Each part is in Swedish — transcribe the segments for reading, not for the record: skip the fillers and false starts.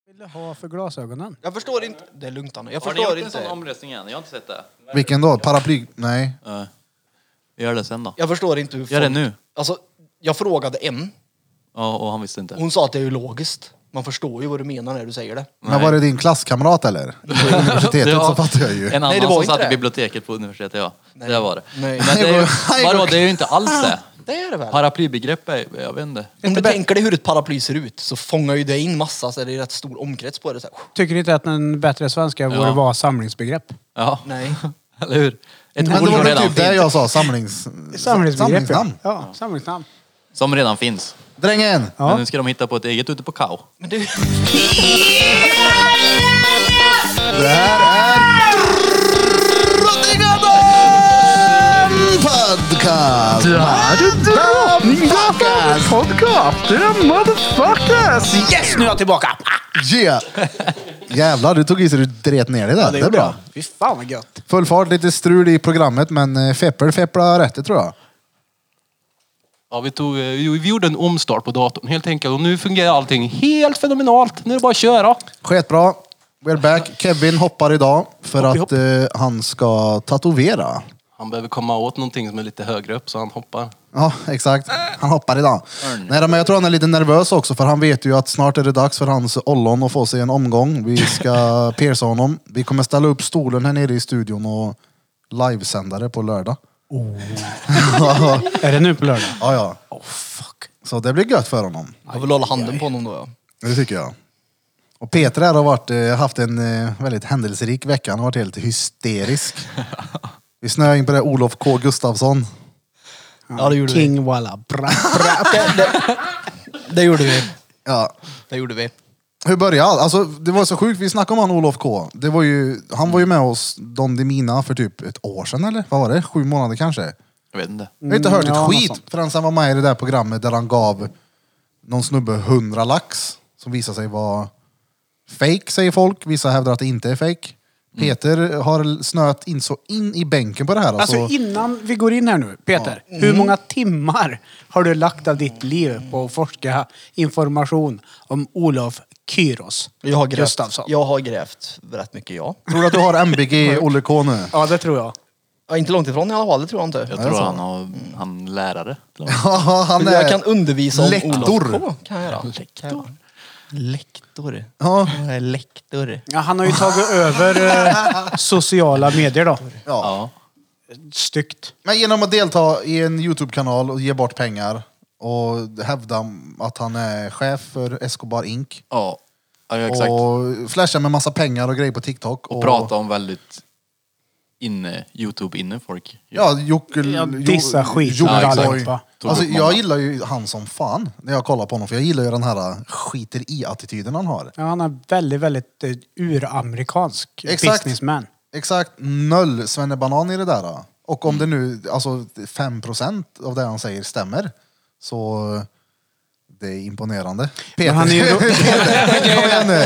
Vill du ha för glasögonen? Jag förstår inte. Det är lugnt, Anna. Jag Har ni förstår gjort en inte. sån omröstning än? Jag har inte sett det. Vilken då? Paraply? Nej. Vi gör det sen då. Jag förstår inte hur Gör det nu. Alltså, jag frågade en. Ja, och han visste inte. Hon sa att det är ju logiskt. Man förstår ju vad du menar när du säger det. Men var det din klasskamrat eller? På universitetet så fattar jag ju. En annan Nej, det var som inte satt i det. biblioteket på universitetet, ja. Det var det. Nej. Men det är ju, vadå, det är ju inte alls det. Det är det väl? Paraplybegrepp är, jag vet inte. Om du tänker dig hur ett paraply ser ut så fångar ju det in massa, så är det rätt stor omkrets på det. Så här. Tycker inte att en bättre svenska borde vara samlingsbegrepp? Ja, Nej. eller hur? Ett Men ord det var som väl redan typ det finns. jag sa, Samlingsbegrepp, samlingsnamn. Ja, samlingsnamn. Som redan finns. Drängen! Ja. Men nu ska de hitta på ett eget ute på Kao. Men du... Det här är Drottninggatan Podcast! Motherfuckers! Yes, nu är jag tillbaka! Yeah! Jävlar, du tog i så du dret ner dig där. Det är bra. Fy fan vad gött. Full fart, lite strul i programmet, men Feppla rätt, det tror jag. Ja, vi gjorde en omstart på datorn helt enkelt och nu fungerar allting helt fenomenalt. Nu är det bara att köra. Skitbra. We're back. Kevin hoppar idag för att han ska tatuera. Han behöver komma åt någonting som är lite högre upp så han hoppar. Ja, exakt. Han hoppar idag. Nej, men jag tror han är lite nervös också för han vet ju att snart är det dags för hans ollon att få sig en omgång. Vi ska pierca honom. Vi kommer ställa upp stolen här nere i studion och livesändare på lördag. Är det nu på lördag? Ja. Oh fuck. Så det blir gött för honom. Jag vill hålla handen på honom då, ja. Det tycker jag. Och Peter här har haft en väldigt händelserik vecka. Han har varit helt hysterisk. Vi snöade in på det Olof K. Gustafsson. Ja, det gjorde King Walla. Bra. Det gjorde vi. Ja. Det gjorde vi. Hur började allt? Alltså, det var så sjukt. Vi snackade om han Olof K. Han var ju med oss Don Demina för typ ett år sedan eller? Vad var det? 7 månader kanske? Jag vet inte. Jag har inte hört ja, ett något skit sånt. förrän han var med i det där programmet där han gav någon snubbe 100 lax som visade sig vara fake, säger folk. Vissa hävdar att det inte är fake. Peter har snöat in så in i bänken på det här. Alltså innan vi går in här nu, Peter. Hur många timmar har du lagt av ditt liv på att forska information om Olof Kyros Gustafsson? Jag har grävt rätt mycket, ja. Tror du att du har MBG Olle K nu? Ja, det tror jag. Ja, inte långt ifrån i alla fall, det tror jag inte. Jag tror han lärare. Ja, han är... Jag kan undervisa om lektor. Olof K. Kan jag göra. Lektor. Ja. Jag är lektor. Ja, han har ju tagit över sociala medier då. Ja. Styggt. Men genom att delta i en YouTube-kanal och ge bort pengar och hävda att han är chef för Escobar Inc. Ja, exakt. Och flasha med massa pengar och grejer på TikTok. Och prata om väldigt YouTube folk. Ja, Jocke... Dissa skit. Jockiboi. Allihopa. Alltså, jag gillar ju han som fan när jag kollar på honom. För jag gillar ju den här skiter i-attityden han har. Ja, han är väldigt, väldigt uramerikansk businessman. Exakt. Noll svennebanan i det där. Och om det nu, alltså 5% av det han säger stämmer. Så det är imponerande. Peter. Han är ju Kom igen nu.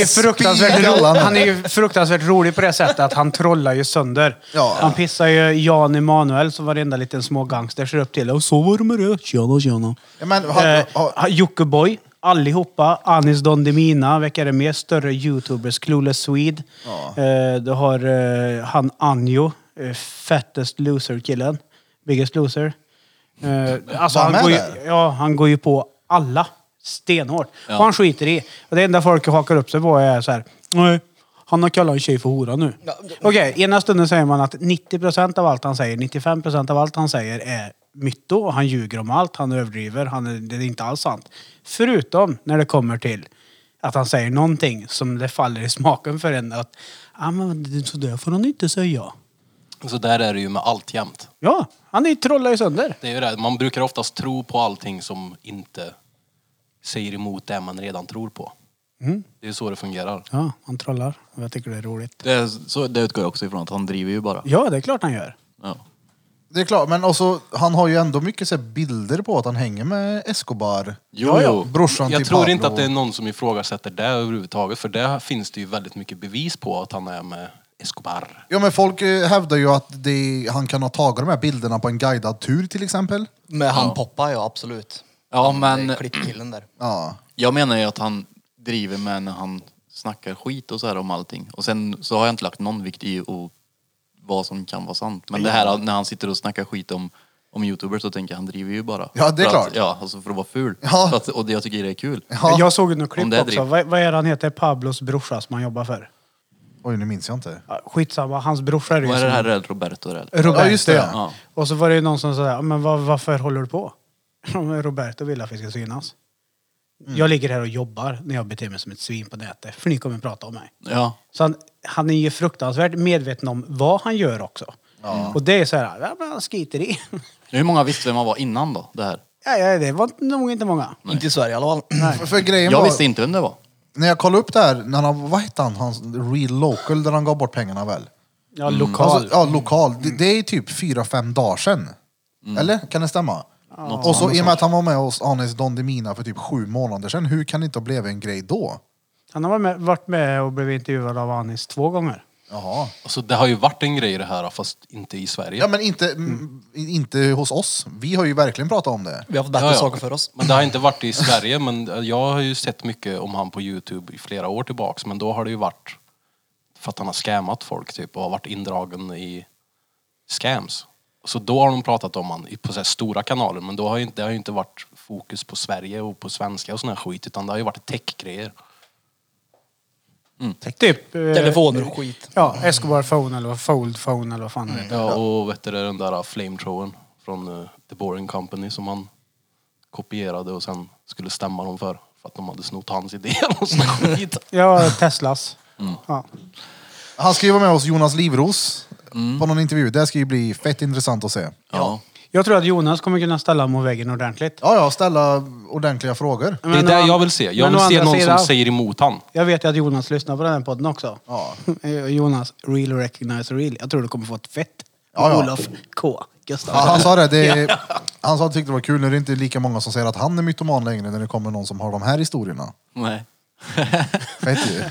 han är ju fruktansvärt rolig på det sättet att han trollar ju sönder. Ja. Han pissar ju Jan Emanuel som varenda liten små gangster ser upp till. Och så var det med det. Tjena. Ja, men, Jockiboi, allihopa. Anis Don Demina, vilka är det mer? Större YouTubers. Clueless Swede. Ja. Du har han Anjo, fattest loser-killen. Biggest loser. Alltså han går ju på alla stenhårt. Och han skiter i. Och det enda folk hakar upp sig på är så här: nej, han har kallat en tjej för hora nu. Okej, ena stunden säger man att 90% av allt han säger, 95% av allt han säger är mytto. Och han ljuger om allt, han överdriver, det är inte alls sant. Förutom när det kommer till att han säger någonting som det faller i smaken för en. Att, men så där får han inte säga. Så där är det ju med allt jämt. Ja, han är trollar ju sönder. Det är ju det. Man brukar oftast tro på allting som inte säger emot det man redan tror på. Det är så det fungerar. Ja, han trollar. Och jag tycker det är roligt. Det utgår jag också ifrån att han driver ju bara. Ja, det är klart han gör. Ja. det är klart, men också, han har ju ändå mycket så här bilder på att han hänger med Escobar. Jo. Brorsan Jag till tror Pablo. inte att det är någon som ifrågasätter det överhuvudtaget. För det finns det ju väldigt mycket bevis på att han är med Escobar. Ja, men folk hävdar ju att han kan ha tagit de här bilderna på en guidad tur till exempel. Med han Poppa, ja absolut. Ja, men Det är klippkillen där. Ja. jag menar ju att driver med när han snackar skit och så här om allting. Och sen så har jag inte lagt någon vikt i vad som kan vara sant. Men det här när han sitter och snackar skit om YouTubers så tänker jag han driver ju bara. Ja, det är klart. Alltså för att vara ful. Ja. Och jag tycker det är kul. Ja. Jag såg något klipp det också. Vad är det han heter? Pablos brorsa som han jobbar för. Oj, nu minns jag inte. Ja, skitsamma, hans brorsa är ju Vad är det som- här Roberto? Roberto, Ja, just det. Ja. Och så var det ju någon som sa, men varför håller du på? Men Roberto vill att vi ska synas. Jag ligger här och jobbar när jag beter mig som ett svin på nätet. För ni kommer att prata om mig. Ja. Så han är ju fruktansvärt medveten om vad han gör också. Och det är så här, ja, men han skiter i. Hur många visste vem han var innan då? Det här? Ja, det var nog inte många. Inte i Sverige i alla fall. För grejen Jag var, visste inte vem det var. när jag kollade upp det här, när han, vad hette han? Hans Real Local, där han gav bort pengarna väl? Ja, lokal. Alltså, ja, lokal. Det är typ 4-5 dagar sedan. Eller? Kan det stämma? Och så i och med att han var med hos Anis Don Demina för typ 7 månader sedan, hur kan det inte ha blivit en grej då? Han har varit med och blivit intervjuad av Anis 2 gånger. Jaha. Alltså det har ju varit en grej det här fast inte i Sverige. Ja, men inte hos oss. Vi har ju verkligen pratat om det. Vi har fått bättre saker för oss. Men det har inte varit i Sverige, men jag har ju sett mycket om han på YouTube i flera år tillbaks. Men då har det ju varit för att han har scammat folk typ och har varit indragen i scams. Så då har de pratat om han på så här stora kanaler, men då har det har ju inte varit fokus på Sverige och på svenska och sån här skit, utan det har ju varit tech-grejer. Typ... Telefoner och skit. Ja, Escobar Phone eller Fold Phone eller vad fan det heter. Ja, och vet du, den där flamethrowern från The Boring Company som han kopierade och sen skulle stämma dem för att de hade snott hans idé och sån här skit. Ja, Teslas. Ja. Han ska ju vara med hos Jonas Livros på någon intervju. Det ska ju bli fett intressant att se. Ja. Jag tror att Jonas kommer kunna ställa mot väggen ordentligt. Ja, ställa ordentliga frågor. Det är det jag vill se. Jag men å vill se andra någon sidan- som säger emot han. Jag vet ju att Jonas lyssnar på den här podden också. Ja. Jonas, real recognize real. Jag tror du kommer få ett fett. Ja. Olof K. Gustav. Ja, han sa det. Han sa att han tyckte det var kul när det inte är lika många som säger att han är mytoman längre när det kommer någon som har de här historierna. Nej. Fett ju.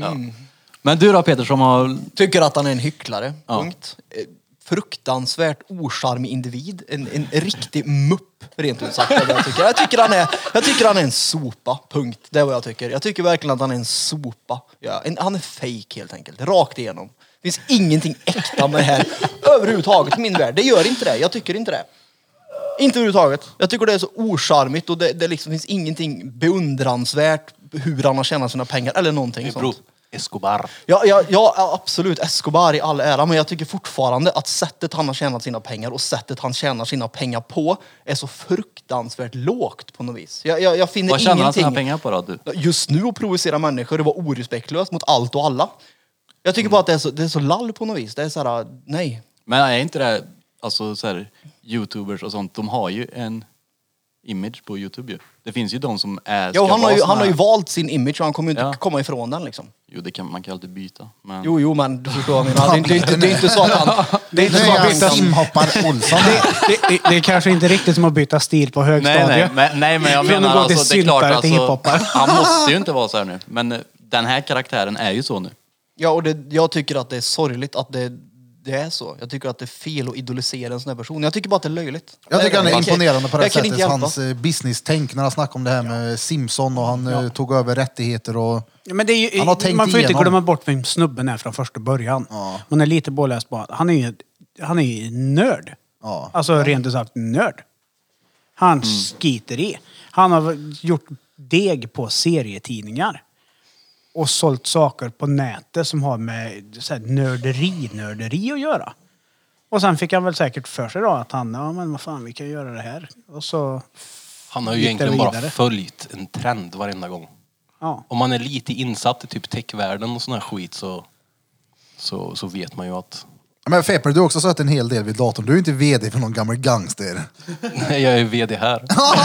Men du då Peter som har... Tycker att han är en hycklare. Punkt. Fruktansvärt ocharmig individ. En riktig mupp, rent ut sagt. Jag tycker han är en sopa. Punkt. Det är vad jag tycker. Jag tycker verkligen att han är en sopa. Ja, han är fake helt enkelt. Rakt igenom. Det finns ingenting äkta med det här överhuvudtaget i min värld. Det gör inte det. Jag tycker inte det. Inte överhuvudtaget. Jag tycker det är så ocharmigt och det liksom finns ingenting beundransvärt hur han har tjänat sina pengar eller någonting Bro, sånt. Escobar. Ja, absolut. Escobar i all ära. Men jag tycker fortfarande att sättet han har tjänat sina pengar och sättet han tjänar sina pengar på är så fruktansvärt lågt på något vis. Jag finner Vad tjänar han ingenting. sina pengar på då du? Just nu att provocera människor, det var orespektlöst mot allt och alla. Jag tycker bara att det är så lall på något vis. Det är så här, nej. Men är inte det, alltså så här, YouTubers och sånt, de har ju en image på YouTube ju. Det finns ju de som är... Ja, han vara har ju valt sin image och han kommer ju inte Ja. komma ifrån den liksom. Jo, man kan alltid byta. Men... Jo, men du förstår vad jag menar. Det är inte så att han... Det är inte Nu så är att han han... simhoppar-Olsson. Det är kanske inte riktigt som att byta stil på högstadiet. Nej, men jag Från menar att gå till alltså, det är klart syntare till hiphopare. alltså, han måste ju inte vara så här nu. Men den här karaktären är ju så nu. Ja, och jag tycker att det är sorgligt att det är så. Jag tycker att det är fel att idolisera en sån här person. Jag tycker bara att det är löjligt. Jag tycker han är Jag imponerande på det jag kan inte sättet. hjälpa. Hans business-tänk när han snackade om det här med Simpson och han tog över rättigheter och... Ja, men det är ju, Han har tänkt man får ju inte igenom. glömma bort vem snubben är från första början. Ja. Man är lite påläst på. Han är ju nörd. Ja. Alltså rent ut sagt nörd. Han skiter i. Han har gjort deg på serietidningar. Och sålt saker på nätet som har med så här, nörderi att göra. Och sen fick han väl säkert för sig då att han, ja men vad fan, vi kan göra det här. Och så Han har ju gick det egentligen bara vidare. följt en trend varenda gång. Ja. Om man är lite insatt i typ techvärlden och sån här skit så vet man ju att... Men Feper, du har också sett en hel del vid datorn. Du är inte vd för någon gammal gangster. Nej, jag är vd här.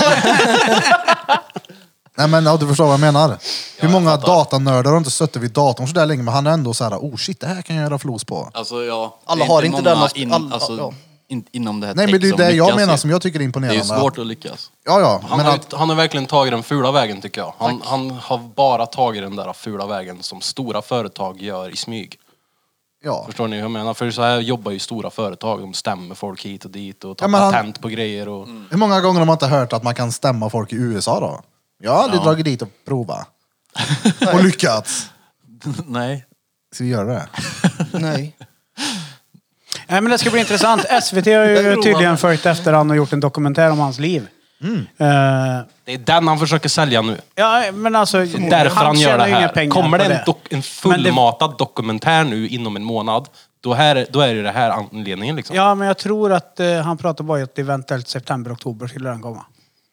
Nej men ja, du förstår vad jag menar. Hur många fattar. datanördar har inte suttit vid datorn så där länge, men han är ändå så här, oh shit, det här kan jag göra flos på. Alltså ja, Alla det är har inte den många aspekt- alltså, ja. inom det här Nej men tech det är som det jag lyckas menar ju. som jag tycker är Det är imponerande. ju svårt att lyckas. Ja, Han men att, har verkligen tagit den fula vägen tycker jag. Han har bara tagit den där fula vägen som stora företag gör i smyg. ja. Förstår ni hur jag menar? För så här jobbar ju stora företag. De stämmer folk hit och dit och tar Ja, men patent på grejer. Och... Hur många gånger har man inte hört att man kan stämma folk i USA då? Jag har aldrig dragit dit och prova. Och lyckats. Nej. Ska vi göra det? Nej. Nej, men det ska bli intressant. SVT har ju tydligen följt efter han och gjort en dokumentär om hans liv. Det är den han försöker sälja nu. Ja, men alltså... Därför han gör det här. Kommer det en fullmatad dokumentär nu inom en månad, då är det här anledningen liksom. Ja, men jag tror att han pratar bara att eventuellt september-oktober skulle den komma.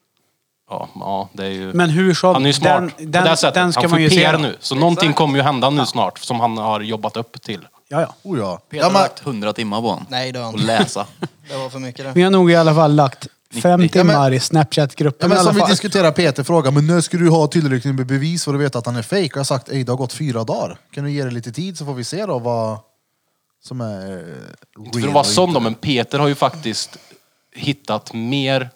Ja, det är ju... Men hur som... Han är ju smart. Den ska han får man ju PR se nu. Så någonting kommer ju hända nu snart som han har jobbat upp till. Ja. Oh, ja. Peter har lagt 100 timmar på honom. Nej, det har jag Och inte. läsa. Det var för mycket det. Vi har nog i alla fall lagt 5 timmar i Snapchat-gruppen Men i alla som vi fall. diskuterar, Peter frågar, men när ska du ha tillräckligt med bevis för att veta att han är fake? Och jag har sagt, det har gått 4 dagar. Kan du ge det lite tid så får vi se då vad som är För att vara sån då, men Peter har ju faktiskt hittat mer...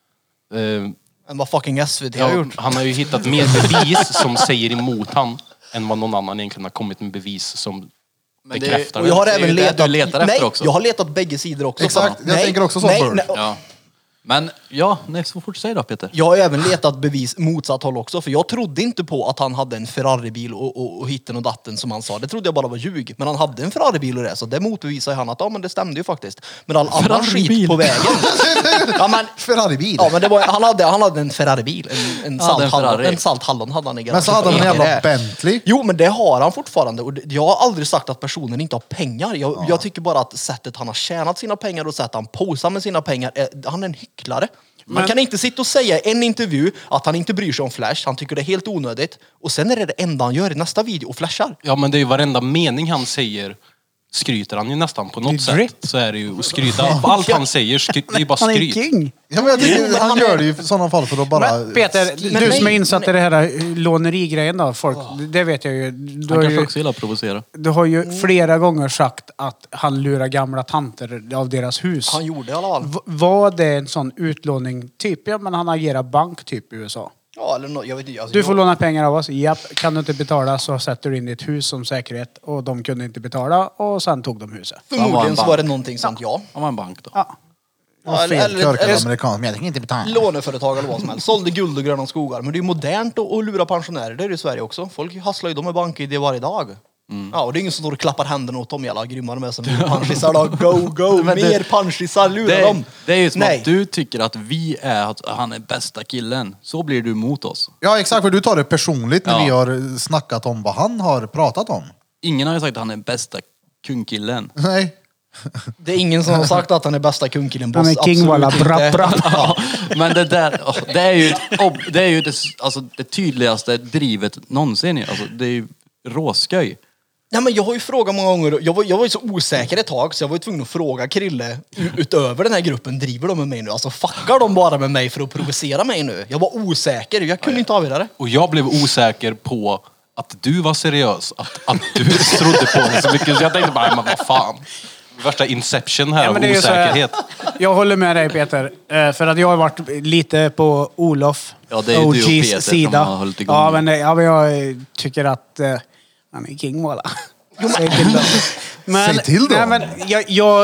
Än vad fucking SVT har gjort. Han har ju hittat mer bevis som säger emot han än vad någon annan egentligen har kommit med bevis som bekräftar Och jag har Det är ju även det letat... du letar efter nej, också. jag har letat bägge sidor också. Exakt, jag Nej, tänker också så, nej, Bert. nej. Ja. Men ja, nej, så fort säg då Peter. Jag har även letat bevis motsatt håll också, för jag trodde inte på att han hade en Ferrari-bil och hitten och datten som han sa. Det trodde jag bara var ljug. Men han hade en Ferrari-bil och det, så det motbevisar han att men det stämde ju faktiskt. Men all annan skit på vägen. Ja, men, Ferrari-bil. ja, men det var, han hade en Ferrari-bil. En Ferrari. salt hallon hade han i garaget. Men så hade han en jävla Det. Bentley. Jo, men det har han fortfarande. Och jag har aldrig sagt att personen inte har pengar. Jag tycker bara att sättet han har tjänat sina pengar och sättet han posar med sina pengar, han är en hycklare. Man kan inte sitta och säga i en intervju att han inte bryr sig om Flash, han tycker det är helt onödigt. Och sen är det enda han gör i nästa video och flashar. Ja, men det är ju varenda mening han säger skryter han ju nästan på något sätt. Så är det ju att skryta. Allt han säger, det är ju bara Han är skryt. king. Ja, men jag tycker, han gör det ju i sådana fall för att bara... Men Peter, Men du nej, som är insatt men- i det här lånerigrejen då, folk, det vet jag ju. Du Han har kanske ju, också gillar att provocera. du har ju flera gånger sagt att han lurar gamla tanter av deras hus. Han gjorde i alla fall. Var det en sån utlåning typ? Ja, men han agerar bank typ i USA. Ja, eller jag vet inte. Alltså, Du får låna pengar av oss. Japp, kan du inte betala så sätter du in ditt hus som säkerhet. Och de kunde inte betala och sen tog de huset. Förmodligen så var det någonting sånt, ja. Han var en bank då. Ja. Ja, Fel körkad eller amerikan, men jag tänker inte betala. låneföretag eller vad som helst. Sålde guld och gröna skogar. Men det är ju modernt att lura pensionärer. Det är det i Sverige också. Folk hasslar ju dem med bank-ID varje dag. Ja, och det är ingen som står och klappar händerna åt dem jävla grymma de är som punschisar då. Go! Men det- Mer punschisar, lura dem! Det är ju som Nej. att du tycker att han är bästa killen. Så blir du mot oss. Ja, exakt, för du tar det personligt när Ja. vi har snackat om vad han har pratat om. Ingen har ju sagt att han är bästa kungkillen. Nej. Det är ingen som har sagt att han är bästa kungkillen. Han är boss. king walla Absolut brapp inte. brapp. Ja, men det där, det är ju det tydligaste drivet någonsin. Alltså, det är ju råsköj. Nej, men jag har ju frågat många gånger, jag var ju så osäker ett tag så jag var ju tvungen att fråga Krille utöver den här gruppen, driver de med mig nu? Alltså fuckar de bara med mig för att provocera mig nu? Jag var osäker, jag kunde inte avgöra det. Och jag blev osäker på att du var seriös. Att du trodde på det så mycket. Så jag tänkte bara, men vad fan. Värsta inception här Ja, av men det är ju så här- osäkerhet. Jag håller med dig Peter. För att jag har varit lite på Olof Ja, det är ju du och OGs Peter som sida. har hållit igång. Ja, men jag tycker att han är king walla. Säg till dem. Men, Säg till dem. nej, men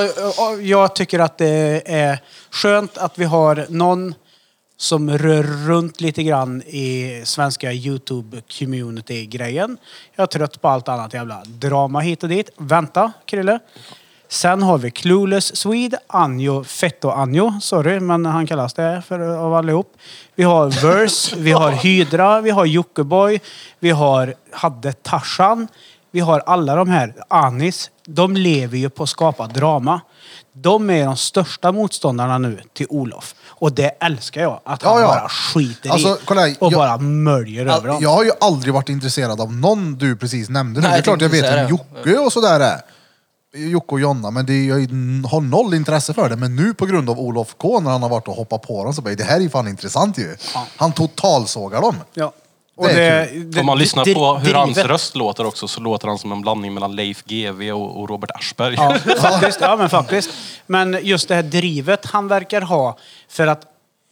jag tycker att det är skönt att vi har någon som rör runt lite grann i svenska YouTube-community-grejen. Jag är trött på allt annat jävla drama hit och dit. Vänta, Krille. Sen har vi Clueless Swede, Anjo, Fetto Anjo. Sorry, men han kallas det för av allihop. Vi har Verse, vi har Hydra, vi har Jockeboy, vi hade Tarzan. Vi har alla de här. Anis, de lever ju på att skapa drama. De är de största motståndarna nu till Olof. Och det älskar jag. Att han Ja. bara skiter Alltså, i kolla här, och jag- bara möljer över dem. Jag har ju aldrig varit intresserad av någon du precis nämnde nu. Nej, Det är klart jag jag tänkte vet säga om det. Jocke och sådär är. Jocke och Jonna, men jag har noll intresse för det. Men nu på grund av Olof K, när han har varit och hoppat på dem, så bara, det här är ju fan intressant ju. Han totalsågar dem. Ja. Det är Om man lyssnar på hur hans drivet. röst låter också, så låter han som en blandning mellan Leif GW och Robert Aschberg. Ja, faktiskt. Ja, men faktiskt. Men just det här drivet han verkar ha, för att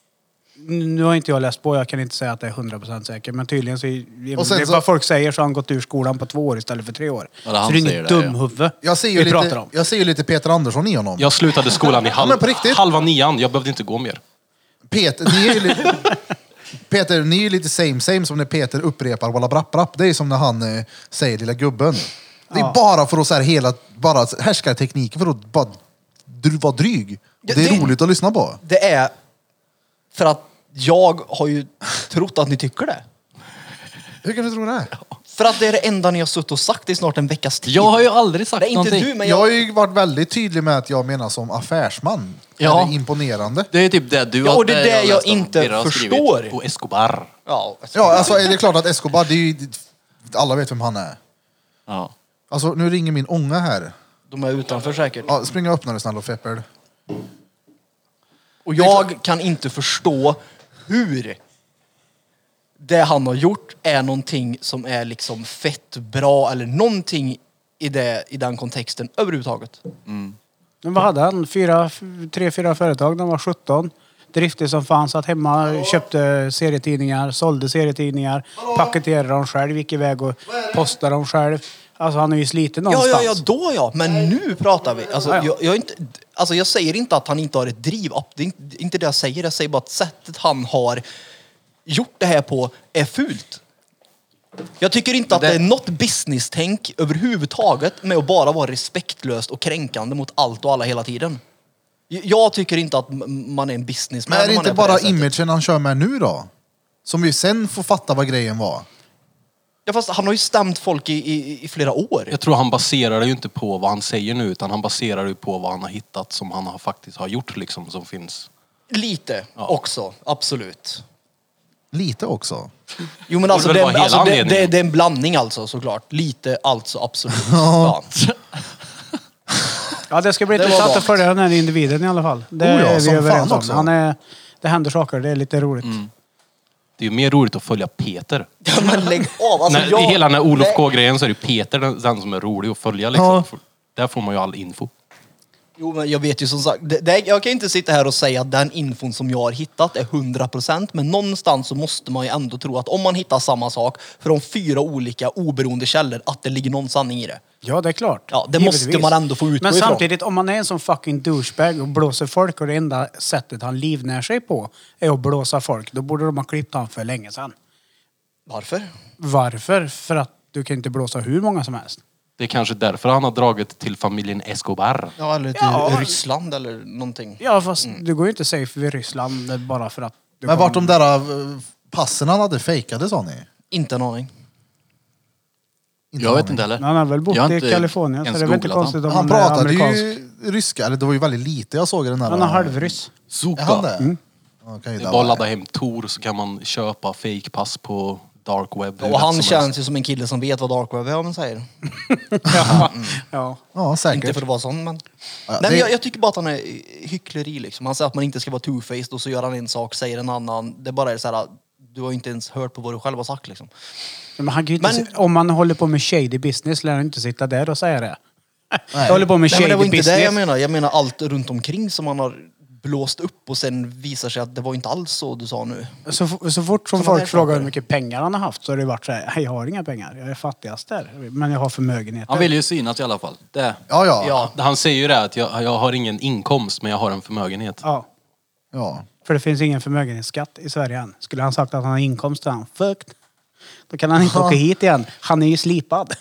nu har inte jag läst på, jag kan inte säga att det är 100% säker, men tydligen så, Och sen det är så- vad folk säger, så har han gått ur skolan på 2 år istället för 3 år. Ja, det han så det är säger inget det, ja. dumhuvud Jag ser vi pratar om. ju lite Peter Andersson i honom. Jag slutade skolan i men på riktigt. halva 9:an. Jag behövde inte gå mer. Peter, ni är ju lite... Peter, ni är ju lite same som när Peter upprepar walla brapp. Det är som när han säger lilla gubben. Det är bara för att så här bara härskartekniken för att bara vara dryg. Det är roligt att lyssna på. Det är för att jag har ju trott att ni tycker det. Hur kan du tro det? För att det är det enda ni har suttit och sagt i snart en veckas tid. Jag har ju aldrig sagt Det är inte någonting. du, men Jag har ju varit väldigt tydlig med att jag menar som affärsman. Ja. Det är imponerande. Det är typ det du Ja, och det är det jag läst om. inte Birra har skrivit. förstår. Och Escobar. Ja, Ja, alltså är det klart att Escobar, det är ju, alla vet vem han är. Ja. Alltså nu ringer min ånga här. de är utanför säkert. Ja, spring och öppna det snälla och Feppel. Och jag kan inte förstå hur det han har gjort är någonting som är liksom fett bra eller någonting i den kontexten överhuvudtaget. Men vad hade han? 3-4 företag. De var 17. Driftig som fan. Satt hemma, köpte serietidningar, sålde serietidningar, paketerade dem själv, gick iväg och postade dem själv. Alltså han är ju sliten någonstans. Ja, då ja. Men nu pratar vi. Alltså, Ja. jag säger inte att han inte har ett driv. Det är inte det jag säger. Jag säger bara att sättet han har gjort det här på är fult. Jag tycker inte att det är något business-tänk överhuvudtaget med att bara vara respektlöst och kränkande mot allt och alla hela tiden. Jag tycker inte att man är en businessman. Men är det inte bara imagen han kör med nu då? Som vi sen får fatta vad grejen var. Ja, fast han har ju stämt folk i flera år. Jag tror han baserar det ju inte på vad han säger nu, utan han baserar det på vad han har hittat som han faktiskt har gjort liksom, som finns. Lite också, absolut. Lite också. Jo men alltså, väl vara hela anledningen. det är en blandning alltså såklart. Lite alltså absolut. Ja. Ja, det ska bli Det var intressant bra. att följa den här individen i alla fall. Det Oh ja, är vi som överens fan om. också. Det händer saker, det är lite roligt. Det är ju mer roligt att följa Peter. Ja, men lägg av. Alltså, I hela den här Olof Nej. K-grejen så är det Peter den som är rolig att följa liksom. Ja. Där får man ju all info. Jo, men jag vet ju som sagt, jag kan inte sitta här och säga att den infon som jag har hittat är 100%, men någonstans så måste man ju ändå tro att om man hittar samma sak från 4 olika oberoende källor, att det ligger någon sanning i det. Ja, det är klart. Ja, det Givetvis. måste man ändå få utgå Men ifrån. samtidigt, om man är en sån fucking douchebag och blåser folk och det enda sättet han livnär sig på är att blåsa folk, då borde de ha klippt han för länge sedan. Varför? Varför? För att du kan inte blåsa hur många som helst. Det är kanske därför han har dragit till familjen Escobar. Ja, eller till Ryssland eller någonting. Ja, fast du går ju inte safe vid Ryssland bara för att... Du Men kommer- vart de där passen han hade fejkade sa ni? Inte en aning. Jag vet inte heller. Han har väl bott Jag har i inte Kalifornien, så ens det är väl inte googlat konstigt om Han han är pratade amerikansk. ju ryska, eller det var ju väldigt lite jag såg i den här. Han är halvryss. Är han det? Mm. Okej, Det är bara att ladda hem Tor så kan man köpa fake-pass på dark web. hur Och lätt han som känns helst. ju som en kille som vet vad dark web är, om man säger. Ja. Ja, säkert. Inte för att vara sån, men... Ja, Nej, det- men jag tycker bara att han är hyckleri liksom. Han säger att man inte ska vara two-faced och så gör han en sak, säger en annan. Det bara är så här, du har inte ens hört på vad du själv har sagt liksom. Men han kan ju inte, Men- om man håller på med shady business lär han inte sitta där och säga det. Nej. Jag håller på med Nej, men det shady var inte business. det jag menar. Jag menar allt runt omkring som man har blåst upp och sen visar sig att det var inte alls så du sa nu. Så fort som Såna här folk frågar saker. hur mycket pengar han har haft så har det varit så här, jag har inga pengar, jag är fattigast där. Men jag har förmögenheter. Han vill ju synas i alla fall. Det. Ja, ja. Ja, Han säger ju det att jag har ingen inkomst men jag har en förmögenhet. Ja, Ja. för det finns ingen förmögenhetsskatt i Sverige än. Skulle han sagt att han har inkomst så är han fucked. Då kan han inte åka hit igen. Han är ju slipad.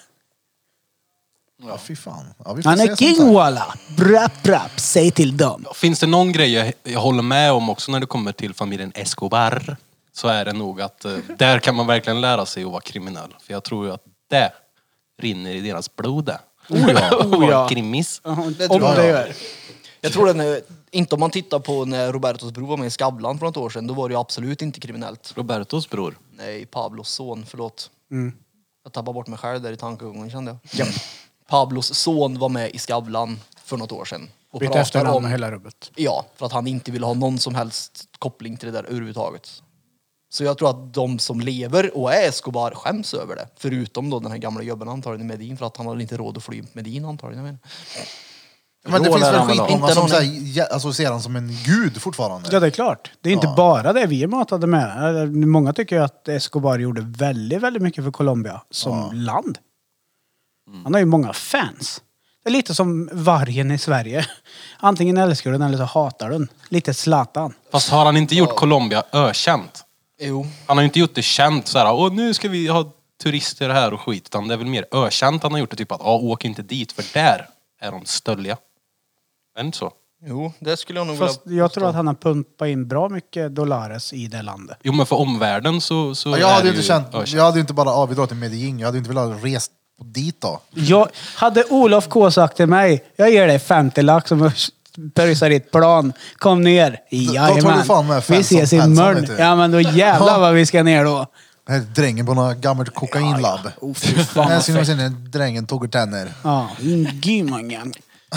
Ja, fy fan. Ja, vi får Han se är som king sagt. walla. Brapp, brapp, säg till dem. Finns det någon grej jag håller med om också när det kommer till familjen Escobar, så är det nog att där kan man verkligen lära sig att vara kriminell. För jag tror ju att det rinner i deras blod det. Att vara ja. krimmis. Om tror jag. det gör. jag tror den är, inte om man tittar på när Robertos bror var med i Skavlan för något år sedan, då var det ju absolut inte kriminellt. Robertos bror. Nej, Pablos son, förlåt. Mm. Jag tappade bort mig själv där i tankegången, kände jag. Pablos son var med i Skavlan för något år sedan. Och Byt pratade efternamn om, och hela rubbet. ja, för att han inte ville ha någon som helst koppling till det där överhuvudtaget. Så jag tror att de som lever och är Escobar skäms över det. Förutom då den här gamla gubben antagligen i Medin, för att han hade inte råd att fly med Medin antagligen. Jag menar. Men det Då finns lär väl han väl ha. skitmånga Inte som någon- säger, alltså, ser han som en gud fortfarande. Ja, det är klart. Det är inte bara det vi är matade med. Många tycker ju att Escobar gjorde väldigt, väldigt mycket för Colombia som land. Han har ju många fans. Det är lite som vargen i Sverige. Antingen älskar du den eller så hatar du den. Lite Zlatan. Fast har han inte gjort Colombia ökänt? Jo. Han har ju inte gjort det känt så här, nu ska vi ha turister här och skit. Utan det är väl mer ökänt han har gjort det typ att, åk inte dit för där är de stölliga. Är det inte så? Jo, det skulle jag nog Fast vilja jag tror att han har pumpat in bra mycket dollares i det landet. Jo, men för omvärlden så Jag är hade det ju inte ju känt, ökänt. jag hade ju inte bara vi drar till Medellin. Jag hade inte velat resa dit då. Jag hade Olof K sagt till mig, jag ger dig 50 lax om pröjsar ditt plan. Kom ner. tar du fan med Vi Svensson ses i Pälsson, morgon. vet du. Ja men då jävlar vad vi ska ner då. Den här drängen på några gammalt kokainlabb. Oh, fy fan Här vad ser man fett. sen drängen tog tänder. Ja, gymmangen.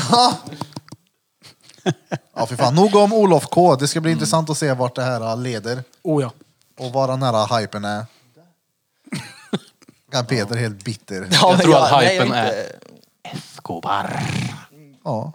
Ja, för fan. Nog om Olof K. Det ska bli intressant att se vart det här leder. Oh ja. Och vad den här hypen är. Kan Peter helt bitter. Ja, Jag men tror att nej, hypen jag är inte- Escobar. Ja.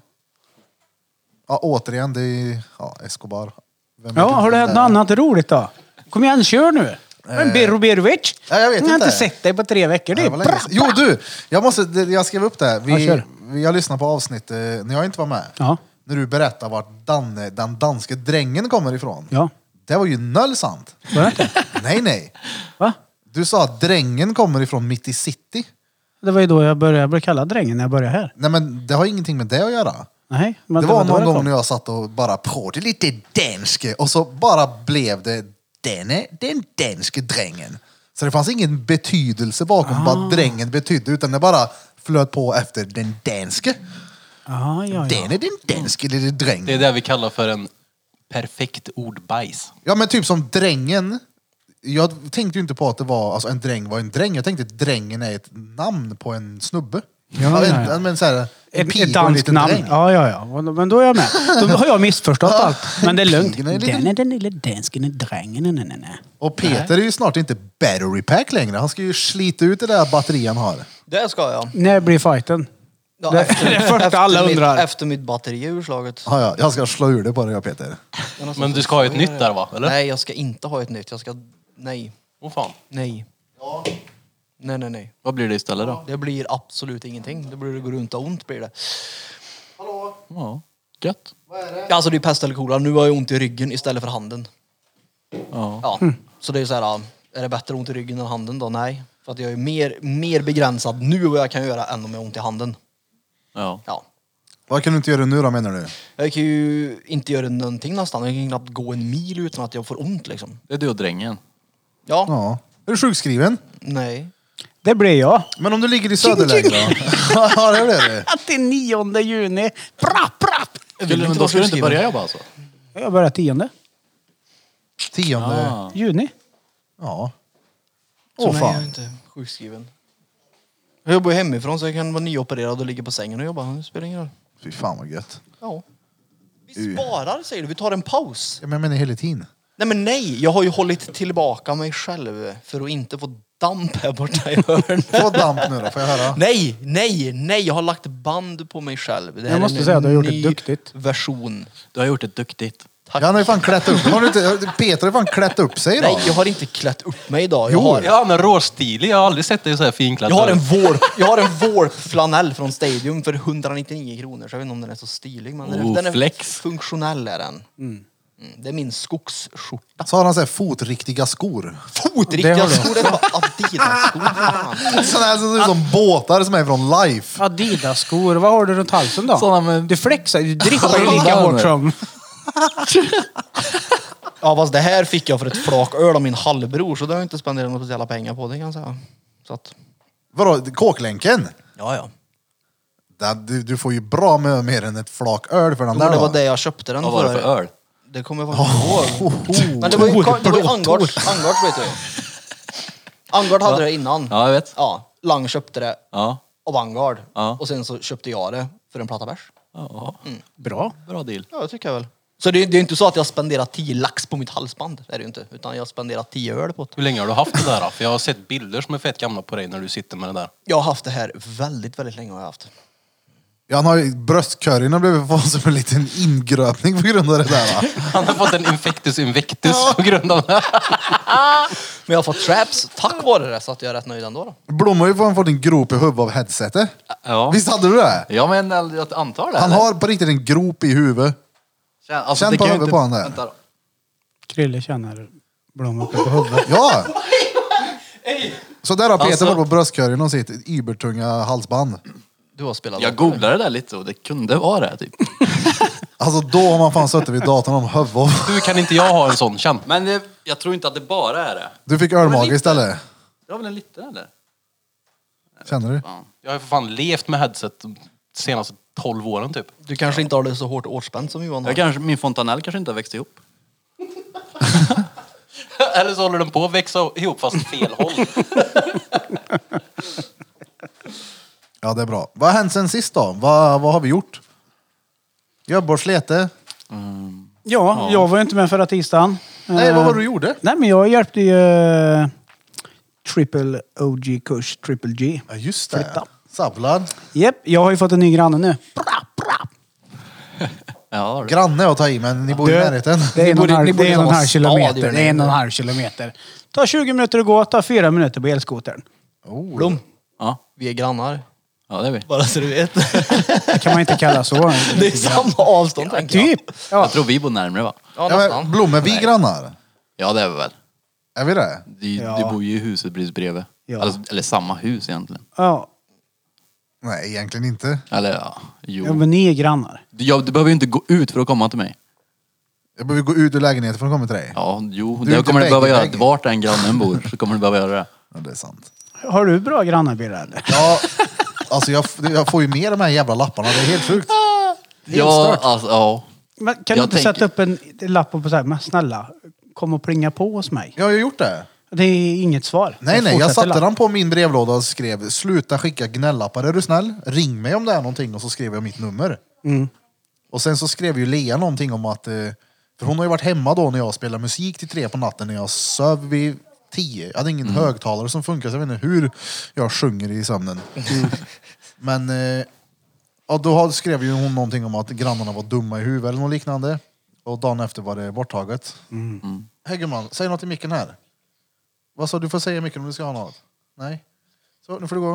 Ja, återigen, det är Escobar. Vem Ja, vet har inte det hänt vem något är? annat roligt då? Kom igen, kör nu. Men Birro Birovic? Ja, jag vet har inte. inte sett dig på 3 veckor. Det Det är var länge sedan. Jo du, jag skrev upp det. Ja, kör. Jag lyssnade på avsnittet när jag inte var med. Ja. När du berättar vart den danske drängen kommer ifrån. Ja. Det var ju noll sant. Var det inte? Nej. Va? Du sa att drängen kommer ifrån mitt i city. Det var ju då jag blev kallad drängen när jag började här. Nej men det har ingenting med det att göra. Nej. Men Det var då någon gång kom. när jag satt och bara pratade lite danske och så bara blev det den danske drängen. Så det fanns ingen betydelse bakom vad drängen betydde utan det bara flöt på efter den danske. Ja. Den är den danske lille drängen. Det är det vi kallar för en perfekt ordbajs. Ja men typ som drängen. Jag tänkte ju inte på att det var, alltså en dräng var en dräng. Jag tänkte att drängen är ett namn på en snubbe. Ja. Men så här, en pig och Ett en danskt liten namn. dräng. Ja. Men då är jag med. Då har jag missförstått allt. Men det är lugnt. Pigen är lite- Den är den lilla dansken drängen. Nej. Och Peter är ju snart inte battery pack längre. Han ska ju slita ut det där batteriet han har. Det ska jag. När blir fighten? Ja, Det är det första alla undrar. Efter mitt batteri är urslaget. Ja, jag ska slå ur det på dig, Peter. Men du ska ha ett nytt där va? Eller? Nej, jag ska inte ha ett nytt. Jag ska... Nej. Åh fan. Nej. Nej. Vad blir det istället då? Det blir absolut ingenting. Det blir det gå runt och ont blir det. Ja, gött. Alltså det är pest eller kolera. Nu har jag ont i ryggen istället för handen. Ja. Ja. Så det är så här, är det bättre ont i ryggen än handen då? Nej. För att jag är mer begränsad nu vad jag kan göra än om jag har ont i handen. Ja. Ja. Vad kan du inte göra nu då, menar du? Jag kan ju inte göra någonting nästan. Jag kan knappt gå en mil utan att jag får ont liksom. Det är du och drängen. Ja. Ja. Är du sjukskriven? Nej. Det blir jag. Men om du ligger i söderläge då? Ja, det blir det. Att det är 9 juni. Prapp! Men då ska du inte börja jobba alltså? Jag börjar 10 10. juni. Ja. Så Åh nej, jag är fan. inte sjukskriven. Jag jobbar ju hemifrån så jag kan vara nyopererad och ligga på sängen och jobba. Det spelar ingen roll. Fy fan vad gött. Ja. Vi sparar säger du. Vi tar en paus. Ja, men jag menar hela tiden. Nej men nej. Jag har ju hållit tillbaka mig själv för att inte få damp här borta i hörnet. Få damp nu då, får jag höra? Nej. Jag har lagt band på mig själv. Det här Jag måste är en säga att du har gjort det ny duktigt. version. Du har gjort det duktigt. Tack. Ja, han har ju fan klätt upp. Har du inte, Peter har ju fan klätt upp sig idag. Nej, jag har inte klätt upp mig idag. Ja, han är råstilig. Jag har aldrig sett dig så här finklädd. Jag har en Warp flanell från Stadium för 199 kronor. Så jag vet inte om den är så stilig. Men den är flex. funktionell är den. Det är min skogsskjorta. Så har han så här fotriktiga skor. Fotriktiga Det har du. skor, det är bara Adidas-skor. Fan. Sådana här som ser ut som båtar som är från Life. Adidas-skor. Vad har du runt halsen då? Såna med- Du flexar ju. Du drippar ju lika hårt som... Ja, fast det här fick jag för ett flak öl av min halvbror. Så det har jag inte spenderat några speciella pengar på det kan jag säga. Så att, Vadå, kåklänken? ja. Du får ju bra med mer än ett flak öl för den där Det var då. det jag köpte den Vad var det för öl? Det kommer jag faktiskt ihåg. Men det var ju Angards vet du. Angard hade det innan. Ja, jag vet. Ja, Lang köpte det Ja. av Angard. Ja. Och sen så köpte jag det för en platta bärs. Ja. Bra. Bra deal. Ja, det tycker jag väl. Så det är inte så att jag spenderar 10 lax på mitt halsband. Det är det ju inte. Utan jag spenderar 10 öl på det. Hur länge har du haft det där då? För jag har sett bilder som är fett gamla på dig när du sitter med det där. Jag har haft det här väldigt, väldigt länge har jag haft. Ja, han har ju bröstkorgen har blivit fått som en liten ingröpning på grund av det där. Va? Han har fått en infectus på grund av det. Men jag har fått traps tack vare det så att jag är rätt nöjd ändå då. Blom har ju fått en grop i huvudet av headsetet. Ja. Visst hade du det? Ja, men jag antar det. Han eller? har på riktigt en grop i huvudet. Alltså, Känn det på kan ju huvudet inte- på han där. Vänta då. Krille känner Blom uppe på huvudet. Ja! Så där har Peter varit på bröstkorgen och sitt übertunga halsband. Du har spelat. Jag googlade det där lite och det kunde vara det typ. Alltså då har man fan suttit vid datorn om huvudet. Du, kan inte jag ha en sån känn? Men jag tror inte att det bara är det. Du fick ölmage istället. Det var väl en liten eller? Känner du? Fan. Jag har för fan levt med headset de senaste 12 åren typ. Du kanske inte har det så hårt årspänt som Johan har. Min fontanell kanske inte har växt ihop. Eller så håller den på att växa ihop fast fel håll. Ja, det är bra. Vad har hänt sen sist då? Vad har vi gjort? Göborslete? Ja, jag var ju inte med förra tisdagen. Nej, vad var det du gjorde? Nej, men jag hjälpte ju Triple OG kurs, Triple G. Ja, just det. Flytta. Savlar. Japp, jag har ju fått en ny granne nu. Ja, Granne att ta i, men ni bor i närheten. Det är Ni borde 1,5 kilometer. stad, Det är 1,5 kilometer. Ta 20 minuter att gå, ta 4 minuter på elskotern. Blom, Ja, vi är grannar. ja det är vi. Bara så du vet. Det kan man inte kalla så. Det är samma avstånd tänker jag. Typ. Ja. Jag tror vi bor närmare va? Ja, Ja, nästan. men, Blom, är vi grannar? Ja det är vi väl. Är vi det? Du bor ju i huset precis bredvid. Ja. Eller samma hus egentligen. Ja. Nej, egentligen inte. Eller ja, jo. Ja, men ni är grannar. Du behöver ju inte gå ut för att komma till mig. Jag behöver gå ut ur lägenheten för att komma till dig. Ja, jo. Du är Det inte kommer du behöva vägg i göra. vägg. Vart den grannen bor så kommer du behöva göra det. Ja, det är sant. Har du bra grannar, Birra, eller? Ja, alltså jag får ju med de här jävla lapparna. Det är helt sjukt. Ja, alltså, ja. Men kan du Jag inte tänker- sätta upp en lapp och så här, men snälla, kom och plinga på hos mig. Jag har ju gjort det. Det är inget svar. Nej, jag fortsätter satte lapp. den på min brevlåda och skrev sluta skicka gnällappar, är du snäll? Ring mig om det är någonting, och så skrev jag mitt nummer. Och sen så skrev ju Lea någonting om att, för hon har ju varit hemma då när jag spelade musik till 3 på natten när jag söv vid 10. Jag hade ingen högtalare som funkar så jag vet inte hur jag sjunger i sömnen. Men ja, då skrev ju hon någonting om att grannarna var dumma i huvudet eller något liknande. Och dagen efter var det borttaget. Häggerman, säg något i micken här. Vad sa du? Får säga i micken om du ska ha något? Nej? Så, nu får du gå.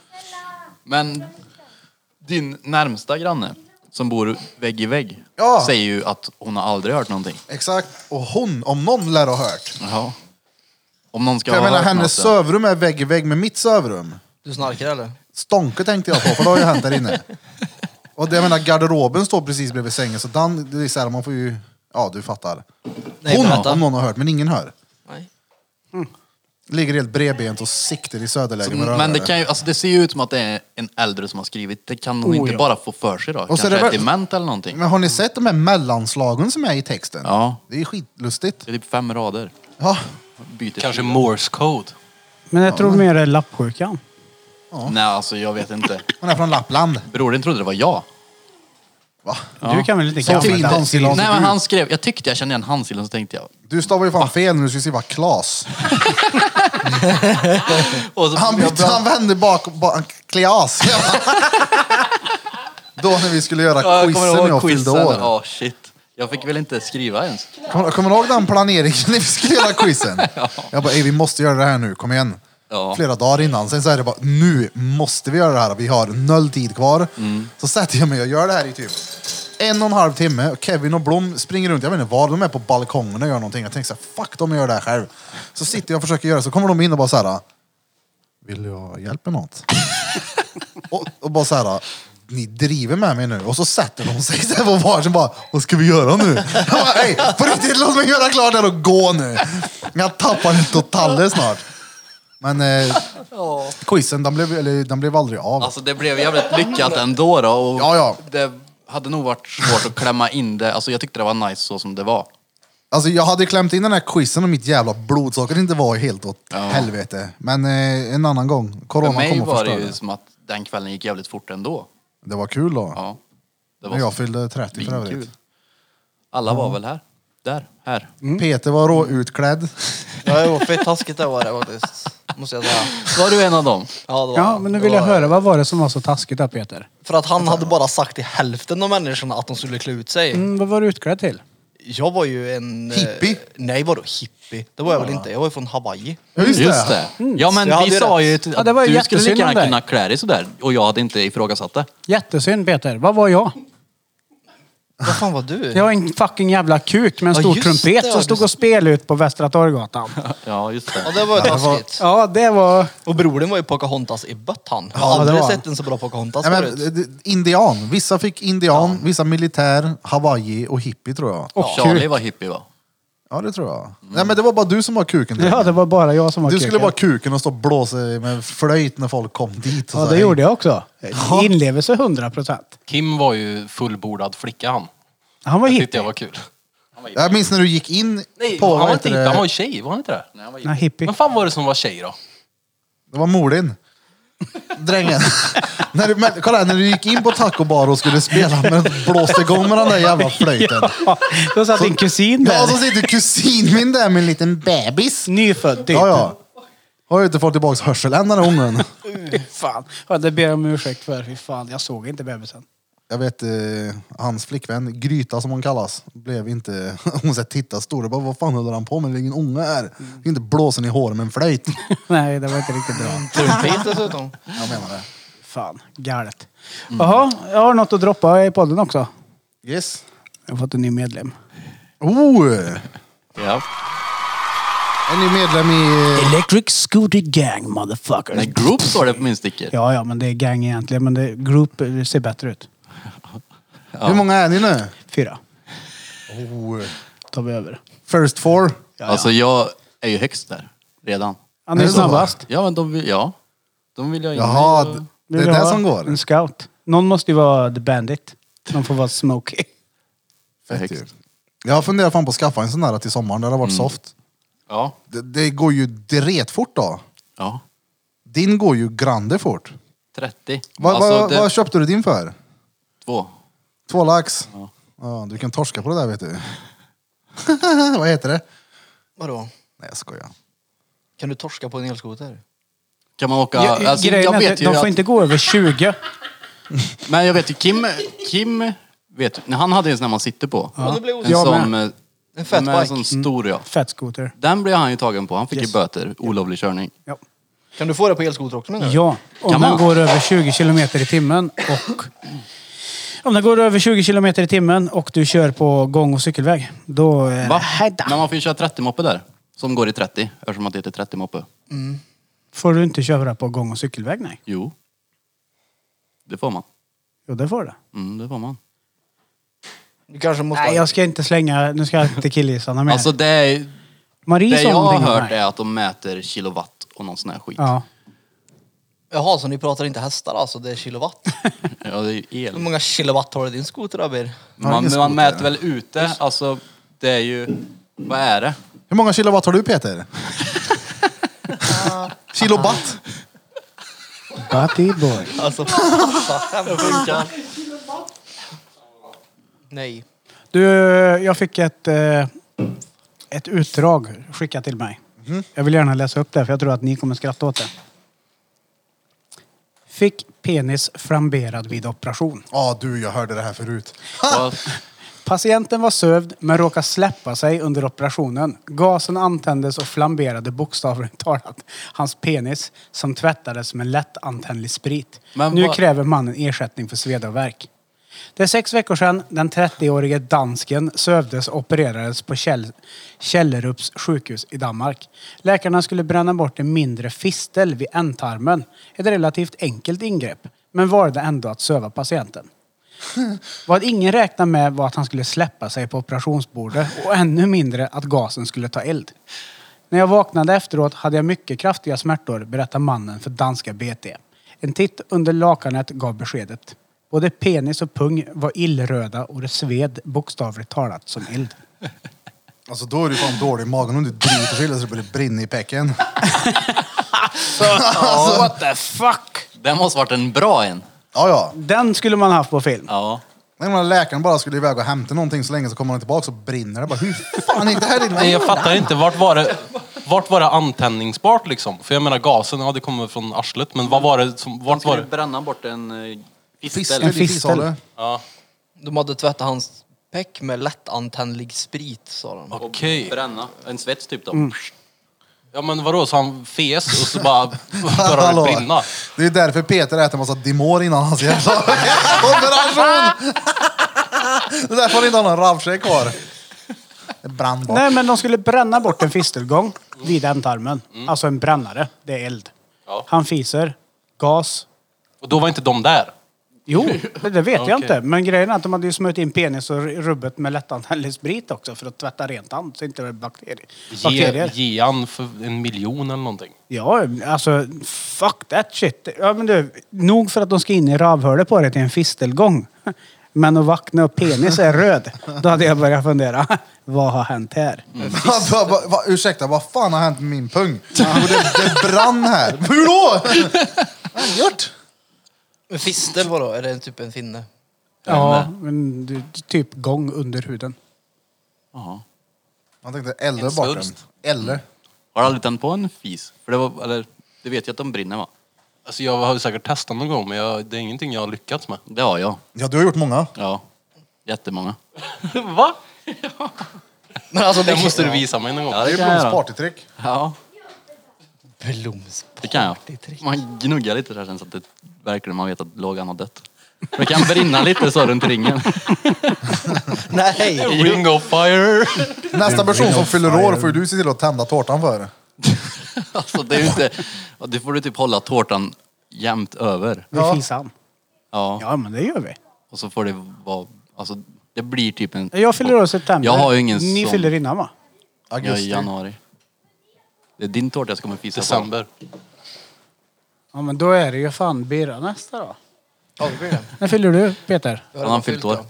Men din närmsta granne som bor vägg i vägg Ja. säger ju att hon har aldrig hört någonting. Exakt. Och hon, om någon lär ha hört. Jaha. Om någon ska För jag ha menar, hört hennes något, sövrum är vägg i vägg med mitt sövrum. Du snarkar eller? Stånke tänkte jag på, för det har ju hänt där inne. Och det, jag menar, garderoben står precis bredvid sängen, så den, det är så här, man får ju... Ja, du fattar. Nej, Hon, berätta. om någon har hört, men ingen hör. Nej. Ligger helt bredbent och sikter i söderläge med Men det, rövare. kan ju, alltså det ser ju ut som att det är en äldre som har skrivit. Det kan nog inte ja. bara få för sig då. Och så Kanske är det ett väl- dement eller någonting. Men har ni sett de här mellanslagen som är i texten? Ja. Det är skitlustigt. Det är typ 5 rader. Ja. Byter Kanske sida. Morse code. Men jag tror mer det är lappsjukan. Nej, alltså jag vet inte. Hon är från Lappland. Brodern trodde det var jag. Va? Du kan väl inte Så kalla fin det? handsilans. Nej men han skrev, jag tyckte jag kände igen handsillen så tänkte jag. Du stavar ju fan fel nu, du ska skriva Klas. Och så, Han vände bak Kleas. Då när vi skulle göra jag kommer quizen när ihåg jag fyllde quizen. år. Ja shit. Jag fick väl inte skriva ens. Kommer du ihåg den planeringen när vi skulle göra quizen? Jag bara, vi måste göra det här nu, kom igen. Ja. Flera dagar innan. Sen så är det bara, nu måste vi göra det här. Vi har 0 tid kvar. Så sätter jag mig och gör det här i typ 1,5 timme. Och Kevin och Blom springer runt. Jag vet inte var, de är på balkongen och gör någonting. Jag tänker så här, fuck, de gör det här själv. Så sitter jag och försöker göra det. Så kommer de in och bara så här, vill du ha hjälp med något? och bara så här, ni driver med mig nu. Och så sätter de sig så här på varsin bara, vad ska vi göra nu? Jag bara, hej, på riktigt, låt mig göra klart det och gå nu. Jag tappar det totalt snart. Men quizen, den blev aldrig av. Alltså det blev jävligt lyckat ändå då. Och Ja. det hade nog varit svårt att klämma in det. Alltså jag tyckte det var nice så som det var. Alltså jag hade klämt in den här quizen och mitt jävla blodsocker inte var helt åt helvete. Men en annan gång. För Corona mig kom och var det förstörde. ju som att den kvällen gick jävligt fort ändå. Det var kul då. Ja. Det Men jag fyllde 30 för övrigt. svinkul. Alla var väl här? Här. Peter var råutklädd. Ja, det var fett taskigt det var det faktiskt. Måste jag säga. Var du en av dem? Ja, det var, Ja, men nu det vill jag var- höra. Vad var det som var så taskigt där, Peter? För att han hade bara sagt till hälften av människorna att de skulle klä ut sig. Vad var du utklädd till? Jag var ju en... Hippie? Nej, vadå hippie? Det var jag väl inte. Jag var ju från Hawaii. Just Just det. Ja men Så jag hade vi ju sa rätt. ju att Ja, det var ju du skulle jättesynd lika om gärna dig. kunna klä dig sådär. Och jag hade inte ifrågasatt det. Jättesynd, Peter. Vad var jag? Vad fan var du? Jag har en fucking jävla kuk med en stor just trumpet det, som stod och spelade ut på Västra Torggatan. Ja, just Ja, det. det var ju taskigt. Ja, det var... Och brodern var ju Pocahontas i bött han. Jag har Ja, det aldrig var sett en så bra Pocahontas Ja, förut. men, indian. Vissa fick indian, vissa militär, Hawaii och hippie tror jag. Och Charlie kuk. var hippie va? Ja, det tror jag. Nej, men det var bara du som var kuken. Ja, det var bara jag som var Du kuken. skulle vara kuken och stå och blåsa med flöjt när folk kom dit. Och Ja, så det här. gjorde jag också. Inlevelse 100%. Kim var ju fullbordad flicka han. Han var Jag tyckte hippie. jag var kul. Jag minns när du gick in Nej, på... han vad var heter inte hippie, det? han var ju tjej, var han inte det? Nej, han var Nej, hippie. Men fan var det som var tjej då? Det var mor din. Drängen. Kolla här, när du gick in på Taco Bar och skulle spela men blåste igång med den där jävla flöjten. Ja, då satt din kusin där. Ja, och så sitter kusin min där med en liten bebis. Nyfödd typ. Ja, ja. Har ju inte fått tillbaka hörsel än den här ungen. Fy fan. Ja, det ber jag om ursäkt för. Fy fan, jag såg inte bebisen. Jag vet, hans flickvän, Gryta som hon kallas, blev inte... Hon så tittade stor och bara, vad fan håller han på med? Det är ingen unge här. Inte blåsen i håret med en flöjt. Nej, det var inte riktigt bra. Trumpet dessutom. Jag menar det. Fan, galet. Jaha, jag har något att droppa i podden också. Yes. Jag har fått en ny medlem. Oh! Ja. En ny medlem i... Electric Scooter Gang, motherfuckers. Nej, group står det på min sticker. Ja, men det är gang egentligen. Men det, group ser bättre ut. Hur många är ni nu? 4. Oh. Tar vi över. First four. Ja, Alltså jag är ju högst där. Redan. Han är Är det så? snabbast. Ja, men de vill jag in Jaha, i och- det är Vill det ha som går. En scout. Någon måste ju vara the bandit. Någon får vara Smokey. för Fett ju. högst. Jag har funderat fan på att skaffa en sån där till sommaren. Det har varit soft. Ja. Det går ju direkt fort då. Ja. Din går ju grande fort. 30. Vad det- vad köpte du din för? 2. 2 lax? Ja. Ja, du kan torska på det där vet du. Vad heter det? Vadå? Nej, jag skojar. Kan du torska på en elskoter? Kan man åka... Ja, alltså, grejen jag är vet att ju de får att, inte gå över 20. Men jag vet ju, Kim vet när han hade en sån där man sitter på. Ja, det blev En Jag sån... med. En fatbike. En sån stor ja. Fett scooter. Den blev han ju tagen på. Han fick Yes. ju böter. Olovlig körning. Ja. Kan du få det på elskoter också menar du? Ja, om Kan den man? går över 20 kilometer i timmen och... Om den går över 20 kilometer i timmen och du kör på gång- och cykelväg, då är Va? det hedda. Men man får ju köra 30-moppe där. Som går i 30. Eftersom att det heter 30-moppe. Får du inte köra på gång- och cykelväg? Nej. Jo. Det får man. Jo, det får du. Det får man. Du kanske måste... Nej, jag ska inte slänga... Nu ska jag inte killgissarna mer. Alltså det Marie sa jag har någonting om hört mig. är att de mäter kilowatt och någon sån här skit. Ja. Jaha, så ni pratar inte hästar alltså? Det är kilowatt? Ja, det är ju Hur el. många kilowatt har din skoter Abir? Man skoter. mäter väl ute, alltså det är ju... Vad är det? Hur många kilowatt har du Peter? Kilowatt? Butty boy. Alltså, fatta. Nej. Du, jag fick ett utdrag skickat till mig. Jag vill gärna läsa upp det för jag tror att ni kommer skratta åt det. Fick penis flamberad vid operation. Ja du, jag hörde det här förut. Vad- Patienten var sövd men råkade släppa sig under operationen. Gasen antändes och flamberade bokstavligt talat hans penis som tvättades med lättantändlig sprit. Men Nu vad- kräver mannen ersättning för sveda och värk. Det är 6 veckor sedan den 30-årige dansken sövdes och opererades på Källerups sjukhus i Danmark. Läkarna skulle bränna bort en mindre fistel vid ändtarmen. Ett relativt enkelt ingrepp, men valde ändå att söva patienten. Vad ingen räknade med var att han skulle släppa sig på operationsbordet och ännu mindre att gasen skulle ta eld. När jag vaknade efteråt hade jag mycket kraftiga smärtor, berättar mannen för danska BT. En titt under lakanet gav beskedet. Både penis och pung var illröda och det sved bokstavligt talat som eld. Alltså då är du fan dålig i magen om du driter till så det börjar brinna i pecken. What the fuck? Det måste varit en bra en. Ja, ja. Den skulle man haft på film. Ja. När läkaren bara skulle iväg och hämta någonting så länge så kommer han tillbaka så brinner det. Bara, hur fan gick det här in? Nej, jag fattar inte. Vart var det antändningsbart liksom? För jag menar gasen, ja det kommer från arslet. Men vad var det som... Man Vart var skulle det? bränna bort en fistel. Fistel En i fistel. fiskhålet. Ja, De hade tvättat hans peck med lättantändlig sprit, sa de. okej. Bränna. En svets typ då. Ja men vadå, så han fes och så bara började Hallå. det brinna? Det är därför Peter äter en massa Dimor innan han ser operation. Det där får inte ha någon ravtjej kvar. Det brann bort. Nej, men de skulle bränna bort en fistelgång vid ändtarmen. Alltså en brännare. Det är eld. Ja. Han fiser. Gas. Och då var inte de där. Jo, det vet jag Okej. inte. Men grejen är att de hade ju smörjt in penis och rubbet med lättantändlig sprit också för att tvätta rent hand så inte det är bakterier. Ge han för 1 miljon eller någonting. Ja, alltså fuck that shit. Ja, men du, nog för att de ska in i ravhörlet på det till en fistelgång. Men att vakna upp penis är röd. Då hade jag börjat fundera. Vad har hänt här? Ursäkta, vad fan har hänt med min pung? Det brann här. Hur då? Vad har jag gjort? Men fistel vadå? Är det typ en finne? Ja, men typ gång under huden. Jaha. Jag tänkte äldre En bort den. svulst. Eller? Har du aldrig tänt på en fis? För det var, eller, det vet jag att de brinner va? Alltså jag har säkert testat någon gång, men det är ingenting jag har lyckats med. Det har jag. Ja, du har gjort många. Ja. Jättemånga. Va? Men alltså Det måste du visa mig någon gång. Ja, Det är kan jag Bloms göra. partytrick. Ja, Bloms. det kan jag. Man gnuggar lite där sen så att det verkligen man vet att lågan har dött. Det kan brinna lite så runt ringen. Nej! Ring of fire! Nästa person som fyller år får ju du se till att tända tårtan för. Alltså det är ju inte... Det får du typ hålla tårtan jämnt över. Med fisan. Ja. Ja, men det gör vi. Och så får det vara... Alltså det blir typ en... Jag fyller år i september. Jag har ju ingen Ni sån- fyller innan va? Ja, i Augusti. januari. Det är din tårta jag ska med fisa på. December. Ja, men då är det ju fan Birra nästa då. Ja, det blir det. När fyller du, Peter? Han har fyllt år.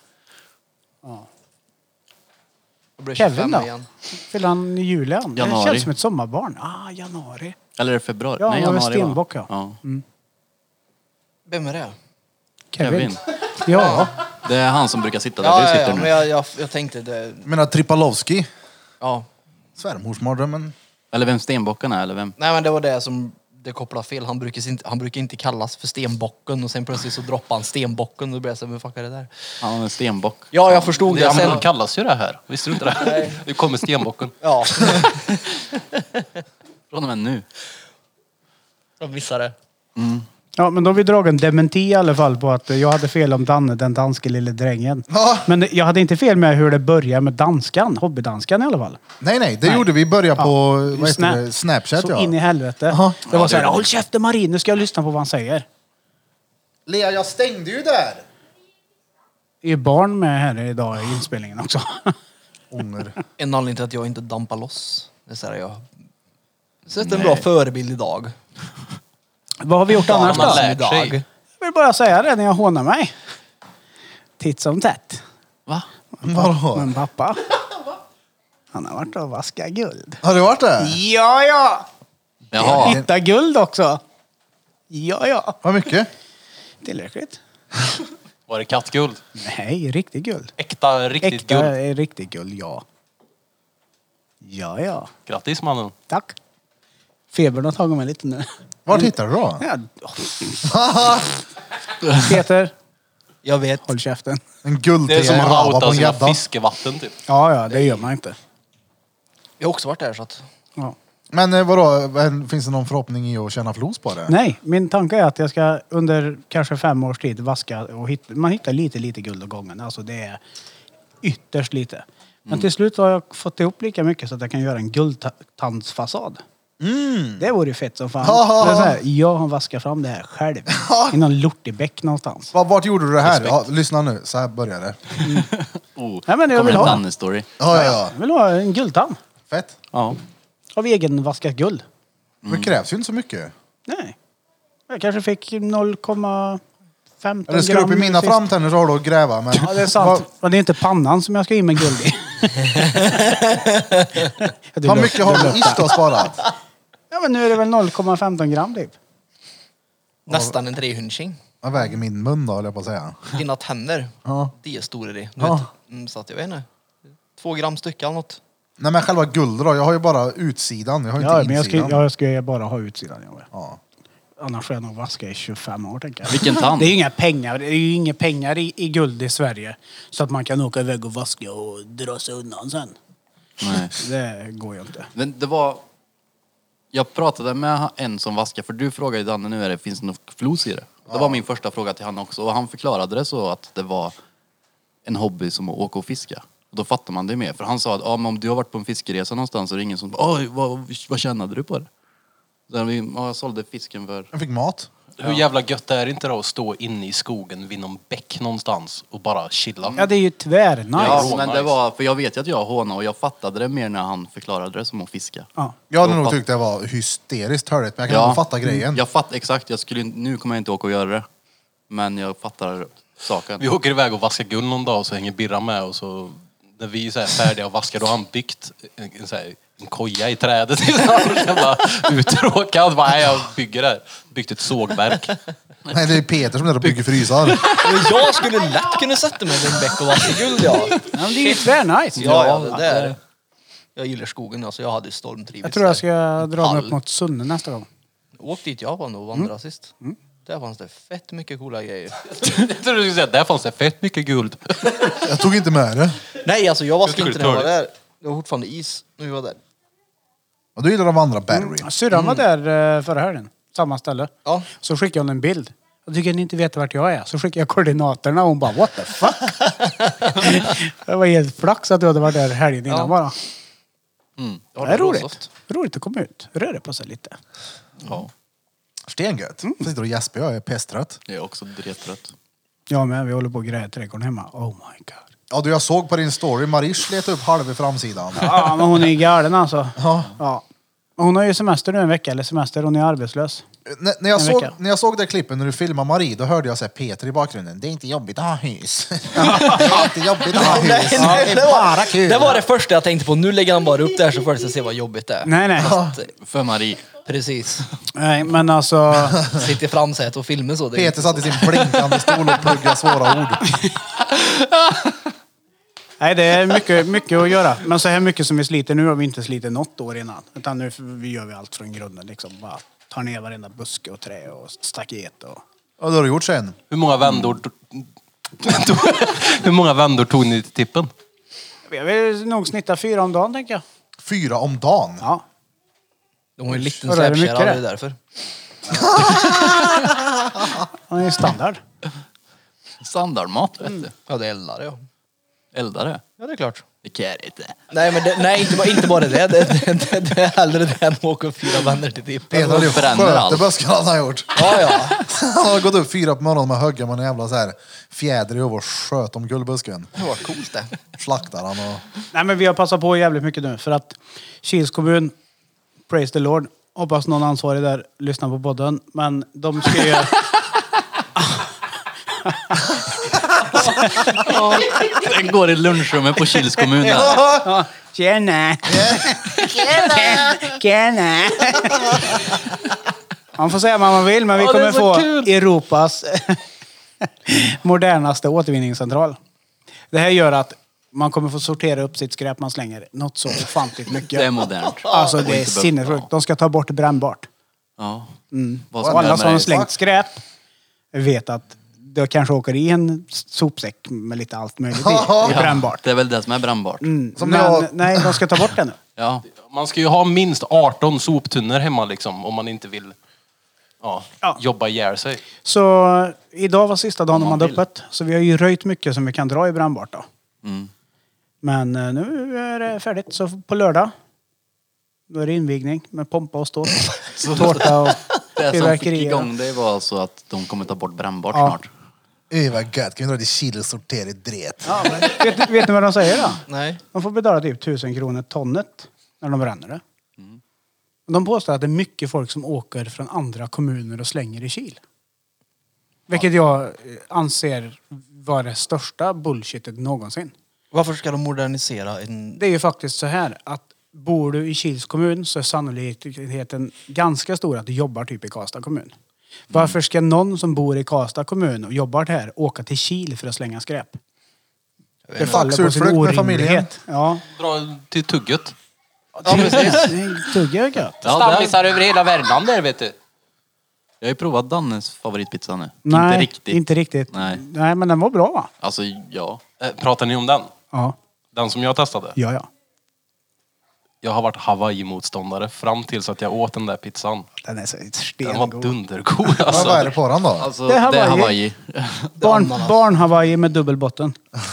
Då blir det Kevin 25 då? igen. Fyller han i juli? Det Januari. känns som ett sommarbarn. Januari. Eller är det februari? Ja, Nej, han var januari stenbock, ja. Vem är det? Kevin. Ja. Det är han som brukar sitta där du sitter men nu. jag tänkte det. Jag menar Tripalovski. Ja. Svärmorsmardrömmen. Eller vem stenbocken är, eller vem? Nej, men det var det som det kopplar fel. Han brukar inte kallas för stenbocken och sen plötsligt så droppar han stenbocken och då blir jag så, vad fuck är det där? Han är en stenbock. Ja, jag förstod det Ja, sen. men kallas ju det här. Visste du inte det? Nu kommer stenbocken. Ja, Från och med nu. jag missade det. Ja, men då har vi dragit en dementi i alla fall på att jag hade fel om Danne, den danske lille drängen. Ja. Men jag hade inte fel med hur det började med danskan, hobbydanskan i alla fall. Nej, det gjorde vi. Började på vad heter det? Snapchat, Så ja. in i helvete. Jaha. Det var Ja, så här, det gjorde håll käften Marie, nu ska jag lyssna på vad han säger. Lea, jag stängde ju där. Det är ju barn med här idag i inspelningen också. Ånger. En anledning till att jag inte dampar loss. Det är så här, jag sett en bra förebild idag. Vad har vi gjort annars man då? lärt Idag. sig. Jag vill bara säga det när jag hånar mig. Titt som tätt. Va? Vadå? Men pappa, han har varit och vaskat guld. Har du varit där? Ja! Jaha. Hitta guld också. Ja. Vad mycket? Tillräckligt. Var det kattguld? Nej, riktigt guld. Äkta, riktigt Äkta guld. riktigt guld, ja. Ja. Grattis mannen. Tack. Febern har tagit mig lite nu. Vart hittar du då? Ja. Peter, Jag vet. håll käften. En Det är guldtea som i att rava på outa en sina gädda. fiskevatten typ. Ja, det gör man inte. Jag har också varit där så att... Ja. Men vadå, finns det någon förhoppning i att tjäna flos på det? Nej, min tanke är att jag ska under kanske 5 års tid vaska och man hittar lite guld åt gången. Alltså det är ytterst lite. Men till slut har jag fått ihop lika mycket så att jag kan göra en guldtandsfasad. Det vore ju fett som fan. Det är så här, jag har vaskat fram det här själv. I någon lortibäck någonstans. Vart gjorde du det här? Ja, lyssna nu, så här börjar det. Oh, Nej, men jag kommer vill en ha. Danne-story. Ja. Jag vill ha en guldtand. Fett. Ja. Av egen vaskat guld. Det krävs ju inte så mycket. Nej. Jag kanske fick 0,15 Eller ska du upp i mina sist. framtänder så har du att gräva. Men Ja, det är sant. Men det är inte pannan som jag ska in med guld i. Hur mycket har du ish då sparat? Ja, men nu är det väl 0,15 gram typ. Nästan en 300-king. Vad väger min mun då, höll jag på att säga. Dina tänder. Ja. Det är stora det. Ja. Så att jag vet inte. 2 gram styck eller något. Nej men själva guld då, jag har ju bara utsidan, jag har ju Ja, inte men insidan. jag ska bara ha utsidan. Ja. Annars får jag nog vaska i 25 år tänker jag. Vilken tand? Det är ju inga pengar. Det är ju inga pengar i guld i Sverige. Så att man kan åka iväg och vaska och dra sig undan sen. Nej. Det går ju inte. Men det var... Jag pratade med en som vaskar, för du frågade ju Danne nu, finns det något flos i det? Det var min första fråga till han också. Och han förklarade det så att det var en hobby som att åka och fiska. Och då fattar man det mer. För han sa att men om du har varit på en fiskeresa någonstans så är det ingen som vad tjänade du på det? Så jag sålde fisken för... Jag fick mat. Hur jävla gött är det inte då att stå inne i skogen vid någon bäck någonstans och bara chilla? Ja, det är ju tvärnice. Ja, men det var... För jag vet ju att jag håna och jag fattade det mer när han förklarade det som att fiska. Ja. Jag hade nog tyckt det var hysteriskt hörligt, men jag kan nog fatta grejen. Jag fattar, exakt. Nu kommer jag inte åka och göra det. Men jag fattar saken. Vi åker iväg och vaskar guld någon dag och så hänger Birra med och så... När vi är så här färdiga och vaskar då har han byggt en koja i trädet. Jävla uttråkad. Jag bygger det. Byggt ett sågverk. Nej, det är Peter som är där och bygger frysar. Jag skulle lätt kunna sätta mig vid en bäck och vaska guld, ja. Ja, men det är ju tvärnice. Ja, det där. Jag gillar skogen, alltså jag hade stormtrivits. Jag tror jag ska dra mig upp mot Sunne nästa gång. Åk dit jag var och vandrade sist. Där fanns det fett mycket coola grejer. Jag tror du skulle säga att där fanns det fett mycket guld. Jag tog inte med det. Nej, alltså jag vaskade inte när jag var där. Det var fortfarande is när vi var där. Och du gillar att vandra battery. Syrran var där förra helgen. Samma ställe. Ja. Så skickade hon en bild. Jag tycker ni inte vet vart jag är. Så skickade jag koordinaterna och hon bara, what the fuck? Det var helt flax att du hade varit där helgen innan bara. Ja, Det är roligt. Roligt att komma ut. Röra på sig lite. Ja. Stengött. Sitter och gäspar, jag är pesttrött. Jag är också drettrött. Ja, men vi håller på att greja trädgården hemma. Oh my god. Ja, jag såg på din story, Marie slet upp halva framsidan. Ja, men hon är ju galen alltså. Ja. Ja. Hon har ju semester nu en vecka, eller semester. Hon är arbetslös. När jag såg det klippen när du filmade Marie, då hörde jag säga Peter i bakgrunden. Det är inte jobbigt att ha hus. Det är inte jobbigt att ha hus. Nej, Det är bara kul. Det var det första jag tänkte på. Nu lägger han bara upp det här så får jag se vad jobbigt det är. Nej. För Marie. Precis. Nej, men alltså... Sitter i framsätet och filmar så. Peter satt i sin blinkande stol och pluggade svåra ord. Nej, det är mycket att göra. Men så här mycket som vi sliter nu har vi inte slitit något år innan. Utan nu gör vi allt från grunden. Liksom. Bara tar ner varenda buske och trä och staket. Och... Ja, det har du gjort sen. Hur många vändor tog ni till tippen? Jag vill nog snitta 4 om dagen, tänker jag. 4 om dagen? Ja. De har ju en liten Var det mycket släpkärra, det det? är därför. Det är standard. Standardmat, vet du. Ja, det är eldare, ja. Eldare. Ja, det är klart. Det kan jag inte. Nej, men inte bara det. Det är hellre det än att åka upp 4 vänner till tippen. Peter hade ju bränner allt. sköteböskan han har gjort. Ja. Han har gått upp 4 på morgonen med högga med en jävla så här fjäder i och sköt om guldbusken. Det var coolt det. Slaktar han och... Nej, men vi har passat på jävligt mycket nu. För att Kils kommun, praise the Lord, hoppas någon ansvarig där lyssnar på podden. Men de ska ju... Den går i lunchrummet på Kils kommun där. Ja, tjena! Tjena! Man får säga vad man vill, men vi kommer få Europas modernaste återvinningscentral. Det här gör att man kommer få sortera upp sitt skräp man slänger. Något så ofantligt mycket. Det är modernt. Alltså det är sinnessjukt. De ska ta bort brännbart. Ja. Och alla som har slängt skräp vet att det kanske åker i en sopsäck med lite allt möjligt i. Det är brännbart. Det är väl det som är brännbart. Nej, de ska ta bort det nu. Ja. Man ska ju ha minst 18 soptunnor hemma liksom, om man inte vill jobba ihjäl sig. Så idag var sista dagen de hade vill. öppet. Så vi har ju röjt mycket som vi kan dra i brännbart då. Men nu är det färdigt. Så på lördag då är det invigning med pompa och ståt. Tårta och Det som fick igång det var alltså att de kommer ta bort brännbart snart. Vad gött, kan vi dra till Chile och sortera i dret? Ja, men vet ni vad de säger då? Nej. De får betala typ 1000 kronor tonnet när de bränner det. De påstår att det är mycket folk som åker från andra kommuner och slänger i Kil. Vilket jag anser vara det största bullshitet någonsin. Varför ska de modernisera en... Det är ju faktiskt så här att bor du i Kils kommun så är sannolikheten ganska stor att du jobbar typ i Karlstad kommun. Varför ska någon som bor i Karlstad kommun och jobbar här åka till Kil för att slänga skräp? Det faller på sin orimlighet. Ja. Dra till Tugget. Ja, precis. Tugga är gött. Stammisar över hela Värmland där, vet du. Jag har ju provat Dannes favoritpizza nu. Nej, inte riktigt. Nej. Nej. Nej, men den var bra va? Alltså, ja. Pratar ni om den? Ja. Den som jag testade? Ja. Jag har varit Hawaii-motståndare fram tills att jag åt den där pizzan. Den är så Den var stengod. dundergod Vad är alltså. det på den då? Alltså, Det är det är Hawaii. Hawaii. Barn Hawaii med dubbelbotten.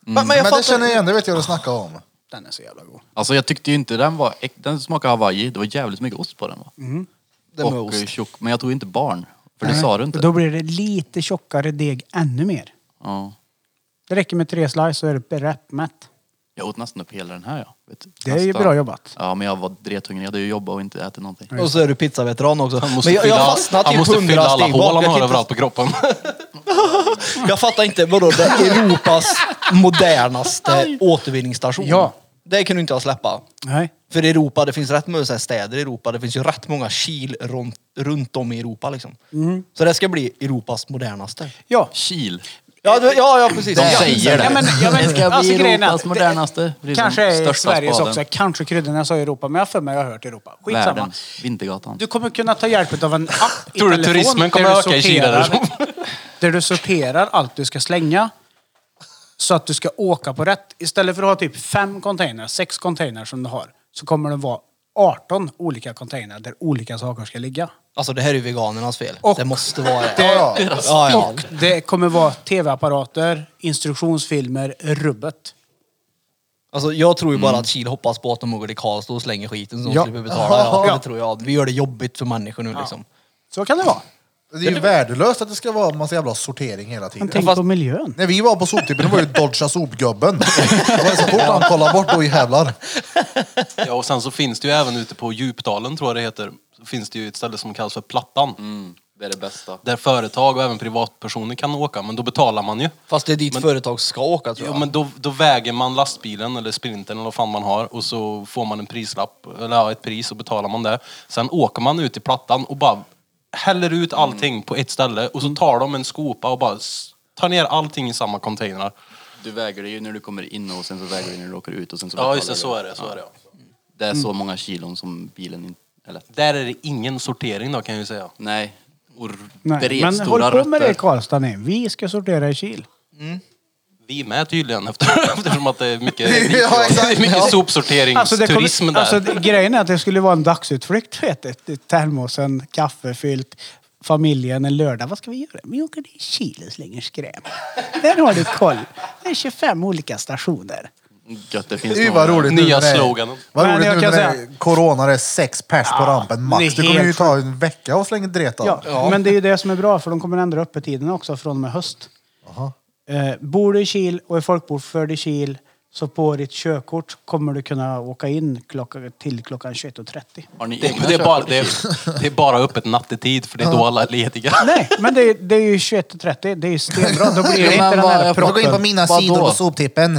Men det känner jag igen, det vet jag vad du snackar om. Den är så jävla god. Alltså jag tyckte ju inte den smakade Hawaii. Det var jävligt mycket ost på den va? Det med Och ost. tjock. Men jag tog inte barn. För det sa du inte. Då blir det lite tjockare deg ännu mer. Ja. Det räcker med 3 slice så är det rättmätt. Jag åt nästan upp hela den här ja. Vet du, Det är ju bra jobbat. Ja men jag var drethungrig. Jag hade ju jobbat och inte ätit någonting. Och så är du pizzaveteran också. Han måste Men jag fastnar han typ måste 100 fylla alla steg hål bak. han Jag har kan överallt på kroppen. Jag fattar inte, vadå, det är Europas modernaste återvinningsstation. Ja. Det kan du inte släppa. Nej. För Europa, det finns rätt många så här städer i Europa. Det finns ju rätt många kil runt om i Europa liksom. Så det ska bli Europas modernaste. Ja. Kil. Ja, precis. De Ja. säger det. Ja, men, Det ska bli grejen är Europas att modernaste. Precis kanske som är största Sveriges spaden. också. Kanske kryddan jag sa Europa. Men jag för mig har hört Europa. Skitsamma. Världens Vintergatan. Du kommer kunna ta hjälp av en app i Tror du telefon turismen kommer där du öka i Kina? där du sorterar allt du ska slänga. Så att du ska åka på rätt. Istället för att ha typ 5 container, 6 container som du har. Så kommer det vara 18 olika container där olika saker ska ligga. Alltså det här är ju veganernas fel. Och det måste vara det. det. Och det kommer vara tv-apparater, instruktionsfilmer, rubbet. Alltså jag tror ju bara att Kil hoppas på att de åker till Karlstad och slänger skiten så de Ja. slipper betala. Ja, Ja. det tror jag. Vi gör det jobbigt för människor nu liksom. Så kan det vara. Det är ju värdelöst att det ska vara en massa jävla sortering hela Men tiden. tänk på miljön. När vi var på soptippen, det var ju dodga sopgubben. Det var så fort han kollade bort då i jävlar. Ja, och sen så finns det ju även ute på Djupdalen, tror jag det heter, så finns det ju ett ställe som kallas för Plattan. Det är det bästa. Där företag och även privatpersoner kan åka, men då betalar man ju. Fast det är dit företag ska åka tror jag. Ja, men då väger man lastbilen eller sprintern eller vad fan man har och så får man en prislapp, eller ja, ett pris och betalar man det. Sen åker man ut i Plattan och bara häller ut allting på ett ställe och så tar de en skopa och bara tar ner allting i samma container. Du väger det ju när du kommer in och sen så väger du när du åker ut och sen så Ja, just det, betalar så du. är det. Så är det. Det är så många kilon som bilen inte... Eller? Där är det ingen sortering då, kan jag ju säga. Nej. Och Nej, men håll på med det i Karlstad nu. Vi ska sortera i Kil. Vi med tydligen, eftersom att det är mycket, Ja, exakt. det är mycket sopsorteringsturism där. Alltså, grejen är att det skulle vara en dagsutflykt, vet du. Termosen, kaffe fyllt, familjen en lördag. Vad ska vi göra? Vi åker till Kil och slänger skräp. Där har du koll. Det är 25 olika stationer. Gött, det finns Det är ju vad roligt nu Nya när det är- sloganen. Vad Men roligt jag nu kan när det är säga- corona, det är 6 pers på rampen det max. är Det kommer ju helt ta en vecka och slänga dreta. Ja, men det är ju det som är bra, för de kommer ändra öppettiden också från och med höst. Bor du i Kil och är folkbokförd i Kil, så på ditt körkort kommer du kunna åka in till klockan 21.30. Har ni Det egna är, bara, körkort? det är bara öppet nattetid, för det är då alla är lediga. Nej, men det är ju 21.30. Det är ju stenbra. Då blir det inte Men den vad- här jag Jag går in på proppen. mina Vadå? sidor på soptippen.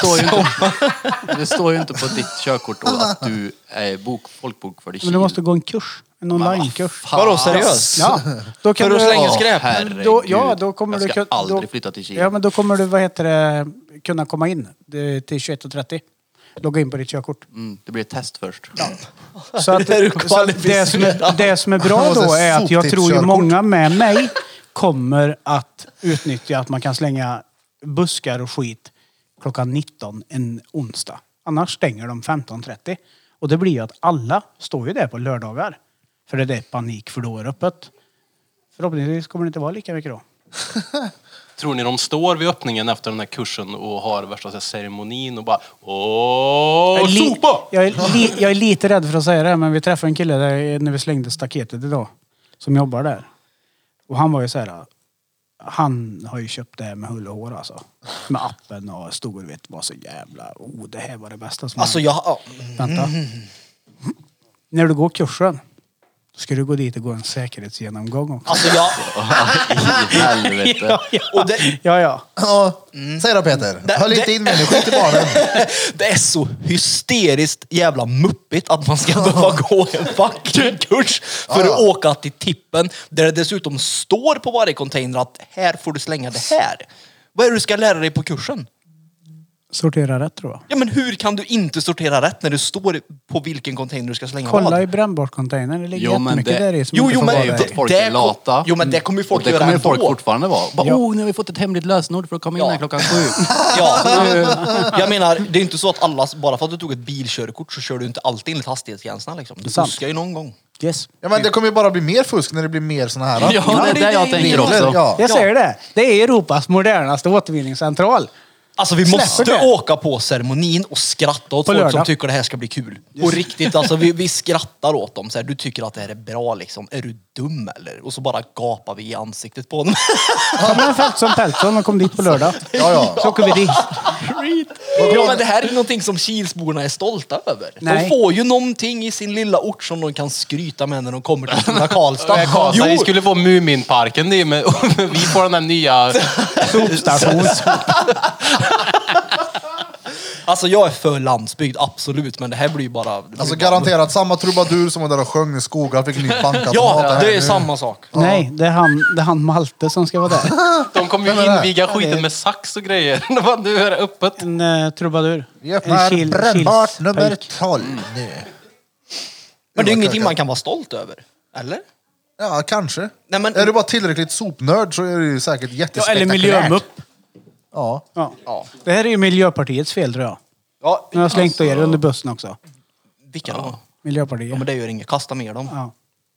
Det står ju inte på ditt körkort då att du är folkbokförd i Kil. Men du måste gå en kurs. En online-kurs. Vadå, seriöst? Ja, då kan För att du... slänga skräp? herregud. Då kommer Jag du... ska aldrig flytta till Kil. Ja, men då kommer du, kunna komma in till 21.30. Logga in på ditt körkort. Det blir ett test först. Så att, Det är du så att kvalificerad. det som är bra då är att jag tror ju många med mig kommer att utnyttja att man kan slänga buskar och skit klockan 19 en onsdag. Annars stänger de 15.30. Och det blir ju att alla står ju där på lördagar. För det är panik, för då är det öppet. Förhoppningsvis kommer det inte vara lika mycket då. Tror ni de står vid öppningen efter den här kursen och har värsta så här ceremonin och bara åh, sopa! Jag är lite rädd för att säga det, men vi träffade en kille där när vi slängde staketet idag. Som jobbar där. Och han var ju så här. Han har ju köpt det här med hull och hår alltså. Med appen och stod och vet var så jävla... det här var det bästa som... Alltså jag... Vänta. När du går kursen, då ska du gå dit och gå en säkerhetsgenomgång också. Alltså jag... I helvete. Och det, Ja. Ja, säg då Peter. Höll inte in mig nu, skit i barnen. det är så hysteriskt jävla muppigt att man ska behöva gå en fucking kurs för att åka till tippen. Där det dessutom står på varje container att här får du slänga det här. Vad är det du ska lära dig på kursen? Sortera rätt tror jag. Ja, men hur kan du inte sortera rätt när det står på vilken container du ska slänga Kolla vad? i brännbart-containern. Det ligger Jo, men jättemycket det- där i som Jo, inte jo, får men vara Det är där. ju för att folk Det är lata. Jo, men det kommer ju folk Och det göra kommer ju ändå. folk fortfarande vara. Bara, Ja. nu har vi fått ett hemligt lösenord för att komma in Ja. här klockan 7. Ja, jag menar, det är inte så att alla, bara för att du tog ett bilkörkort så kör du inte alltid enligt hastighetsgränserna liksom. Du Sant. fuskar ju någon gång. Yes. Ja, men det kommer ju bara bli mer fusk när det blir mer såna här. Ja, det är det jag tänker regler. också. Ja. Jag säger det. Det är Europas modernaste återvinningscentral. Alltså vi måste åka på ceremonin och skratta åt på folk lördag. som tycker det här ska bli kul. Och riktigt, alltså vi skrattar åt dem. Så här, du tycker att det här är bra liksom. Är du dum eller? Och så bara gapar vi i ansiktet på dem. Ja, men Peltson och kom dit på lördag. Ja. Så åker vi dit. Ja, men det här är någonting som Kilsborna är stolta över. Nej. De får ju någonting i sin lilla ort som de kan skryta med när de kommer till stora Karlstad. Vi skulle få Muminparken det med, vi får den där nya Sopstation. Alltså jag är för landsbygd, absolut. Men det här blir ju bara... Alltså garanterat samma trubadur som var där och sjöng i skogar fick ny bankautomat. Ja, det är nu. samma sak. Nej, det är han Malte som ska vara där. De kommer ju inviga skiten med sax och grejer. Nu är det öppet. En trubadur. Vi öppnar brännbart nummer 12 nu. Men det är ingenting man kan vara stolt över. Eller? Ja, kanske. Nej, men... Är du bara tillräckligt sopnörd så är det ju säkert Ja, jättespektakulärt. eller miljömupp. Ja. Ja. Det här är ju Miljöpartiets fel tror jag. Ja, Nu har jag slängt er under bussen också. Vilka då? Miljöpartiet. Ja, men det gör inget. Kasta med dem. Ja.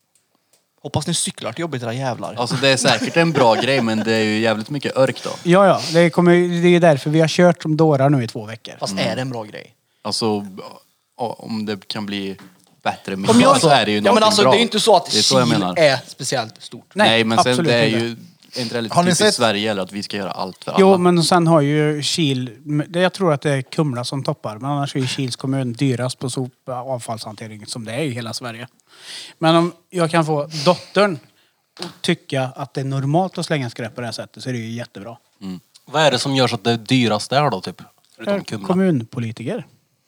Hoppas ni cyklar till jobbet, era jävlar. Alltså det är säkert en bra grej, men det är ju jävligt mycket örk då. Ja. Det är därför vi har kört som dårar nu i 2 veckor. Fast är det en bra grej? Alltså, om det kan bli bättre Om miljö jag- så är det ju Ja, någonting men alltså bra. det är ju inte så att Det är så jag Kil menar. är speciellt stort. Nej, men sen absolut det är inte. ju inte det lite Har ni typiskt sett- Sverige eller att vi ska göra allt för alla. Jo, men sen har ju Kil... Jag tror att det är Kumla som toppar. Men annars är ju Kils kommun dyrast på avfallshantering som det är i hela Sverige. Men om jag kan få dottern att tycka att det är normalt att slänga skräp på det här sättet så är det ju jättebra. Vad är det som gör så att det är dyrast där då typ? Förutom Kumla. Kommunpolitiker.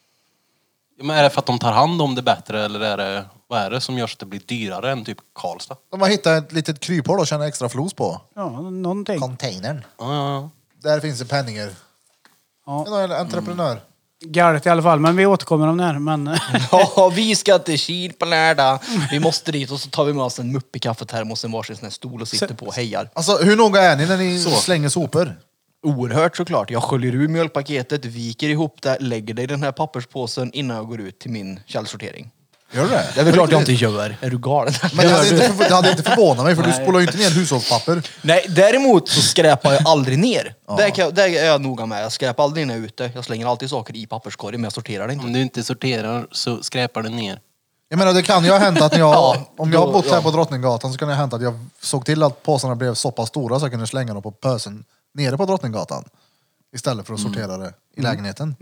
Ja, men är det för att de tar hand om det bättre eller är det, vad är det som gör så att det blir dyrare än typ Karlstad? De har hittat ett litet kryphål att tjäna extra flos på. Ja, någonting. Containern. Ja. Där finns det penningar. Ja. En entreprenör. Galet i alla fall, men vi återkommer om det här. Men... Ja, vi ska till Kil på lördag. Vi måste dit och så tar vi med oss en mupp i kaffetermos, en varsin sån här stol och sitter på och hejar. Alltså hur noga är ni när ni slänger sopor? Oerhört såklart. Jag sköljer ur mjölkpaketet, viker ihop det, lägger det i den här papperspåsen innan jag går ut till min källsortering. Gör du det? Det är väl klart jag inte gör. Är du galen? Men det hade inte förvånat mig för du spolar ju inte ner hushållspapper. Nej, däremot så skräpar jag aldrig ner. Där är jag noga med. Jag skräpar aldrig när jag är ute. Jag slänger alltid saker i papperskorgen men jag sorterar det inte. Om du inte sorterar så skräpar det ner. Jag menar det kan ju ha hänt att om jag har bott här ja. på Drottninggatan så kan det ha hänt att jag såg till att påsarna blev så pass stora så jag kunde slänga dem på pösen nere på Drottninggatan. Istället för att sortera det i lägenheten.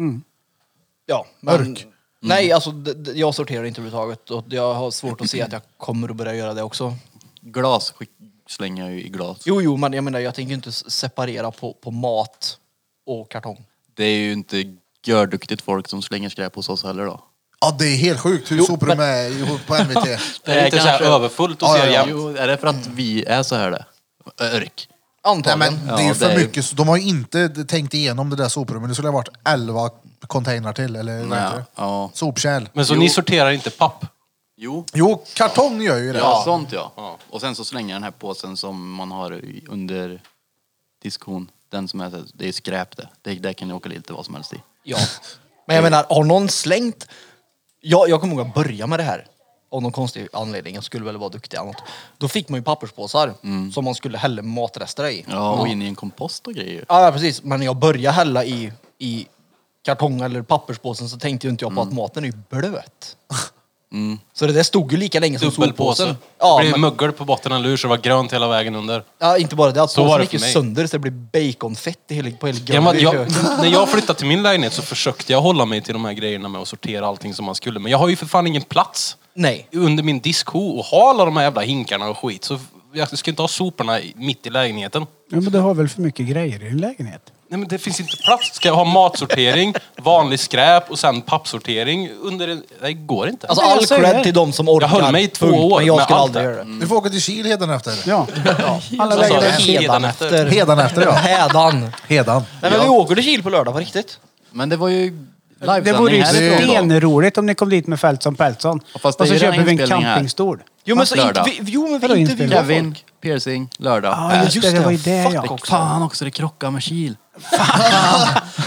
Ja, men... Örk. Nej, alltså jag sorterar inte överhuvudtaget. Och jag har svårt att se att jag kommer att börja göra det också. Glas slänger jag ju i glas. Jo, men jag menar, jag tänker inte separera på mat och kartong. Det är ju inte görduktigt folk som slänger skräp hos oss heller då. Ja det är helt sjukt hur soprum är ihop på NVT. Det är inte så här kanske- överfullt och Ja, ser ja, ja. jämnt. Jo, är det för att vi är så här det? Örk. Nej, Antagligen. men det är ju Ja, för det är ju- mycket. De har ju inte tänkt igenom det där soprummet. Det skulle ha varit 11 containrar till. Eller vad heter det? Ja. Sopkärl. Men så ni sorterar inte papp? Jo. Jo, kartong gör ju det. Ja, sånt ja. Och sen så slänger jag den här påsen som man har under diskon. Den som är, det är skräp det. Det kan ni åka lite vad som helst i. Ja. Men jag menar, har någon slängt... Jag kommer ihåg att börja med det här. Av någon konstig anledning. Jag skulle väl vara duktig eller något. Då fick man ju papperspåsar som man skulle hälla matrester i. Ja, och in i en kompost och grejer. Ja, precis. Men när jag började hälla i kartong eller papperspåsen så tänkte ju inte jag på att maten är ju blöt. Så det där stod ju lika länge som Dubbelpåse. soppåsen. Det Ja, blir men, mögel på botten av lur så det var grönt hela vägen under. ja, inte bara det. Att Så var påsen det gick för ju mig. sönder så det blev baconfett på hela Ja, men golvet. när jag flyttade till min lägenhet så försökte jag hålla mig till de här grejerna med att sortera allting som man skulle. Men jag har ju för fan ingen plats Nej. under min diskho och ha alla de här jävla hinkarna och skit. Så jag ska inte ha soporna mitt i lägenheten. Ja, men du har väl för mycket grejer i din lägenhet? Nej, men det finns inte plats. Ska jag ha matsortering, vanlig skräp och sen pappsortering under en... Det går inte. Alltså Men jag all säger cred det. till de som orkar. Jag höll mig i 2 Punkt. år Men jag med skulle allt aldrig det. göra det. Du får åka till Kil hedanefter. Ja. Alla Så sa lägenheter. jag. Hedanefter. Hedanefter ja. Hädan. Hedan. Nej, men vi åker till Kil på lördag, på riktigt. Men det var ju Det vore livesändning ju härifrån då. stenroligt om ni kom dit med Fältson Peltson. Ja, fast Och det så är ju köper vi en inspelning här. campingstol. Jo, men så Lördag. vi Vadå intervjuar inspelning? Kevin, folk. piercing, lördag. Ja, just det. Det var ju det ja. Fuck också. Fan också, det krockar med Kil.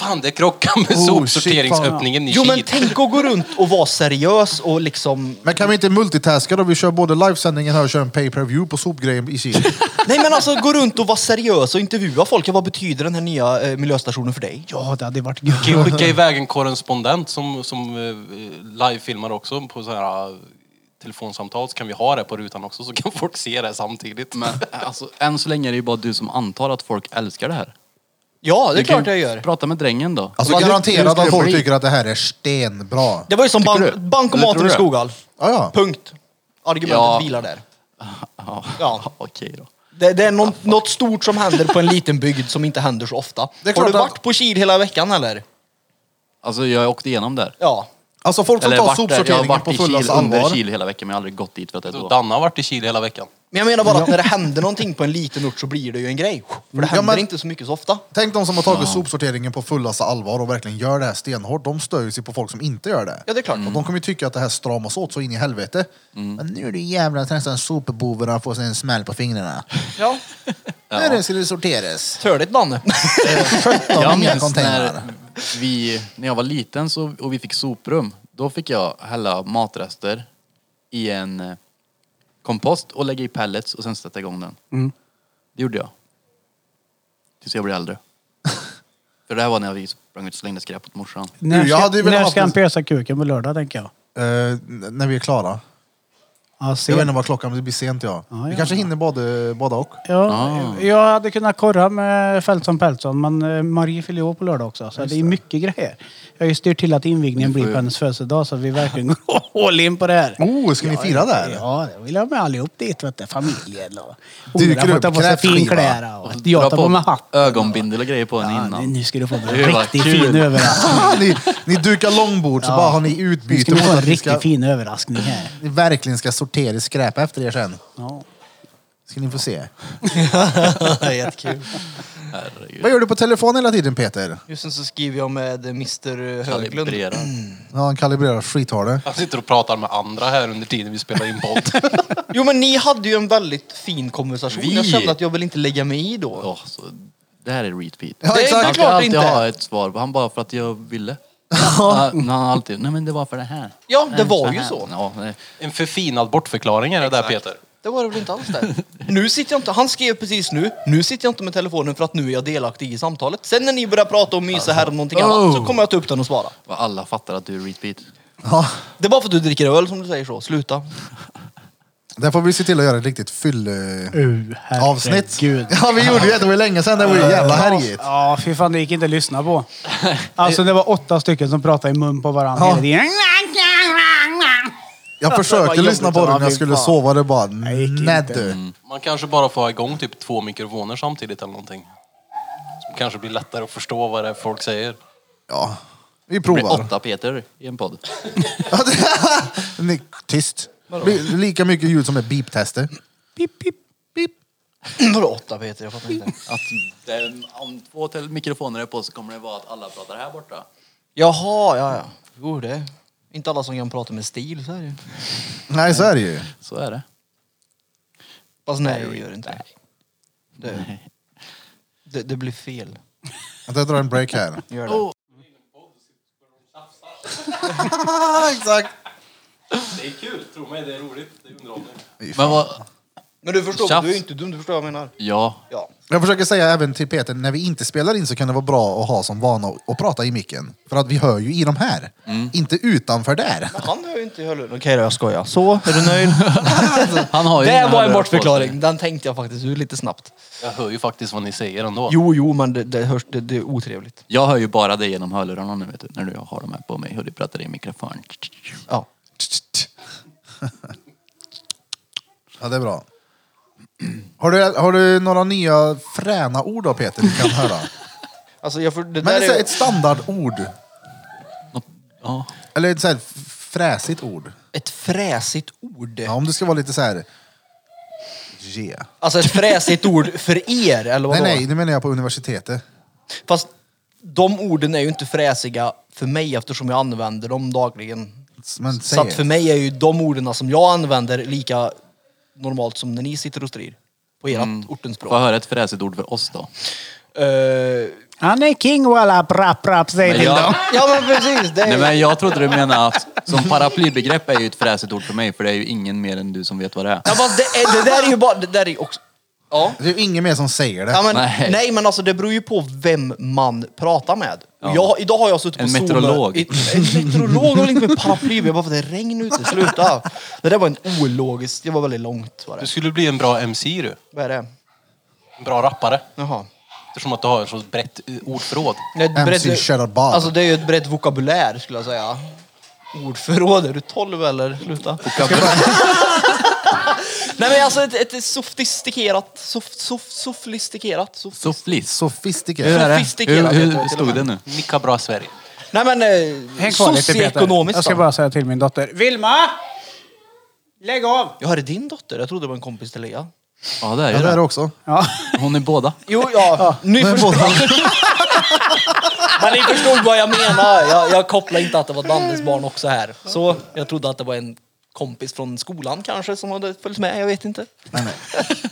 Fan, det krockar med sopsorteringsöppningen i Jo, men Kil. tänk att gå runt och vara seriös och liksom... Men kan vi inte multitaska då? Vi kör både livesändningen här och kör en pay-per-view på sopgrejen i Kil. Nej, men alltså gå runt och vara seriös och intervjua folk. Vad betyder den här nya miljöstationen för dig? Ja, det hade varit Kan ju gött. skicka iväg en korrespondent som livefilmar också på så här telefonsamtal, så kan vi ha det på rutan också, så kan folk se det samtidigt. Men alltså, än så länge är det ju bara du som antar att folk älskar det här. Ja, det är Du kan klart jag gör. Prata med drängen då. Alltså Hur garanterat ska att det folk bli? tycker att det här är stenbra. Det var ju som Tycker du? Eller bankomaten tror i du? Skoghall. Ja. Punkt. Argumentet Ja. vilar där. Ja, Ja. okej då. Det är något stort som händer på en liten bygd som inte händer så ofta. Det är Har du klart att- varit på Kil hela veckan eller? Alltså jag åkte igenom där. Ja. Alltså folk som Eller tar varit där, jag har sopsorteringen varit på i fullaste Kil under allvar. Kil hela veckan, men jag har aldrig gått dit för att det är Så så. Danne har varit i Kil hela veckan. Men jag menar bara att när det händer någonting på en liten ort så blir det ju en grej. För det händer men- inte så mycket så ofta. Tänk de som har tagit sopsorteringen på fullaste allvar och verkligen gör det här stenhårt. De stör ju sig på folk som inte gör det. Ja, det är klart. Och de kommer ju tycka att det här stramas åt så in i helvete. Men nu är det jävla nästan sopbovarna får sig en smäll på fingrarna. Ja. Nu ska det sorteras. Törligt, Danne. 17 Jag nya minns containrar. när jag var liten och vi fick soprum, då fick jag hälla matrester i en kompost och lägga i pellets och sen sätta igång den. Det gjorde jag. Tills jag blev äldre. För det här var när vi sprang ut och slängde skräp åt morsan. När jag hade ju velat när ha ska han på- pösa kuken på lördag, tänker jag? När vi är klara. Ja, Jag vet inte vad klockan, det blir sent ja. Vi ja. kanske hinner båda och. Ja, jag hade kunnat korra med Fältson Peltson, men Marie fyller år på lördag också. Så det är mycket grejer. Jag har ju styrt till att invigningen blir på hennes födelsedag, så att vi verkligen går all in på det här. Ska ni fira där? Ja, det vill jag med allihop dit, vet du. Familjen och... Dyker Hon får upp ta på sig fin kräftskiva. kläder och jag tar på mig hatten. ögonbindel och grejer på den Ja, innan. nu ska du få en Det var riktigt kul. fin överraskning. ni dukar långbord så bara har ni Nu ska utbyte du få mot en att ni, riktigt fin överraskning här. ni verkligen ska sortera skräp efter er sen. Ja. Ska ni få se. Jättekul. Herregud. Vad gör du på telefon hela tiden Peter? Just nu så skriver jag med Mr Höglund. Kalibrera. Ja, han kalibrerar skithårde. Han sitter och pratar med andra här under tiden vi spelar in podd. Jo, men ni hade ju en väldigt fin konversation. Vi- Jag kände att jag vill inte lägga mig i då. Åh, så, det här är repeat. Ja, Det är exakt. Han ska klart alltid inte. ha ett svar. Han bara för att jag ville. Han alltid, nej men det var för det här. Ja, det var Så ju här. så. Ja, nej. En förfinad bortförklaring är det där, Peter. Det var det väl inte alls där. Nu sitter jag inte, han skrev precis nu sitter jag inte med telefonen för att nu är jag delaktig i samtalet. Sen när ni börjar prata och mysa här om någonting annat så kommer jag ta upp den och svara. Vad alla fattar att du är repeat. Ja, Det är bara för att du dricker öl som du säger så. Sluta. där får vi se till att göra ett riktigt avsnitt. Herregud. Ja, vi gjorde ju det. Det var ju länge sedan. Det var ju jävla härligt. Ja, fy fan, det gick inte att lyssna på. Alltså det var 8 stycken som pratade i mun på varandra Ja. hela tiden. Jag Det var försökte jobbigt, lyssna på det ja, när jag fy skulle fan. sova. Det bara gick inte. nädde. Man kanske bara får ha igång typ 2 mikrofoner samtidigt eller någonting. Så kanske blir lättare att förstå vad det är folk säger. Ja, vi Det blir provar. 8 Peter i en podd. Tyst. Det blir lika mycket ljud som ett beep-tester. Pip, pip. Vadå 8 Peter? Jag fattar inte. Att om 2 mikrofoner är på så kommer det vara att alla pratar här borta. Jaha, ja. Jo, det är inte alla som kan prata med stil, så är det ju. Nej, så är det ju. Så är det. Fast nej, det gör inte det blir fel. Jag drar en break här. Gör det. Exakt. Det är kul, tro mig, det är roligt. Det är underhållning. Men vad... Men du förstår, Tjafs. du är inte dum, du förstår vad jag menar. Ja. Ja. Jag försöker säga även till Peter, när vi inte spelar in så kan det vara bra att ha som vana att prata i micken. För att vi hör ju i de här. Inte utanför där. Han hör ju inte i hörluren. Okej då, jag skojar. Så, är du nöjd? Han har ju Det inga var en hörlurar på bortförklaring. sig. Den tänkte jag faktiskt ut lite snabbt. Jag hör ju faktiskt vad ni säger ändå. Jo, men det hörs, det är otrevligt. Jag hör ju bara det genom hörlurarna nu vet du, när du har dem här på mig och du pratar i mikrofon. Ja. Ja, det är bra. Har du några nya fräna ord då Peter, du kan höra? Alltså, det Men där det är är... ett standardord. Ja. Eller ett så här fräsigt ord. Ett fräsigt ord. Ja, om det ska vara lite så här... Yeah. Alltså ett fräsigt ord för er, eller vadå? Nej, det menar jag på universitetet. Fast de orden är ju inte fräsiga för mig eftersom jag använder dem dagligen. Men Så att för mig är ju de orden som jag använder lika normalt som när ni sitter och styr på ert ortens språk. Får jag höra ett fräsigt ord för oss då? Han är king walla brapp säger Men jag- de. Ja men precis. Det Nej, är... men jag trodde du menade att som paraplybegrepp är ju ett fräsigt ord för mig, för det är ju ingen mer än du som vet vad det är. Ja, men det där är ju bara... Det där är ju också... Ja. Det är ju ingen mer som säger det. Ja, men, Nej. nej men alltså det beror ju på vem man pratar med. Idag har jag suttit på En Zoom. meteorolog. En meteorolog har inte med paraply. Jag bara för det är regn ute. Sluta. Det där var en ologisk. Det var väldigt långt. Var Du det. skulle bli en bra MC du. Vad är det? En bra rappare. Jaha. Eftersom att du har ett så brett ordförråd. Det är ett MC Cheddar Bob. alltså det är ju ett brett vokabulär skulle jag säga. Ordförråd. Är du 12 eller? Sluta. Nej men alltså ett sofistikerat. Sofistikerat. Sofflis. Sofistikerat. Hur är det? Sofistikerat, Hur heter det till och stod med. det nu? Nicka bra Sverige. Nej men Häng kvar lite Peter. socioekonomiskt. Jag ska då. bara säga till min dotter. Vilma! Lägg av! Ja, är det din dotter? Jag trodde det var en kompis till Lea. Ja, det är Ja, ju det är det det. också. Ja. Hon är båda. Jo, ja. Ni förstår. Men ni förstod vad jag menar. Jag kopplar inte att det var Dannes barn också här. Så jag trodde att det var en kompis från skolan kanske som hade följt med. Jag vet inte. Nej, nej.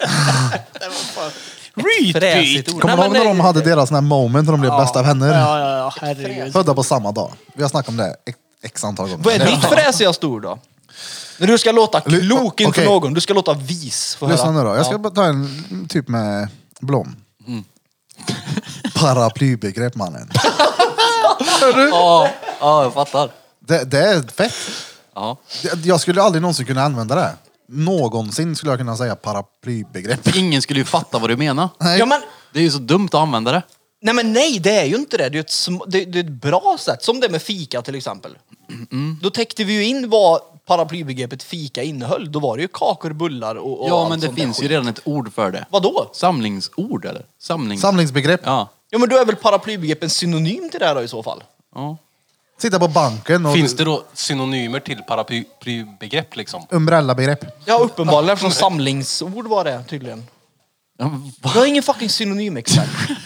Fräsigt ord. Kommer du ihåg när de hade deras sån här moment när de blev bästa vänner? Ja, herregud. Födda på samma dag. Vi har snackat om det x antal gånger. Vad är ditt fräsigaste ord då? När du ska låta klok inför okej. någon. Du ska låta vis. Få Lyssna höra. nu då. Jag ska bara ta en typ med Blom. Paraplybegrepp mannen. Ja, jag fattar. Det är fett. Ja. Jag skulle aldrig någonsin kunna använda det. Någonsin skulle jag kunna säga paraplybegrepp. Ingen skulle ju fatta vad du menar. Ja, men, Det är ju så dumt att använda det. nej, det är ju inte det. Det är det är ett bra sätt. Som det med fika till exempel. Då täckte vi ju in vad paraplybegreppet fika innehöll. Då var det ju kakor, bullar och Ja, allt men det sånt där finns ju skit. redan ett ord för det. Vadå? Samlingsord eller? Samlingsbegrepp. Ja. Ja, men då är väl paraplybegrepp en synonym till det här då i så fall? Ja. Sitta på banken och Finns det då synonymer till paraplybegrepp liksom? umbrellabegrepp. Ja, uppenbarligen. Eftersom samlingsord var det tydligen. Ja, Jag är ingen fucking synonymexpert.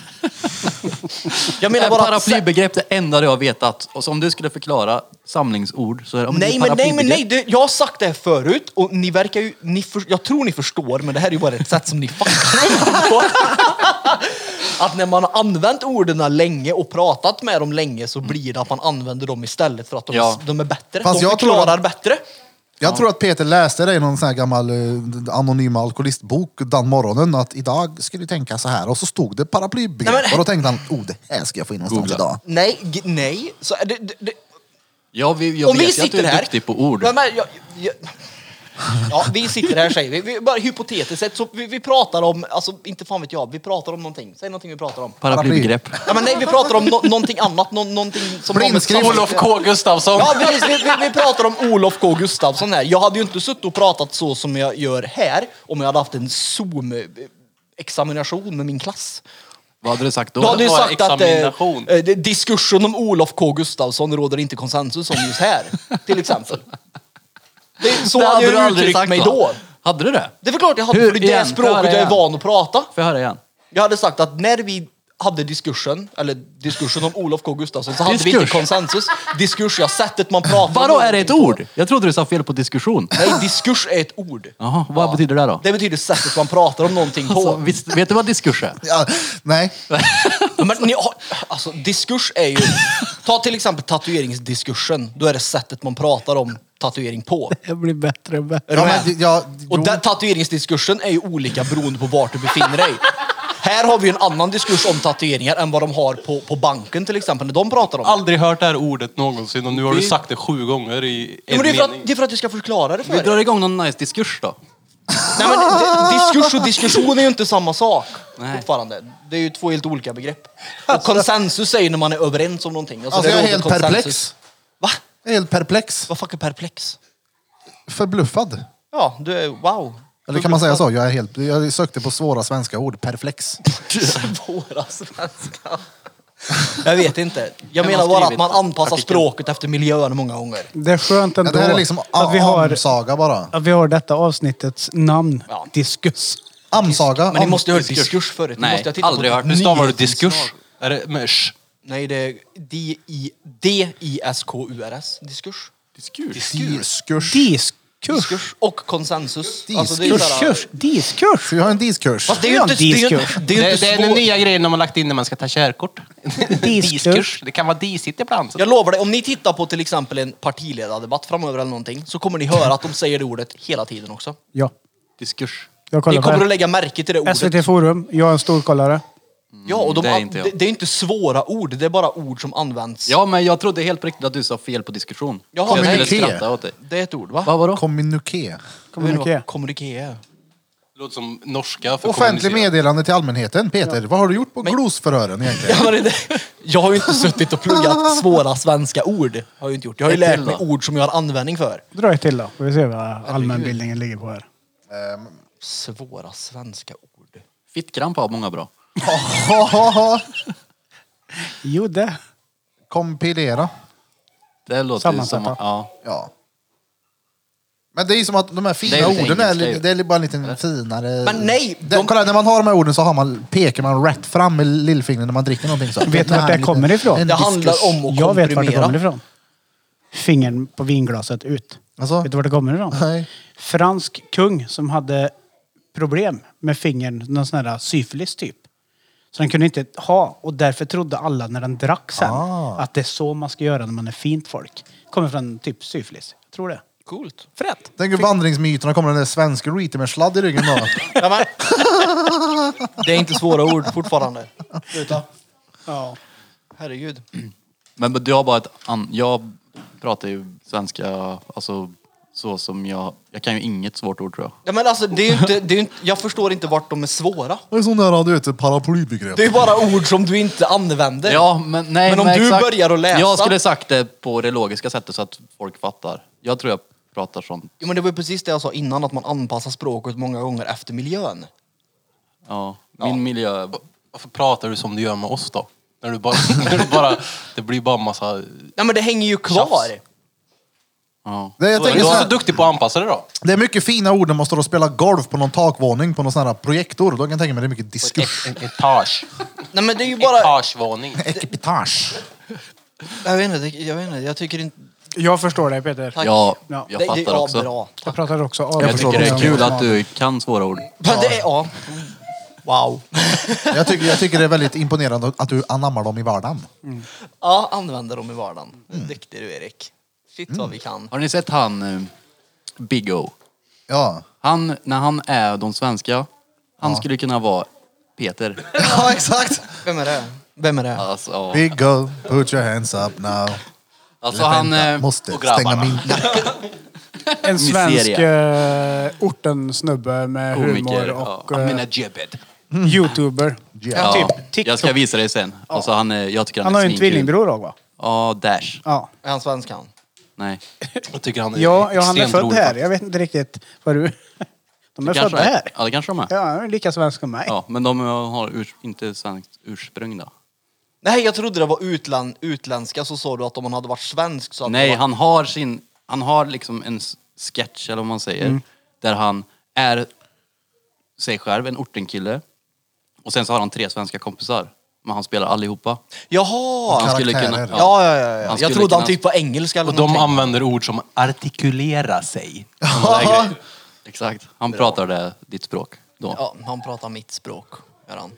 Jag menar Är bara att... paraplybegrepp det enda du har vetat? Och så om du skulle förklara samlingsord så är det... Nej, men nej. Jag har sagt det här förut och ni verkar ju... jag tror ni förstår, men det här är ju bara ett sätt som ni fattar på. Att när man har använt orden länge och pratat med dem länge så blir det att man använder dem istället för att de är bättre. Fast De jag tror förklarar att- bättre. Jag tror att Peter läste det i någon sån här gammal anonym alkoholistbok den morgonen att idag ska du tänka så här och så stod det paraplybegrepp Nej, men- och då tänkte han, det här ska jag få in någonstans Googla. idag. Nej. Så är det... Ja, jag Om vi vet ju att du sitter är här... duktig på ord. Men, ja, vi sitter här säger vi. Bara hypotetiskt sett så vi pratar om, alltså inte fan vet jag, vi pratar om någonting. Säg någonting vi pratar om. Paraplybegrepp. Ja men nej, vi pratar om någonting annat, någonting som har med Blindskrift. Olof K Gustafsson. Ja, vi pratar om Olof K Gustafsson här. Jag hade ju inte suttit och pratat så som jag gör här om jag hade haft en Zoom-examination med min klass. Vad hade du sagt då? Då hade ju var sagt att examination. diskussion om Olof K Gustafsson råder inte konsensus om just här, till exempel. Så Det hade du jag aldrig uttryckt sagt, mig va? då. Hade du det? Det är väl klart jag hade, Hur för det är igen? det språket Höra jag är igen. van att prata. Får jag höra igen? Jag hade sagt att när vi hade diskursen om Olof K Gustafsson så hade vi inte Diskurs? konsensus. Diskurs, ja, sättet man pratar. Vadå, om är det ett någonting på. ord? Jag trodde du sa fel på diskussion. Nej, diskurs är ett ord. Jaha, vad betyder det då? Det betyder sättet man pratar om någonting på. Alltså, vet du vad diskurs är? Ja, nej, Men alltså, diskurs är ju... Ta till exempel tatueringsdiskursen. Då är det sättet man pratar om tatuering på. Det blir bättre och bättre. Är du ja, med? men, ja, Och jo, tatueringsdiskursen är ju olika beroende på vart du befinner dig. Här har vi en annan diskurs om tatueringar än vad de har på banken till exempel, när de pratar om det. Aldrig hört det här ordet någonsin och nu har du sagt det 7 gånger i Ja, en men mening. det är för att jag ska förklara det för Vi er. drar igång någon nice diskurs då. Nej, men diskurs och diskussion är ju inte samma sak. Nej. Fortfarande. Det är ju två helt olika begrepp. Och konsensus är ju när man är överens om någonting. alltså det jag är råder helt konsensus. perplex. Va? Jag är helt perplex. Vad fuck är perplex? Förbluffad. Ja, du är wow. Eller kan man säga så? Jag sökte på svåra svenska ord. Perflex. Svåra svenska. Jag vet inte. Jag Vem menar har bara att skrivit man anpassar artikeln? språket efter miljön många gånger. Det är skönt ändå Ja, det här är liksom att, vi har, amsaga bara. att vi har detta avsnittets namn. Ja. Diskus. Amsaga. Men ni måste ju ha hört Diskurs. diskurs förut. Ni Nej, måste ha tittat aldrig på hört. Nu stavar du nyhetsinslag. diskurs. Är det med sh? Nej, det är D-I-S-K-U-R-S. Diskurs. Diskurs. Diskurs. Diskurs och konsensus. Diskurs. Vi har en diskurs. Fast det är ju inte, Det är den nya grejen de har lagt in när man ska ta körkort. Diskurs. Det kan vara disigt ibland. Jag lovar dig, om ni tittar på till exempel en partiledardebatt framöver eller någonting, så kommer ni höra att de säger det ordet hela tiden också. Ja. Diskurs. Jag Ni kollar kommer på att lägga märke till det ordet. SVT Forum. Jag är en storkollare. Ja, och det är inte jag. det är inte svåra ord, det är bara ord som används. Ja, men jag trodde helt på riktigt att du sa fel på diskussion. Jaha, Så jag nej. skulle skratta åt dig. Det är ett ord, va? Vad var då? Kommuniké. Kommuniké. Det låter som norska för Offentlig kommunicera. meddelande till allmänheten. Peter, vad har du gjort på glosförhören egentligen? Ja, men jag har ju inte suttit och pluggat svåra svenska ord. Har jag inte gjort. Jag har ju lärt mig ord som jag har användning för. Dra ett till då. Får vi se vad allmänbildningen ligger på här. Svåra svenska ord. Fittkramp har många bra. Jo, det. Kompilera. Det låter ju som... Sammansätta. Ja. Ja. Men det är som att de här Det fina är lite orden engelska ju. det är bara en liten finare... Men nej, Kolla, när man har de här orden så pekar man rätt fram med lillfingret när man dricker någonting. Så. Vet du vart det kommer ifrån? det handlar om att Jag vet vart det komprimera. kommer ifrån. Fingern på vinglaset ut. Alltså? Vet du vart det kommer ifrån? Nej. Fransk kung som hade problem med fingern, någon sån här syfilis typ. Så den kunde inte ha, och därför trodde alla när den drack sen att det är så man ska göra när man är fint folk. Kommer från typ syfilis. Jag tror det. Coolt. Frätt. Tänk hur vandringsmyterna kommer den där svenska reeten med sladd i ryggen då. Ja, men. Det är inte svåra ord fortfarande. Sluta. Ja. Herregud. Men du har bara jag pratar ju svenska, alltså så som jag kan ju inget svårt ord tror jag. Ja, men alltså, det är ju inte, jag förstår inte vart de är svåra. Det är sån där, du vet, paraplybegrepp. Det är ju bara ord som du inte använder. Ja, men nej. Men om du börjar att läsa- Jag skulle sagt det på det logiska sättet så att folk fattar. Jag tror jag pratar sånt. Ja, men det var ju precis det jag sa innan, att man anpassar språket många gånger efter miljön. Ja, min miljö. Varför pratar du som du gör med oss då? När du bara, det blir bara massa... Nej, men det hänger ju kvar. Tjafs. Ja. Jag Du tänker är så så här, duktig på att anpassa det då. det är mycket fina ord när man står och spelar golf på någon takvåning på någon sån här projektor. Då kan jag tänka mig det är mycket diskurs. En etage. Nej, men det är ju bara... Etagevåning. Ekipitage. Jag vet inte, jag tycker inte... Jag förstår dig Peter. Tack. Ja, Ja. jag Det- fattar ja, också. Bra. Jag pratar också. Jag tycker det är kul att du kan svåra ord. Men det är... Ja. Wow. Jag tycker det är väldigt imponerande att du anammar dem i vardagen. Ja, använder dem i vardagen. Duktig du, Erik. Shit vad vi kan. Har ni sett han Big O? Ja. När han är de svenska, han skulle kunna vara Peter. Ja, exakt. Vem är det? Vem är det? Alltså, ja. Big go, put your hands up now. Alltså han... Måste och grabbarna. stänga min... En svensk Miseria. ortensnubbe med humor och Amina Jebed. youtuber. Ja. Typ TikTok. Jag ska visa dig sen. Alltså jag tycker Han han har är ju en svinkul. tvillingbror också va? Ja, Dash. Ja. Är han svensk han? Nej. Jag tycker han är Ja, han är extremt född rolig här. faktiskt. Jag vet inte riktigt vad du... De är Kanske födda här. Ja, det kanske de är. Ja, han är lika svensk som mig. Ja, men de har inte svenskt ursprung då. Nej, jag trodde det var utländska, så sa du att om man hade varit svensk så hade Nej, det varit... han har liksom en sketch eller vad man säger. Där han är sig själv, en ortenkille. Och sen så har han 3 svenska kompisar. Men han spelar allihopa. Jaha! Han skulle kunna... Karaktärer. Ja. Han Jag skulle trodde han kunna- typ var engelska eller Och de någonting. använder ord som artikulera sig. Exakt. Han pratar ditt språk då. Ja, han pratar mitt språk, gör han.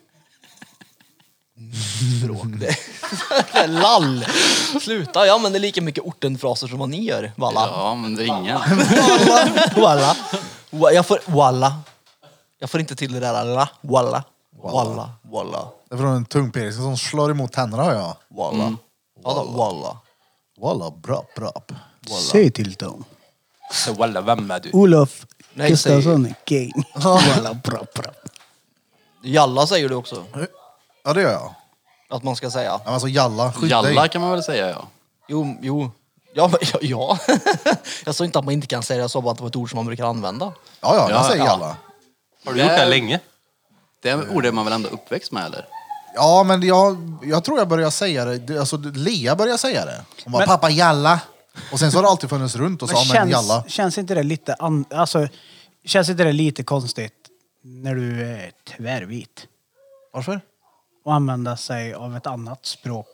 Språk, det är lall. Sluta, jag använder lika mycket ortenfraser som vad ni gör, walla. Ja, men det är ingen. Walla. Walla. Jag får inte till det där alla. Walla. Walla. Det är från en tungperisk som slår emot tänderna har jag. Walla. Vadå walla? Walla, bra. Säg till dem. Så walla, vem är du? Olof Nej, Gustafsson, king. Walla, bra. Jalla säger du också. Ja, det gör jag. Att man ska säga. Ja, alltså jalla, skydda Jalla dig. kan man väl säga, ja. Jo. Ja, men, ja. Jag sa inte att man inte kan säga det, jag sa bara att det var ett ord som man brukar använda. Ja, jag Ja, säger ja. jalla. Har du gjort det här länge? Det är ordet man väl ändå uppväxt med, eller? Ja, men jag tror jag börjar säga det. Alltså, Lea börjar säga det. Hon bara, pappa jalla. Och sen så har det alltid funnits runt och sa, men jalla. Känns inte det lite... känns inte det lite konstigt när du är tvärvit? Varför? Och använda sig av ett annat språk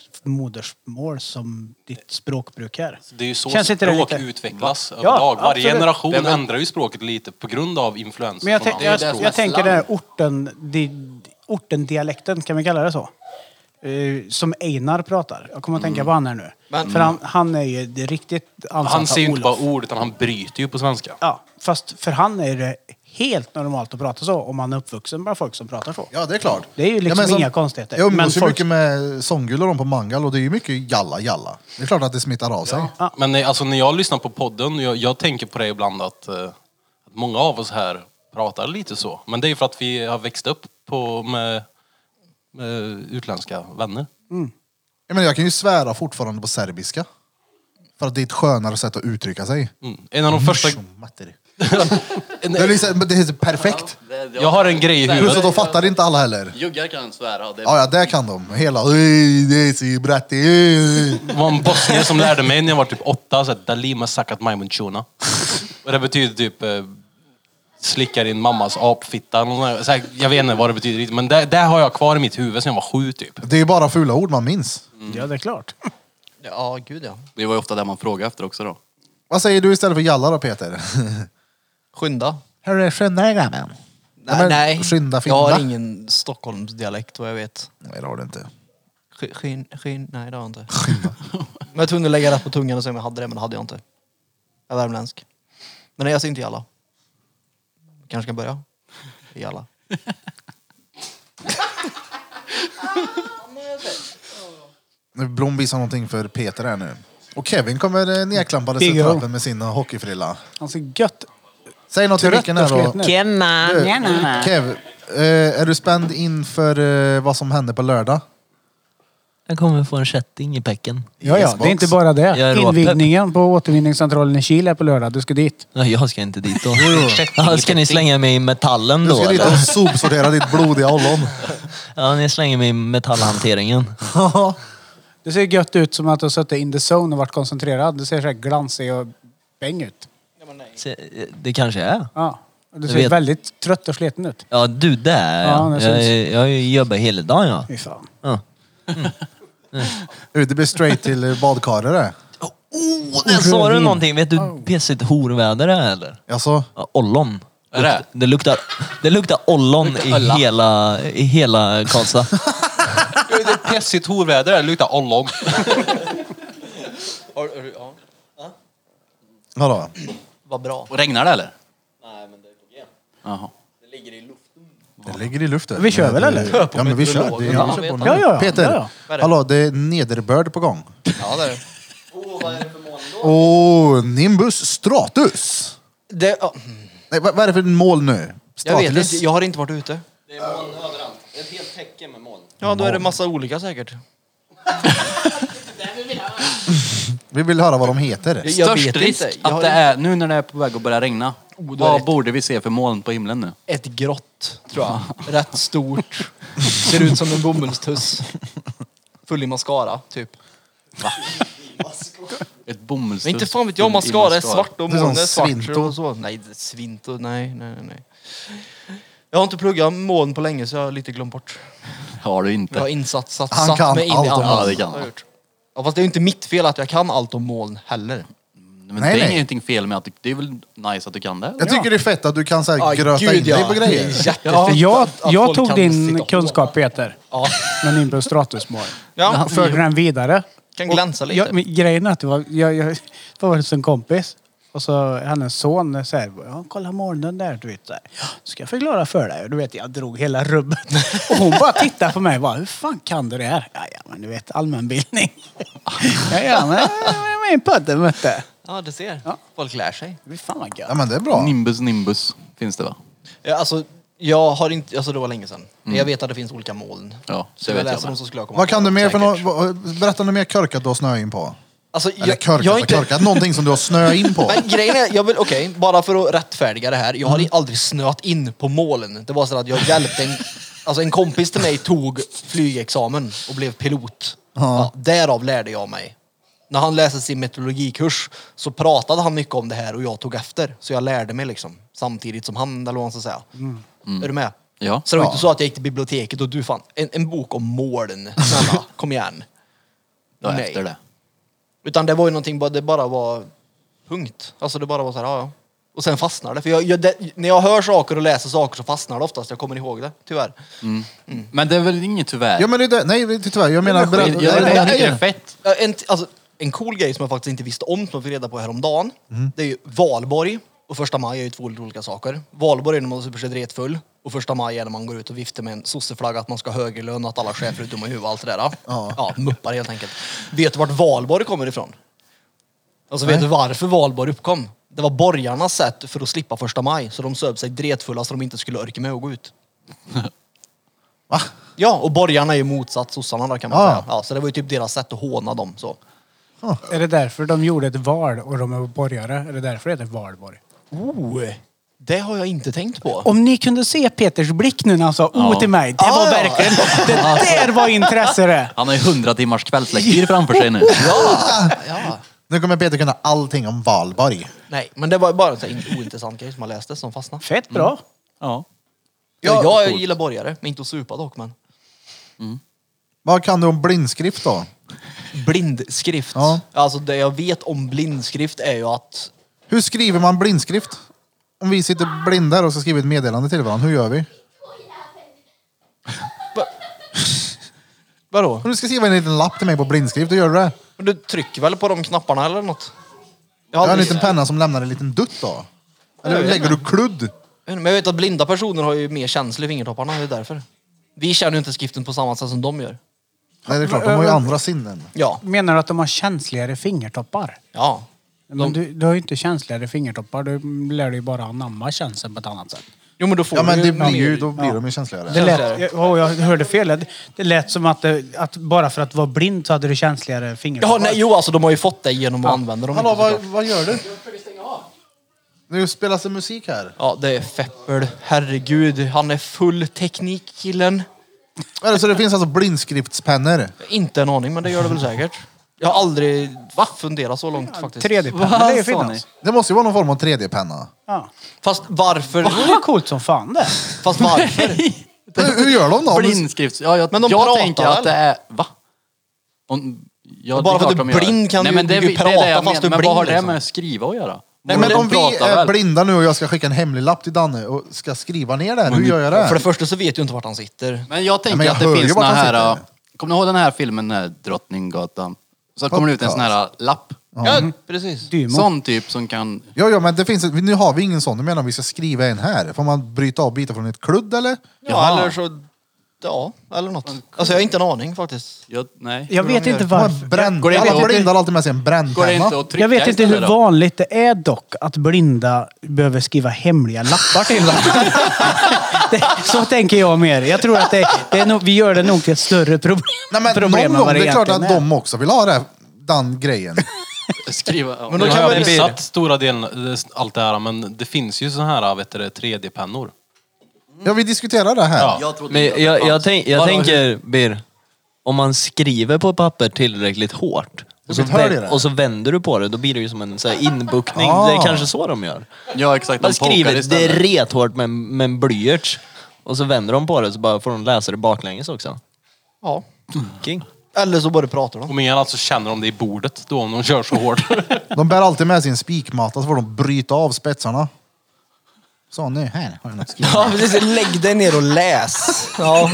modersmål som ditt språkbruk är. Det är ju så Känns inte det språk lite... utvecklas Ja, överlag. Varje absolut. generation ändrar ju språket lite på grund av influenser Men från andra språk. jag tänker den här ortendialekten, kan vi kalla det så? Som Einar pratar. Jag kommer att tänka på han här nu. För han är ju det riktigt ansatta Han ser ju inte bara Olof. ord, utan han bryter ju på svenska. Ja, fast för han är det helt normalt att prata så om man är uppvuxen bland folk som pratar så. Ja, det är klart. Det är ju liksom men inga konstigheter. Jag umgås ju folk- mycket med sånggul och de på Mangal och det är ju mycket jalla. Det är klart att det smittar av sig. Men alltså, när jag lyssnar på podden, jag tänker på det ibland att många av oss här pratar lite så. Men det är ju för att vi har växt upp med utländska vänner. Ja, men jag kan ju svära fortfarande på serbiska. För att det är ett skönare sätt att uttrycka sig. En av de första... Det är så perfekt. Jag har en grej i Plus huvudet. att då fattar inte alla heller. Juggar kan svära. Det Ja, det kan de. Hela... Det är så bratti. Det var en bosnier som lärde mig när jag var typ 8. Så att Dalima sakat majmunchuna. Och det betyder typ... slickar in mammas apfitta. Så här, jag vet inte vad det betyder. Men det har jag kvar i mitt huvud sedan jag var 7 typ. Det är ju bara fula ord man minns. Ja, det är klart. Ja, gud ja. Det var ju ofta det man frågade efter också då. Vad säger du istället för jalla då, Peter? Skynda. Hörru, skynda dig grabben. Nej, skynda, jag fynda. har ingen Stockholmsdialekt vad jag vet. Nej, det har du inte. Nej, det har jag inte. Men jag tvungen att lägga rätt på tungan och se om jag hade det, men det hade jag inte. Jag är värmländsk. Men nej, jag ser inte jalla. Kanske kan börja. Jalla. Nu Blom visar någonting för Peter här nu. Och Kevin kommer nedklampade sig Big O. trappen med sin hockeyfrilla. Han ser gött. Säg något till Trött vilken och här då. sliten ut. Tjena! Kev, är du spänd inför vad som händer på lördag? Jag kommer få en kätting i pecken. Ja, Yes, det är box. inte bara det. Jag är råpepp. Invigningen på återvinningscentralen i Kil är på lördag. Du ska dit. Nej, jag ska inte dit då. Ja, ska ni slänga mig i metallen Du då? ska dit Eller? och sopsortera ditt blodiga ollon. Ja, ni slänger mig i metallhanteringen. Det ser gött ut som att du har suttit in the zone och varit koncentrerad. Du ser så här glansig och bäng ut. Det kanske är. Ja. Du Jag ser vet. väldigt trött och sliten ut. Ja, du där. Ja, Ja, det syns. jag jobbar hela dagen, ja. Fy fan. Ja. Det blir straight till badkaret det. Där sa du någonting. Vet du pissigt horväder det är, eller? Alltså, Ja, ollon. Är det? Det luktar ollon i hela Karlstad. Det är pessigt horväder, det luktar ollon. vadå? Vad bra. Och regnar det eller? Nej, men det är på G. Jaha. Det ligger i luften. Det ligger i luften. Vi kör väl, eller? Ja, men vi kör. Det är, Ja. vi kör på Ja, nu. ja, ja. Peter, Ja, hallå, det är nederbörd på gång. Ja, det är det. Vad är det för moln då? Och Nimbus Stratus. Det, ja, Nej, vad är det för mål nu? jag vet Stratus? inte, jag har inte varit ute. Det är moln överallt. Ett helt täcke med moln. Ja, då är det massa olika säkert. Vi vill höra vad de heter. Jag Störst vet risk inte. Jag att har det är, nu när det är på väg att börja regna. då är Vad det- borde vi se för moln på himlen nu? ett grått, tror jag. Rätt stort. Ser ut som en bomullstuss. Full i mascara, typ. Ett bomullstuss. Men inte fan vet jag, mascara är svart och Det är som moln är svart Svinto. och så. Nej, det är Svinto, nej. Jag har inte pluggat moln på länge så jag har lite glömt bort. Har du Jag har inte. satt Han kan mig in allt i om annat. moln. Ja, det kan Har jag han. gjort. Ja, fast det är ju inte mitt fel att jag kan allt om moln heller. Men Nej, det är nej. ingenting fel med att det är väl nice att du kan det? Jag tycker det är fett att du kan så här, gröta gud, in dig på Det är grejer. jättefett Jag att folk tog kan din sitta och- kunskap, Peter. Ja, Med Nimbus Stratus-mål. ja. Och förde den vidare. Kan glänsa lite. Jag, men grejen är att jag var hos en kompis. Och så hennes son säger, ja, kolla molnen där, du vet. Så här. Ja, ska jag förklara för dig? Och du vet, jag drog hela rubbet. Och hon bara tittade på mig och bara, hur fan kan du det här? Ja, men du vet, allmänbildning. ja, men min pudden, vet du. Ja, det ser. Ja. Folk lär sig. Fy fan vad gött. Ja, men det är bra. Nimbus finns det va? Ja, alltså, jag har inte, alltså det var länge sedan. Jag vet att det finns olika moln. Ja, Så det jag vet jag läser dem med. så skulle jag komma Vad kan på du mer för säkert. något? Berätta något mer körkat du har snöat in på. Alltså, Eller körkat har och körkat. Någonting som du har snöat in på. Men grejen är, jag vill, okej, bara för att rättfärdiga det här. Jag har aldrig snöat in på målen. Det var så att jag hjälpte en kompis till mig tog flygexamen och blev pilot. Ja, därav lärde jag mig. När han läste sin meteorologikurs så pratade han mycket om det här och jag tog efter. Så jag lärde mig liksom samtidigt som han, eller vad man ska säga. Är du med? Ja. Så det var inte så att jag gick till biblioteket och du fan, en bok om moln. Snälla, kom igen. Då Nej. efter det. Utan det var ju någonting, det bara var punkt. Alltså det bara var så här, ja. Och sen fastnar det. För när jag hör saker och läser saker så fastnar det oftast. Jag kommer ihåg det, tyvärr. Men det är väl inget tyvärr? Ja, men det är nej, det är inte tyvärr. Jag menar... jag tycker det är fett. En cool grej som jag faktiskt inte visste om, som jag fick reda på häromdagen. Det är ju valborg och första maj är ju 2 olika saker. Valborg är när man är super retfull. Och första maj är när man går ut och viftar med en sosseflagga att man ska ha högre lön, att alla chefer är dumma i huvudet och allt det där. Ja, muppar helt enkelt. Vet du vart valborg kommer ifrån? Alltså vet du varför valborg uppkom? Det var borgarnas sätt för att slippa första maj. Så de söp sig dretfulla så de inte skulle orka med att gå ut. Va? Ja, och borgarna är ju motsatt sossarna där kan man säga. Ja, så det var ju typ deras sätt att håna dem. Så. Är det därför de gjorde ett val och de är borgare? Är det därför det heter valborg? Det har jag inte tänkt på. Om ni kunde se Peters blick nu när han sa till mig. Det var verkligen... Det där var intresse det. Han har ju 100 timmars kvällslektyr framför sig nu. Ja. Nu kommer Peter kunna allting om valborg. Nej, men det var bara en ointressant grej som man läste som fastnade. Fett bra. Ja. Ja, jag gillar borgare, men inte att supa dock. Men. Vad kan du om blindskrift då? Blindskrift. Ja. Alltså det jag vet om blindskrift är ju att... Hur skriver man blindskrift? Om vi sitter blinda och ska skriva ett meddelande till varandra, hur gör vi? Vadå? Om du ska skriva en liten lapp till mig på blindskrift, hur gör du det? Du trycker väl på de knapparna eller något? Jag har en liten penna som lämnar en liten dutt då. Eller lägger du kludd? Men jag vet att blinda personer har ju mer känsla i fingertopparna, det är därför. Vi känner ju inte skriften på samma sätt som de gör. Nej, det är klart, de har ju andra sinnen. Ja. Menar du att de har känsligare fingertoppar? Ja. Men du har ju inte känsligare fingertoppar. Du lär dig bara anamma känslan på ett annat sätt. Jo men då får Ja, men du det blir ju, mer- då blir de ju känsligare. Det lät, jag hörde fel. Det lät som att bara för att vara blind så hade du känsligare fingertoppar. Ja, nej, jo alltså de har ju fått det genom att använda dem. Hallå, inte, såklart. vad gör du? Nu spelas det musik här. Ja, det är Feppel. Herregud, han är full teknik, killen. Så det finns alltså blindskriftspennor. Inte en aning, men det gör det väl säkert. Jag har aldrig funderat så långt faktiskt. 3D-penna, det är ju finnas. Det måste ju vara någon form av 3D-penna. Ja. Fast varför? Det är coolt som fan det. Fast varför? Hur gör de då? Blindskrift. Ja, Men de jag pratar tänker väl? att det är... Va? Ja, Bara det för att klart du de är blind gör. kan Nej, du men det, ju det är prata det jag fast du är menar. Men vad har blind, det liksom. med att skriva att göra? Nej, men De om vi pratar är väl. blinda nu och jag ska skicka en hemlig lapp till Danne och ska skriva ner det här, hur gör jag det? För det första så vet du inte vart han sitter. Men jag tänker men jag att det hör ju finns vart såna han här... sitter. Kommer ni ihåg den här filmen, den här Drottninggatan? Så kommer det ut en sån här lapp. Ja, precis. Dymo. Sån typ som kan... Ja, men det finns, nu har vi ingen sån. Du menar om vi ska skriva en här? Får man bryta av bitar från ett kludd eller? Ja, eller så... Ja, eller något. Alltså jag har inte en aning faktiskt. Nej. Jag vet inte varför. Går det inte Alla att- blinda har alltid med sig en Går det brännpenna. inte att trycka Jag vet inte hur istället då? vanligt det är dock att blinda behöver skriva hemliga lappar till varandra. Så tänker jag mer. Jag tror att det är nog, vi gör det nog till ett större problem. Nej, men problem någon än gång, vad det är klart att egentligen är. de också vill ha det, den grejen. Skriva... Ja. Men då Nu kan har jag väl- missat stora delen, allt det här, men det finns ju så här, 3D-pennor. Ja, vi diskuterar det här. Ja. Jag trodde Men inte att det jag fanns. tänker, Bir, om man skriver på papper tillräckligt hårt och så, blir ett hörn i det. och så vänder du på det, då blir det ju som en så här inbuktning. Ah. Det är kanske så de gör. Ja, exakt. Man De pokar skriver istället. det rethårt med en blyerts och så vänder de på det så bara får de läsa det baklänges också. Ja. King. Eller så bara pratar de. Om ingen alltså känner de det i bordet då, om de kör så hårt. De bär alltid med sin spikmatta så får de bryta av spetsarna. Så nu, här har jag något skrivet. Ja, precis. Lägg dig ner och läs. Ja.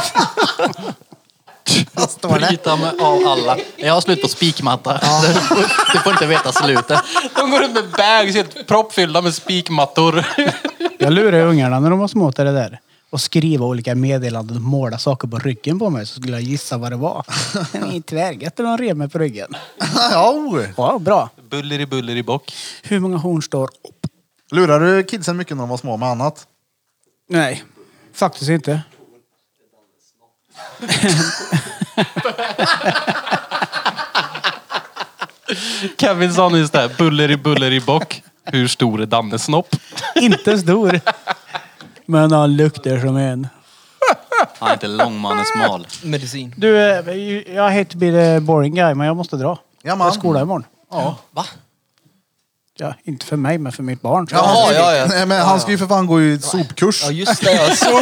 Bryta med av alla. Jag har slut på spikmatta. Du får inte veta slutet. De går runt med bags helt proppfyllda med spikmattor. Jag lurade ungarna när de var små till det där. Och skriva olika meddelanden och måla saker på ryggen på mig så skulle jag gissa vad det var. I tvärgött och de rev mig på ryggen. Ja, bra. Buller i bock. Hur många horn står upp? Lurar du kidsen mycket när de var små med annat? Nej, faktiskt inte. Kevin sa nyss där, buller i bock. Hur stor är Dannes snopp? Inte stor. Men han luktar som en. Han är inte lång, man är smal. Medicin. Du, jag hate to be the boring guy, men jag måste dra. Ja, man. Jag har skola imorgon. Va? Ja, inte för mig, men för mitt barn. Ja. Nej, men han ska ju för fan gå i sopkurs. Ja, just det.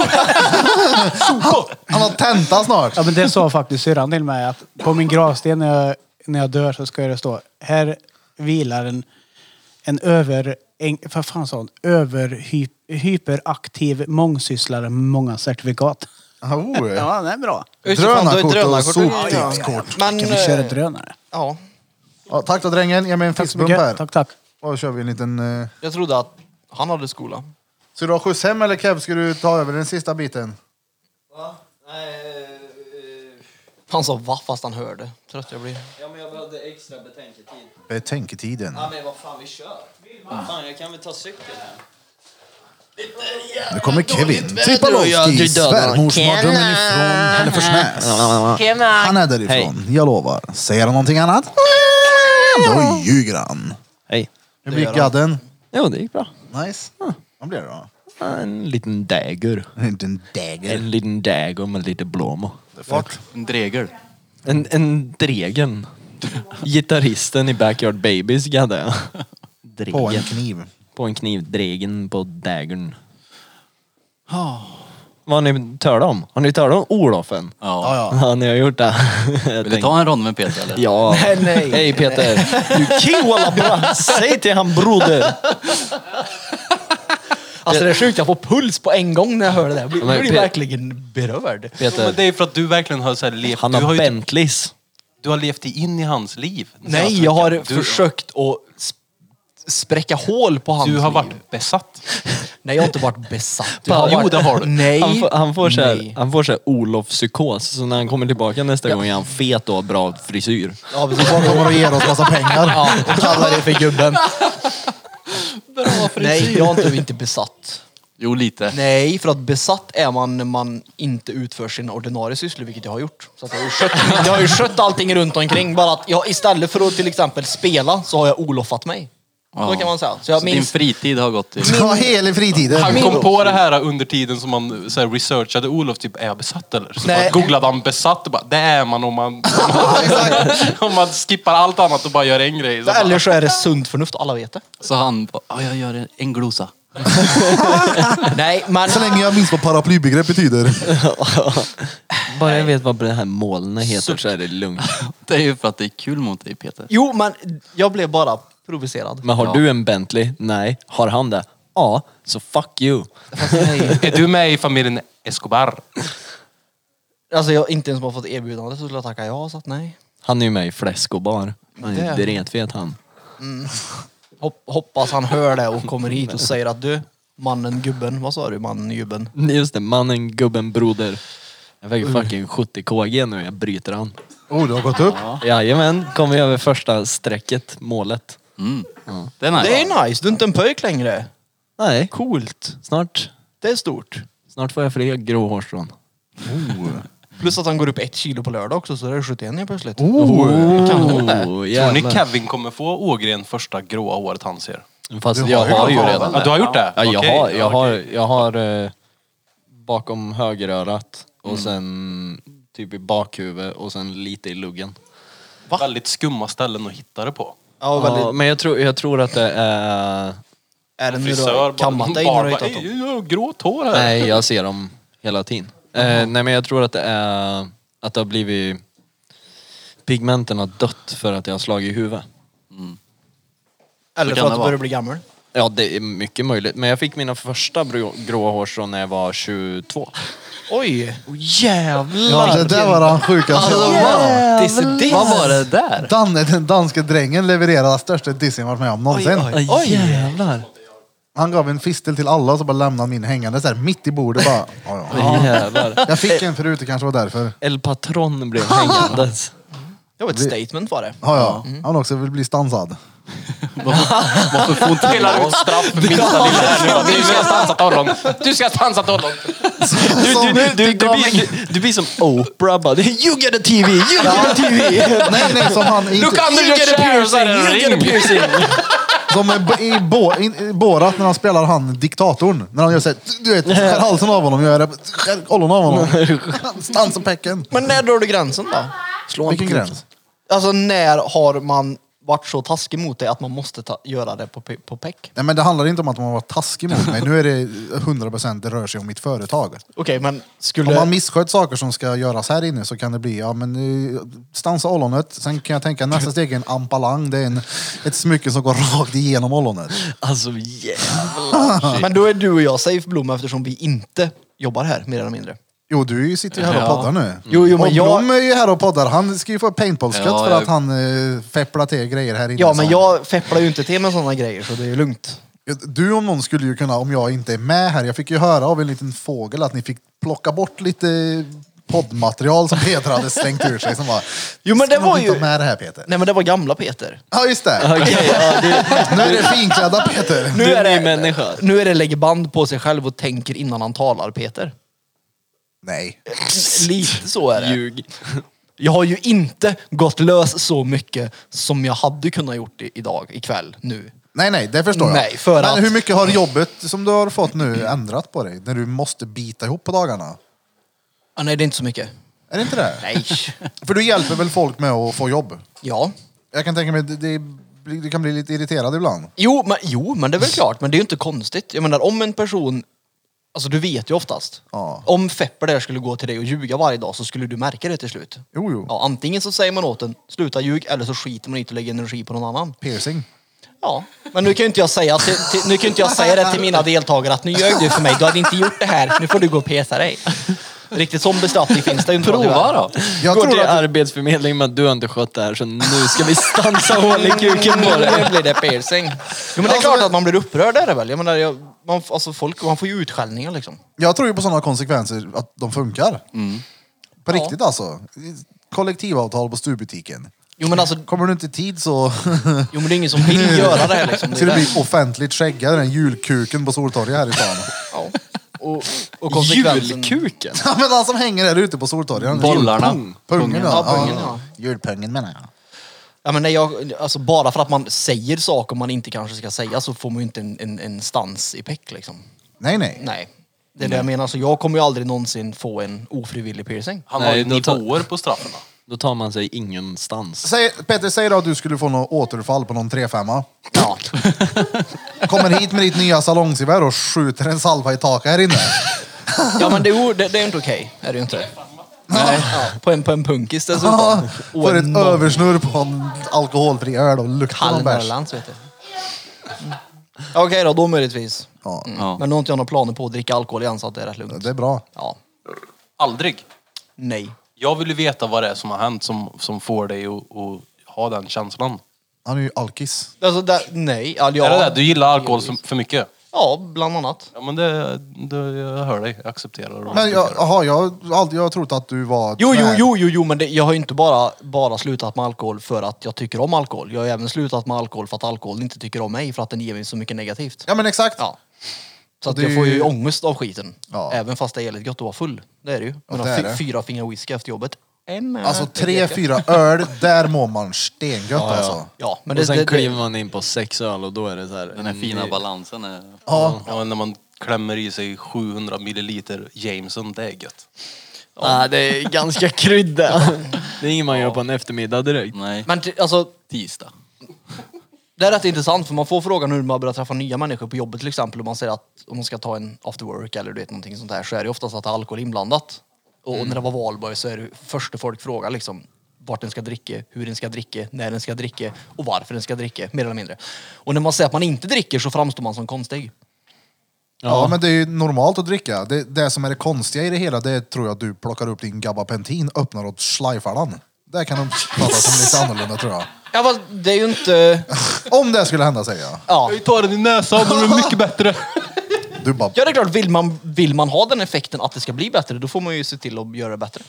Han har tenta snart. Ja, men det sa faktiskt syrran till mig att på min gravsten när jag dör så ska det stå: här vilar hyperaktiv mångsysslare med många certifikat. Oh. Ja, det är bra. Drönarkort och Ja. soptipskort. Men, Kan vi köra drönare? ja, Ja, tack då drängen, ge mig en Tack så fistbump mycket. här. Tack. Och då kör vi en liten... jag trodde att han hade skola. Så du har skjuts hem eller Kev, ska du ta över den sista biten? Han sa va fast han hörde. Trött jag blir. Ja, men jag behövde extra betänketid. Betänketiden. Ja, men vad fan, vi kör. Fan, jag kan väl ta cykeln här. Nu kommer Kevin Tripalowski, svärmor som har drömmen ifrån Hälleforsnäs. Han är därifrån, jag lovar. Säger han någonting annat? Då ljuger han. Hej. Hur gick gadden? Jo, det gick bra. Nice. Vad blir det då? En liten dagger. En dagger. En liten dagger med lite blommor. En dregel. En dregen. Gitarristen i Backyard Babies gadde jag. På en Dregen. kniv. På en kniv. Dregen på daggern. Vad har ni talat om? Har ni talat om Olofen? Ja. Ja, ni har gjort det. Vill du ta en rond med Peter eller? Ja. Nej. Hej Peter. Du kiwala bra. Säg till han broder. Alltså det är sjukt, jag får puls på en gång när jag hör det där. Jag blir, Men jag blir Pe- verkligen berörd. Men Peter. det är för att du verkligen har så här levt. Han Du har har, ju, Bentleys. du har levt dig in i hans liv. Nej, jag har försökt att spräcka hål på hans Du har liv. varit besatt. Nej, jag har inte varit besatt. Jo, det har du. Nej. Han får Nej. så här Olof-psykos. Så när han kommer tillbaka nästa gång är han fet och har bra frisyr. Ja, precis. Han kommer att ge oss massa pengar. Ja, och kallar det för gubben. Bra Nej, jag är inte besatt. Jo, lite. Nej, för att besatt är man när man inte utför sin ordinarie sysslor, vilket jag har gjort. Så att jag har ju skött allting runt omkring. Bara att jag istället för att till exempel spela så har jag olofat mig. Så kan man säga. Så jag Så din minns... fritid har gått till... Ja, hela fritiden. Han kom på det här under tiden som man så här, researchade Olof, typ, är jag besatt eller? Så Nej. bara googlade han besatt och bara, det är man om om man skippar allt annat och bara gör en grej. Så Eller så är det sunt förnuft, alla vet det. Så han bara, ja, jag gör en glosa. Nej, men... Så länge jag minns vad paraplybegrepp betyder. Bara jag vet vad det här molnen heter så är det lugnt. Det är ju för att det är kul mot dig, Peter. Jo, men jag blev bara provocerad. Men har du en Bentley? Nej. Har han det? Ja. Så fuck you. är du med i familjen Escobar? Alltså jag inte ens bara fått erbjudande så skulle jag tacka ja, så att nej. Han är ju med i Fläskobar. Han är Det- ju retfet han. Hoppas han hör det och kommer hit och säger att du, mannen, gubben, vad sa du, mannen, gubben? Just det, mannen, gubben, broder. Jag väger fucking 70 kg nu, jag bryter han. Oh, du har gått upp. Jajamän, kom vi över första strecket, målet. Det är nice. Det är nice, du är inte en pöjk längre. Nej, Coolt. snart Det är stort. får jag fler grå hårstrån. Plus att han går upp 1 kilo på lördag också, så det är 71 helt plötsligt. Oh. Kan du det? Tror ni Jävlar. Kevin kommer få Ågren första gråa håret han ser? Fast jag har ju redan Ja, det. du har gjort det? Ja, Okej. jag har bakom högerörat och sen typ i bakhuvudet och sen lite i luggen. Väldigt skumma ställen att hitta det på. Ja, väldigt. Ja, men jag tror att det är... Är det nu du Frisör, har kammat dig när du har hittat dem? jag har gråt hår här. Nej, jag ser dem hela tiden. Nej, men jag tror att det är att det har blivit... Pigmenten har dött för att jag har slagit i huvudet. Eller Så för kan att det du vara. börjar bli gammal? Ja, det är mycket möjligt. Men jag fick mina första gråa hårstrån när jag var 22. Oj! Jävlar! Ja, det där var han sjukaste. Vad var det där? Den danske drängen levererade största dissen jag varit med om någonsin. Oj, jävlar! Han gav en fistel till alla och så bara lämnade min hängande så här mitt i bordet bara. Ja. Jävlar. Jag fick en förut, det kanske var därför. El Patron blev hängandes. Det var ett statement var det. Ja. Han också vill bli stansad. Varför får inte delar ut straff för minsta lilla. Du ska stansa Tollon. Du ska stansa Tollon. Du blir som Oprah bara. You get a TV! You get a TV! Nej, som han Du kan du get a piercing! You get a piercing! som i Borat när han spelar han diktatorn. När han gör såhär, du vet, skär halsen av honom, gör det, skär ollon av honom. Stansa pecken. Men när drar du gränsen då? Vilken gräns? Alltså när har man varit så taskig mot dig att man måste göra det på peck. Nej, men det handlar inte om att man var taskig mot mig. Nu är det 100% det rör sig om mitt företag. Okej, men skulle... Om man misskött saker som ska göras här inne så kan det bli, stansa ollonet. Sen kan jag tänka nästa steg är en ampalang. Det är ett smycke som går rakt igenom ollonet. Alltså jävlar. Men då är du och jag safe, Blom, eftersom vi inte jobbar här, mer eller mindre. Jo, du sitter ju här och poddar nu. Jo, men och Blom är ju här och poddar. Han ska ju få paintball-skatt för att han fepplar till grejer här inne. Ja, men jag fepplar ju inte till med sådana grejer, så det är ju lugnt. Du om någon skulle ju kunna, om jag inte är med här. Jag fick ju höra av en liten fågel att ni fick plocka bort lite poddmaterial som Peter hade slängt ur sig. Som var, jo, men det var ju... inte med det här, Peter. Nej, men det var gamla Peter. Ja, just det. Nu är det finklädda Peter. Nu är det människa. Nu är det lägger band på sig själv och tänker innan han talar, Peter. Nej. Lite så är det. Ljug. Jag har ju inte gått lös så mycket som jag hade kunnat gjort ikväll, nu. Nej, det förstår jag. Nej, för men att... hur mycket har jobbet som du har fått nu ändrat på dig? När du måste bita ihop på dagarna? Nej, det är inte så mycket. Är det inte det? Nej. För du hjälper väl folk med att få jobb? Ja. Jag kan tänka mig du kan bli lite irriterad ibland. Jo, men det är väl klart. Men det är ju inte konstigt. Jag menar, om en person... Alltså du vet ju oftast. Ja. Om Fepper där skulle gå till dig och ljuga varje dag så skulle du märka det till slut. Jo. Ja, antingen så säger man åt den, sluta ljug, eller så skiter man inte och lägger energi på någon annan. Piercing. Ja, men nu kan ju inte jag säga nu kan inte jag säga det till mina deltagare att nu ljög du för mig, du hade inte gjort det här, nu får du gå och pesa dig. Riktigt som bestraffning finns det ju inte. Prova då. Jag Går tror till att- arbetsförmedlingen med att du har inte skött det här så nu ska vi stansa hål i kuken på Nu dig. blir det piercing. Jo, men det är klart att man blir upprörd, är det väl? Jag menar, man får ju utskällningar liksom. Jag tror ju på sådana konsekvenser att de funkar. På riktigt alltså. Kollektivavtal på sturbutiken. Jo, men alltså, Kommer du inte i tid så jo, men det är ingen som vill göra det här liksom. ska du bli offentligt skäggad, den julkuken på Soltorget här i stan. Ja. Och konsekvensen... Julkuken? Ja, men han som hänger där ute på Soltorget. Bollarna. Pungen, Ja, pungen, ja. Julpungen menar jag. Ja, men alltså bara för att man säger saker man inte kanske ska säga så får man ju inte en stans i peck liksom. Nej. Nej. Det är det jag menar. Så jag kommer ju aldrig någonsin få en ofrivillig piercing. Han Nej, har ju då tar- nivåer på straffen. Då tar man sig ingenstans. Peter, säg då att du skulle få något återfall på någon 3-5. Ja. Kommer hit med ditt nya salongsgevär och skjuter en salva i taket här inne. Ja, men det är inte okej. Är det ju inte. Nej. Ja, på en punkis dessutom. Och För en ett översnurr på en alkoholfri öl och luktar någon kall bärs. Norrlands, vet du. Okej då möjligtvis. Ja, Ja. Men nu har inte jag några planer på att dricka alkohol igen så att det är rätt lugnt. det är bra. Ja. Aldrig. Nej. Jag vill ju veta vad det är som har hänt som får dig att ha den känslan. Han är ju alkis. Alltså, nej. Ja, Är det det? Du gillar alkohol för mycket? Ja, bland annat. Ja, men jag hör dig. Jag accepterar det. Men jag har trott att du var... Jo, men jag har ju inte bara slutat med alkohol för att jag tycker om alkohol. Jag har även slutat med alkohol för att alkohol inte tycker om mig för att den ger mig så mycket negativt. Ja, men exakt. Ja. Så att det jag är får ju ju- ångest av skiten. Ja. Även fast det är jävligt gott att vara full. Det är det ju. Men det är det. 4 fingrar whisky efter jobbet. Alltså 3-4 öl, där mår man stengött alltså. Ja, men Och sen kliver man in på 6 öl och då är det så här. Den här fina balansen är... Ja. Ja, när man klämmer i sig 700 milliliter Jameson, det är gött. Ah, det är ganska krydda. Det är inget man gör på en eftermiddag direkt. Nej, Men alltså, tisdag. det är rätt intressant för man får frågan hur man börjar träffa nya människor på jobbet till exempel. Om man säger att om man ska ta en after work eller du vet någonting sånt där så är det oftast att det är alkohol inblandat. Och när det var valborg så är det första folk frågar liksom vart den ska dricka, hur den ska dricka, när den ska dricka och varför den ska dricka, mer eller mindre. Och när man säger att man inte dricker så framstår man som konstig. Ja, men det är ju normalt att dricka. Det som är det konstiga i det hela, det tror jag att du plockar upp din gabapentin, öppnar och slajfar den. Det kan de prata som lite annorlunda tror jag. Ja, fast det är ju inte... Om det skulle hända säger jag. Ja. Jag tar den i näsan och det är mycket bättre. Du bara... Ja, det är klart, vill man ha den effekten att det ska bli bättre, då får man ju se till att göra det bättre.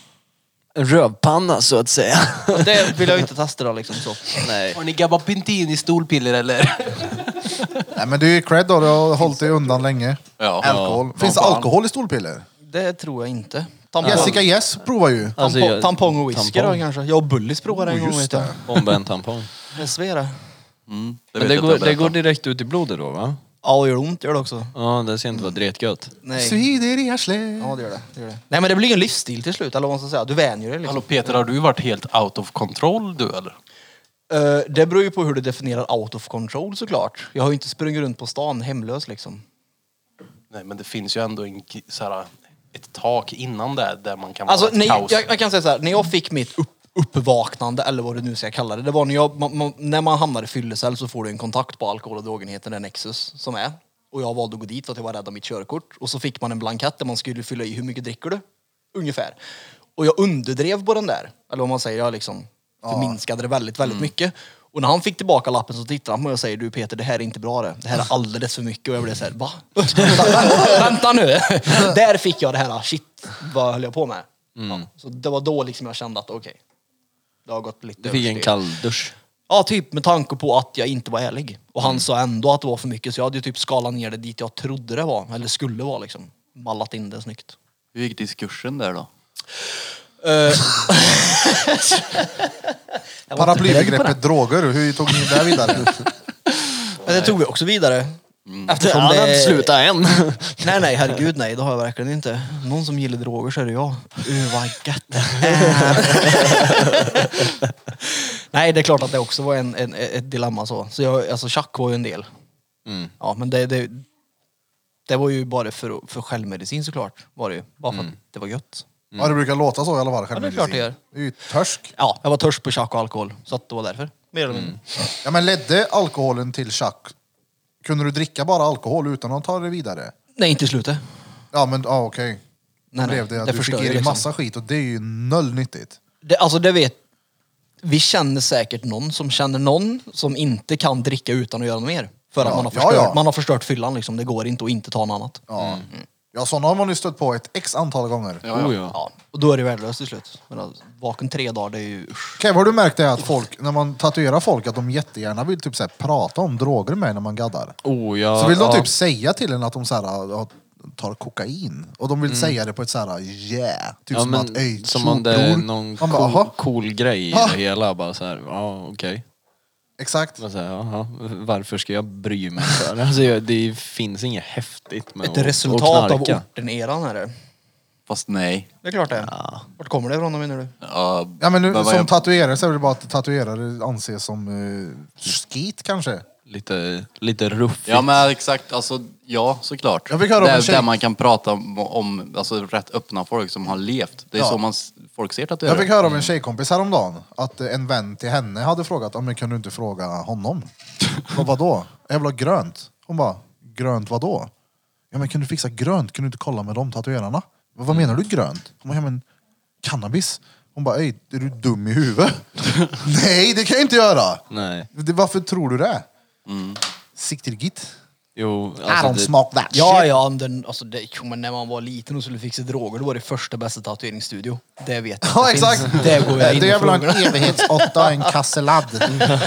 Rövpanna så att säga. Men det vill jag ju inte testa då liksom så. Nej. Har ni gabapentin i stolpiller eller? Nej, men det är ju cred då, du har hållit dig undan länge. Ja. Alkohol. Finns det alkohol i stolpiller? Det tror jag inte. Tampong, Jessica Yes provar ju. Alltså, tampong och whisky tampong. då kanske. Jag och Bullis provade en gång vet jag. Bomba en tampong. Jag svär det. Mm, Men det går direkt ut i blodet då va? Ja, och gör det ont gör det också. Ja, det ser inte vara dretgött. Nej. Svider i arslet. Ja, det gör det. Nej, men det blir en livsstil till slut, eller vad man ska säga. Du vänjer dig liksom. Hallå Peter, har du varit helt out of control du eller? Det beror ju på hur du definierar out of control såklart. Jag har ju inte sprungit runt på stan hemlös liksom. Nej, men det finns ju ändå ett tak innan det där man kan vara Alltså, kaos. jag kan säga så här, när jag fick mitt uppvaknande, eller vad du nu ska kalla det. Det var när man hamnar i fyllecell så får du en kontakt på alkohol- och drogenheten, den Nexus som är. Och jag valde att gå dit för att jag var rädd om mitt körkort. Och så fick man en blankett där man skulle fylla i hur mycket dricker du? Ungefär. Och jag underdrev på den där. Eller vad man säger, jag liksom förminskade det väldigt, väldigt mycket. Och när han fick tillbaka lappen så tittade han på mig och säger: du Peter, det här är inte bra det. Det här är alldeles för mycket. Och jag blev såhär, va? Vänta nu! Där fick jag det här, shit, vad höll jag på med? Ja, så det var då liksom jag kände att okej. Det har gått lite. Du fick en kall dusch. Ja, typ med tanke på att jag inte var ärlig. Och han sa ändå att det var för mycket. Så jag hade ju typ skalat ner det dit jag trodde det var. Eller skulle vara liksom. Mallat in det snyggt. Hur gick diskursen där då? Paraplybegreppet droger, hur tog ni det vidare? Men det tog vi också vidare. Eftersom Han har inte det... slutat än. Nej, herregud nej. Det har jag verkligen inte. Någon som gillar droger så är det jag. Vad gött det Nej, det är klart att det också var ett dilemma så. Så alltså tjack var ju en del. Ja, men det var ju bara för självmedicin såklart. Var det ju. Bara för att det var gött. Ja, det brukar låta så i alla fall. Ja, det är klart det gör. Det är ju törsk. Ja, jag var törst på tjack och alkohol. Så att det var därför. Mer eller mindre. Ja, men ledde alkoholen till tjack? Kunde du dricka bara alkohol utan att ta det vidare? Nej, inte i slutet. Ja, men okej. Nej, Blev det att det du fick förstör i dig liksom. massa skit och det är ju noll nyttigt. Det vet... Vi känner säkert någon som känner någon som inte kan dricka utan att göra något mer. För att man har förstört fyllan liksom. Det går inte att inte ta något annat. Ja. Ja, sådana har man ju stött på ett x antal gånger. Ja, och då är det värdelöst till slut. Men alltså, vaken 3 dagar, det är ju... Kev, har du märkt det att folk, när man tatuerar folk, att de jättegärna vill typ så här, prata om droger med när man gaddar? Så vill de typ säga till en att de så här, tar kokain. Och de vill säga det på ett så här, typ som att, som om det är någon bara, cool grej i det hela. Bara så här, ja okej. Exakt. Varför ska jag bry mig för? Alltså, det finns inget häftigt med ett resultat av orten-eran är det. Fast nej. Det är klart det. Ja. Vart kommer det ifrån, menar du? Ja, men nu, som tatuerare så är det bara att tatuerare anses som skit kanske. Lite ruffigt. Ja men exakt, alltså ja såklart. Jag fick höra om en tjej. Där man kan prata om alltså, rätt öppna folk som har levt. Det är så folk ser tatuerare. Jag fick höra av en tjejkompis häromdagen att en vän till henne hade frågat om kan du inte fråga honom. Och vadå? Jag vill ha grönt. Hon bara, grönt vadå? Ja men kan du fixa grönt? Kan du inte kolla med de tatuerarna? Vad menar du grönt? Hon bara, ja men cannabis. Hon bara, är du dum i huvudet? Nej, det kan jag inte göra. Nej. Varför tror du det? Siktir git. Jo, I don't smoke that shit. Men när man var liten och skulle fixa droger, då var det första bästa tatueringsstudio. Det vet jag. Ja, exakt. Det går jag in. Det är väl en evighetsåtta och en kasseladd.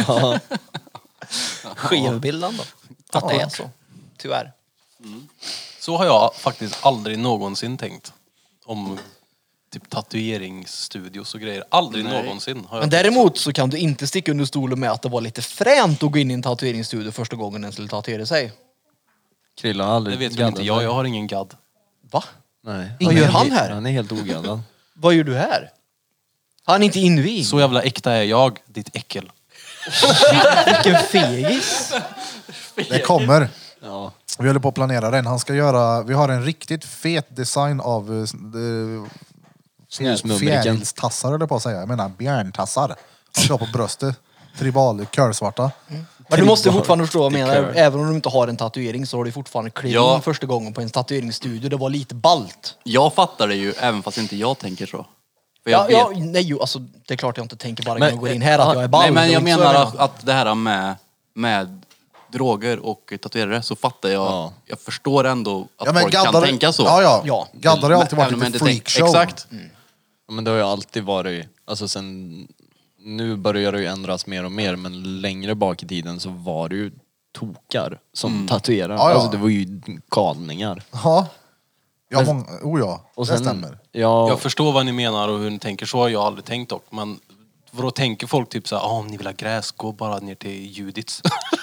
Skivbilden då. Att det är så. Tyvärr. Så har jag faktiskt aldrig någonsin tänkt om typ tatueringsstudios och grejer. Aldrig någonsin har jag. Men däremot så kan du inte sticka under stolen med att det var lite fränt att gå in i en tatueringsstudio första gången den skulle tatuera sig. Krilla har aldrig Det vet väl inte jag har ingen gadd. Va? Nej. Vad gör han här? Han är helt ogaddad. Vad gör du här? Han är inte invigd. Så jävla äkta är jag, ditt äckel. Vilken fegis. Det kommer. Ja. Vi håller på att planera den. Vi har en riktigt fet design av fjärilstassar, eller på att säga. Jag menar björntassar. Han ska på bröstet. Tribal, körsvarta. Men du måste fortfarande förstå vad jag menar. Även om du inte har en tatuering så har du fortfarande klivit in första gången på en tatueringsstudio. Det var lite ballt. Jag fattar det ju, även fast inte jag tänker så. För alltså, det är klart jag inte tänker bara jag går in här att jag är ball. Nej, men jag menar att det här med droger och tatuerare så fattar jag. Ja. Jag förstår ändå att folk kan tänka så. Ja. Gaddar har alltid varit lite freakshow. Exakt. Men det har ju alltid varit, alltså sen, nu börjar det ju ändras mer och mer, men längre bak i tiden så var det ju tokar som tatuerade. Alltså det var ju galningar. Ja. Och det sen, stämmer. Jag förstår vad ni menar och hur ni tänker, så har jag aldrig tänkt dock. Men vadå, tänker folk typ såhär, om ni vill ha gräs, gå bara ner till Judits.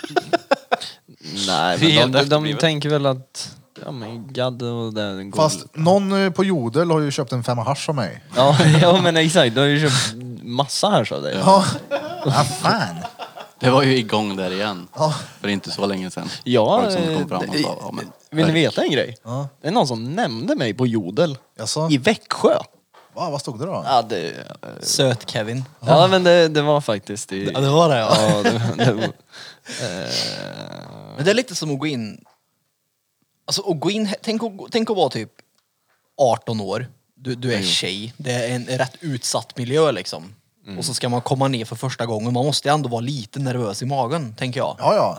Nej, men de tänker väl att men gadd och det går. Fast någon på Jodel har ju köpt en 5 hasch av mig. Ja men exakt, du har ju köpt massa hasch av dig. Ja, fan. Det var ju igång där igen. För inte så länge sedan. Ja, Folk som kom fram och sa, ja, men, vill ni veta en grej? Det är någon som nämnde mig på Jodel. Jaså? I Växjö. Vad stod det då? Ja, det... Söt Kevin. Ja, men det var faktiskt i... Ja, det var det, ja. Ja, det var... Men det är lite som att gå in... Alltså att gå in... Tänk att vara typ 18 år. Du är tjej. Det är en rätt utsatt miljö liksom. Och så ska man komma ner för första gången. Man måste ändå vara lite nervös i magen, tänker jag. Ja.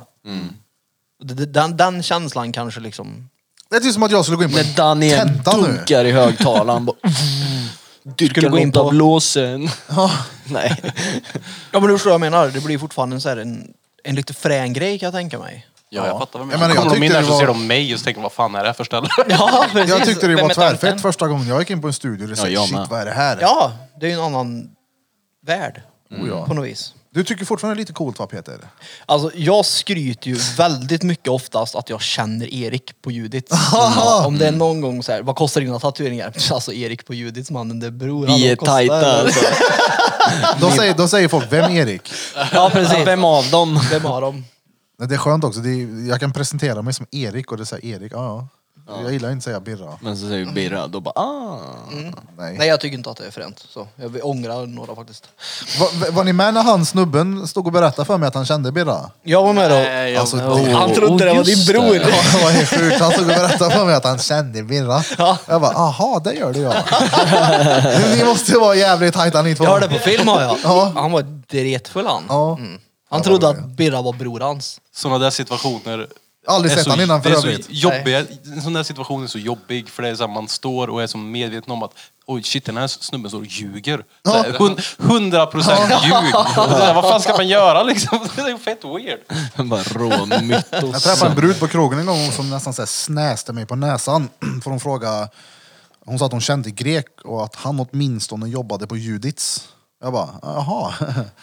Den känslan kanske liksom... Det är typ som att jag skulle gå in på När Daniel tenta nu. dunkar i högtalaren. Dyrkar gå in in på- på blåsen. Nej. Ja, men du förstår vad jag menar. Det blir fortfarande så här en lite frän grej, kan jag tänka mig. ja, jag fattar vad du Jag menar. menar, jag Kommer de in tyckte där det så ser var... de mig och så tänker vad fan är det här för ställe? Ja, precis. Jag tyckte det Vem var är tanken? tvärfett första gången jag gick in på en studio. Det Ja, jag shit, med. vad är det här? Ja, det är ju en annan värld. ja. På något vis. Du tycker fortfarande det är lite coolt, va, Peter? Alltså, jag skryter ju väldigt mycket oftast att jag känner Erik på Judith. Om det är någon gång så här, vad kostar dina tatueringar? Alltså Erik på Judiths, mannen, det beror. Vi är kostar. tajta alltså. Då säger folk, vem är Erik? Ja, precis. Vem av dem? Vem har dem? Men det är skönt också. Jag kan presentera mig som Erik och det säger Erik. Ja. Jag gillar inte att säga Birra. Men så säger Birra, då bara Nej, jag tycker inte att det är fränt. Så jag ångrar några faktiskt. Var ni med när han snubben stod och berättade för mig att han kände Birra? Jag var med då. Nej, Alltså, Han trodde det var din just bror. det. Det var helt sjukt. Han stod och berättade för mig att han kände Birra. Jag bara, aha, det gör du ja. Ni måste ju vara jävligt tajta ni två. Jag hörde på film, har jag. Ja. Han var dretfull han. Ja. Han trodde att Birra var bror hans. Sådana där situationer Aldrig är sett så- han innan för det är så övrigt. jobbiga, en sån där situation är så jobbig för det är så här, man står och är så medveten om att oj shit, den här snubben står och ljuger. Så här, 100% ljug. Och så här, vad fan ska man göra liksom? Det är ju fett weird. bara råmytos. Jag träffade en brud på krogen en gång som nästan så här snäste mig på näsan. För hon frågade, hon sa att hon kände grek och att han åtminstone jobbade på Judiths. Jag bara, jaha.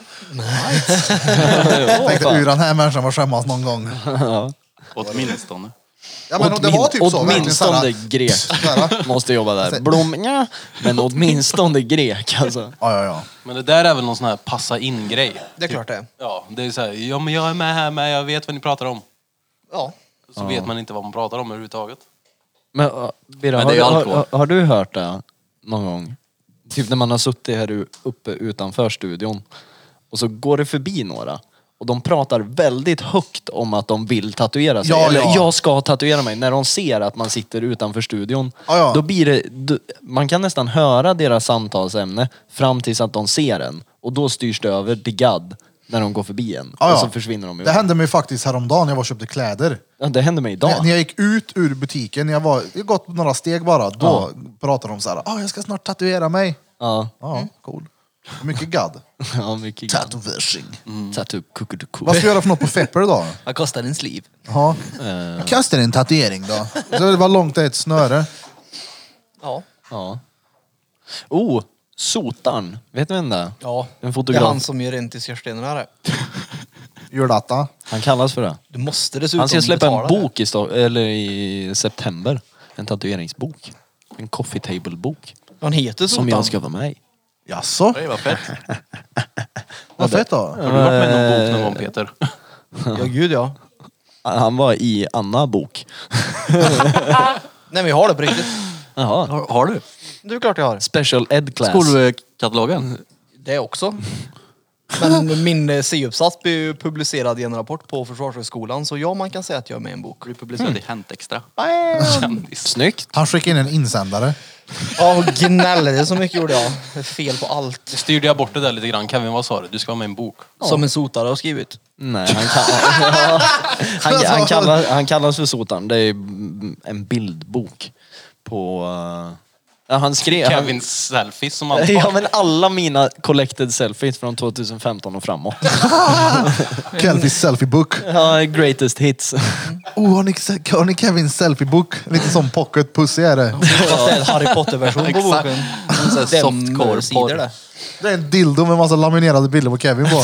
Tänkte ur den här människan var skämmas någon gång. Åtminstone. Ja, men det var typ så. verkligen så Åtminstone här- grek. så här. Måste jobba där. Blom, ja. Men åtminstone grek alltså. Ja. Men det där är väl någon sån här passa in-grej. Det är klart det. Ja, det är så här, ja men jag är med här med, jag vet vad ni pratar om. Ja. Så vet man inte vad man pratar om överhuvudtaget. Men Birra, Men det är ju allt har du hört det någon gång? Typ när man har suttit här uppe utanför studion och så går det förbi några och de pratar väldigt högt om att de vill tatuera sig. Ja, Eller ja. jag ska tatuera mig. När de ser att man sitter utanför studion. Ja. Då blir det, man kan nästan höra deras samtalsämne fram tills att de ser en. Och då styrs det över till gadd när de går förbi en. Ja. Och så försvinner de Det iväg. hände mig faktiskt häromdagen när jag var och köpte kläder. Ja, det hände mig idag. När jag gick ut ur butiken, när jag gått några steg bara, då pratade de så här, jag ska snart tatuera mig. Ja, Ja, cool. Mycket gadd. ja mycket gadd. Tatuering. Tattoo kukuduku. Vad ska jag göra för något på Fepper då? Vad kostar en sliv? Ja. Jag kastar en tatuering då. Så det var långt det är ett snöre. Ja. Ja. Oh, Sotarn. Vet du vem det är? Ja. En Det är fotograf. han som gör rent i skorstenen här. Gör detta. Han kallas för det. Du måste dessutom Han ska släppa en betala det. bok i september. En tatueringsbok. En coffee table bok. Han heter Som Sotan. jag ska vara med i. Jaså? Det var fett. Vad fett då. Har du varit med i någon bok någon gång Peter? Ja, gud ja. Han var i Anna bok. Nej, men jag har det på riktigt. Jaha. Har du? Det är klart jag har. Special ed class. Skolkatalogen? Det också. Men min C-uppsats blir ju publicerad i en rapport på Försvarshögskolan. Så ja, man kan säga att jag är med i en bok. Du publicerade i Hänt Extra. Kändis. Snyggt. Han skickade in en insändare. Ja, och gnällde så mycket gjorde jag. Det är fel på allt. Styrde jag bort det där lite grann. Kevin, vad sa du? Du ska vara med i en bok. Som en sotare har skrivit. Nej, han kallas för Sotarn. Det är en bildbok på... ja, han skrev... Kevins selfies som han Ja, men alla mina collected selfies från 2015 och framåt. Kelvis selfiebook. Ja, greatest hits. Har ni Kevins selfiebook? Lite som pocket pussy är det. Fast det är en Harry Potter-version på Exakt. boken. En sån här softcore sidor porr. det. Det är en dildo med massa laminerade bilder på Kevin på.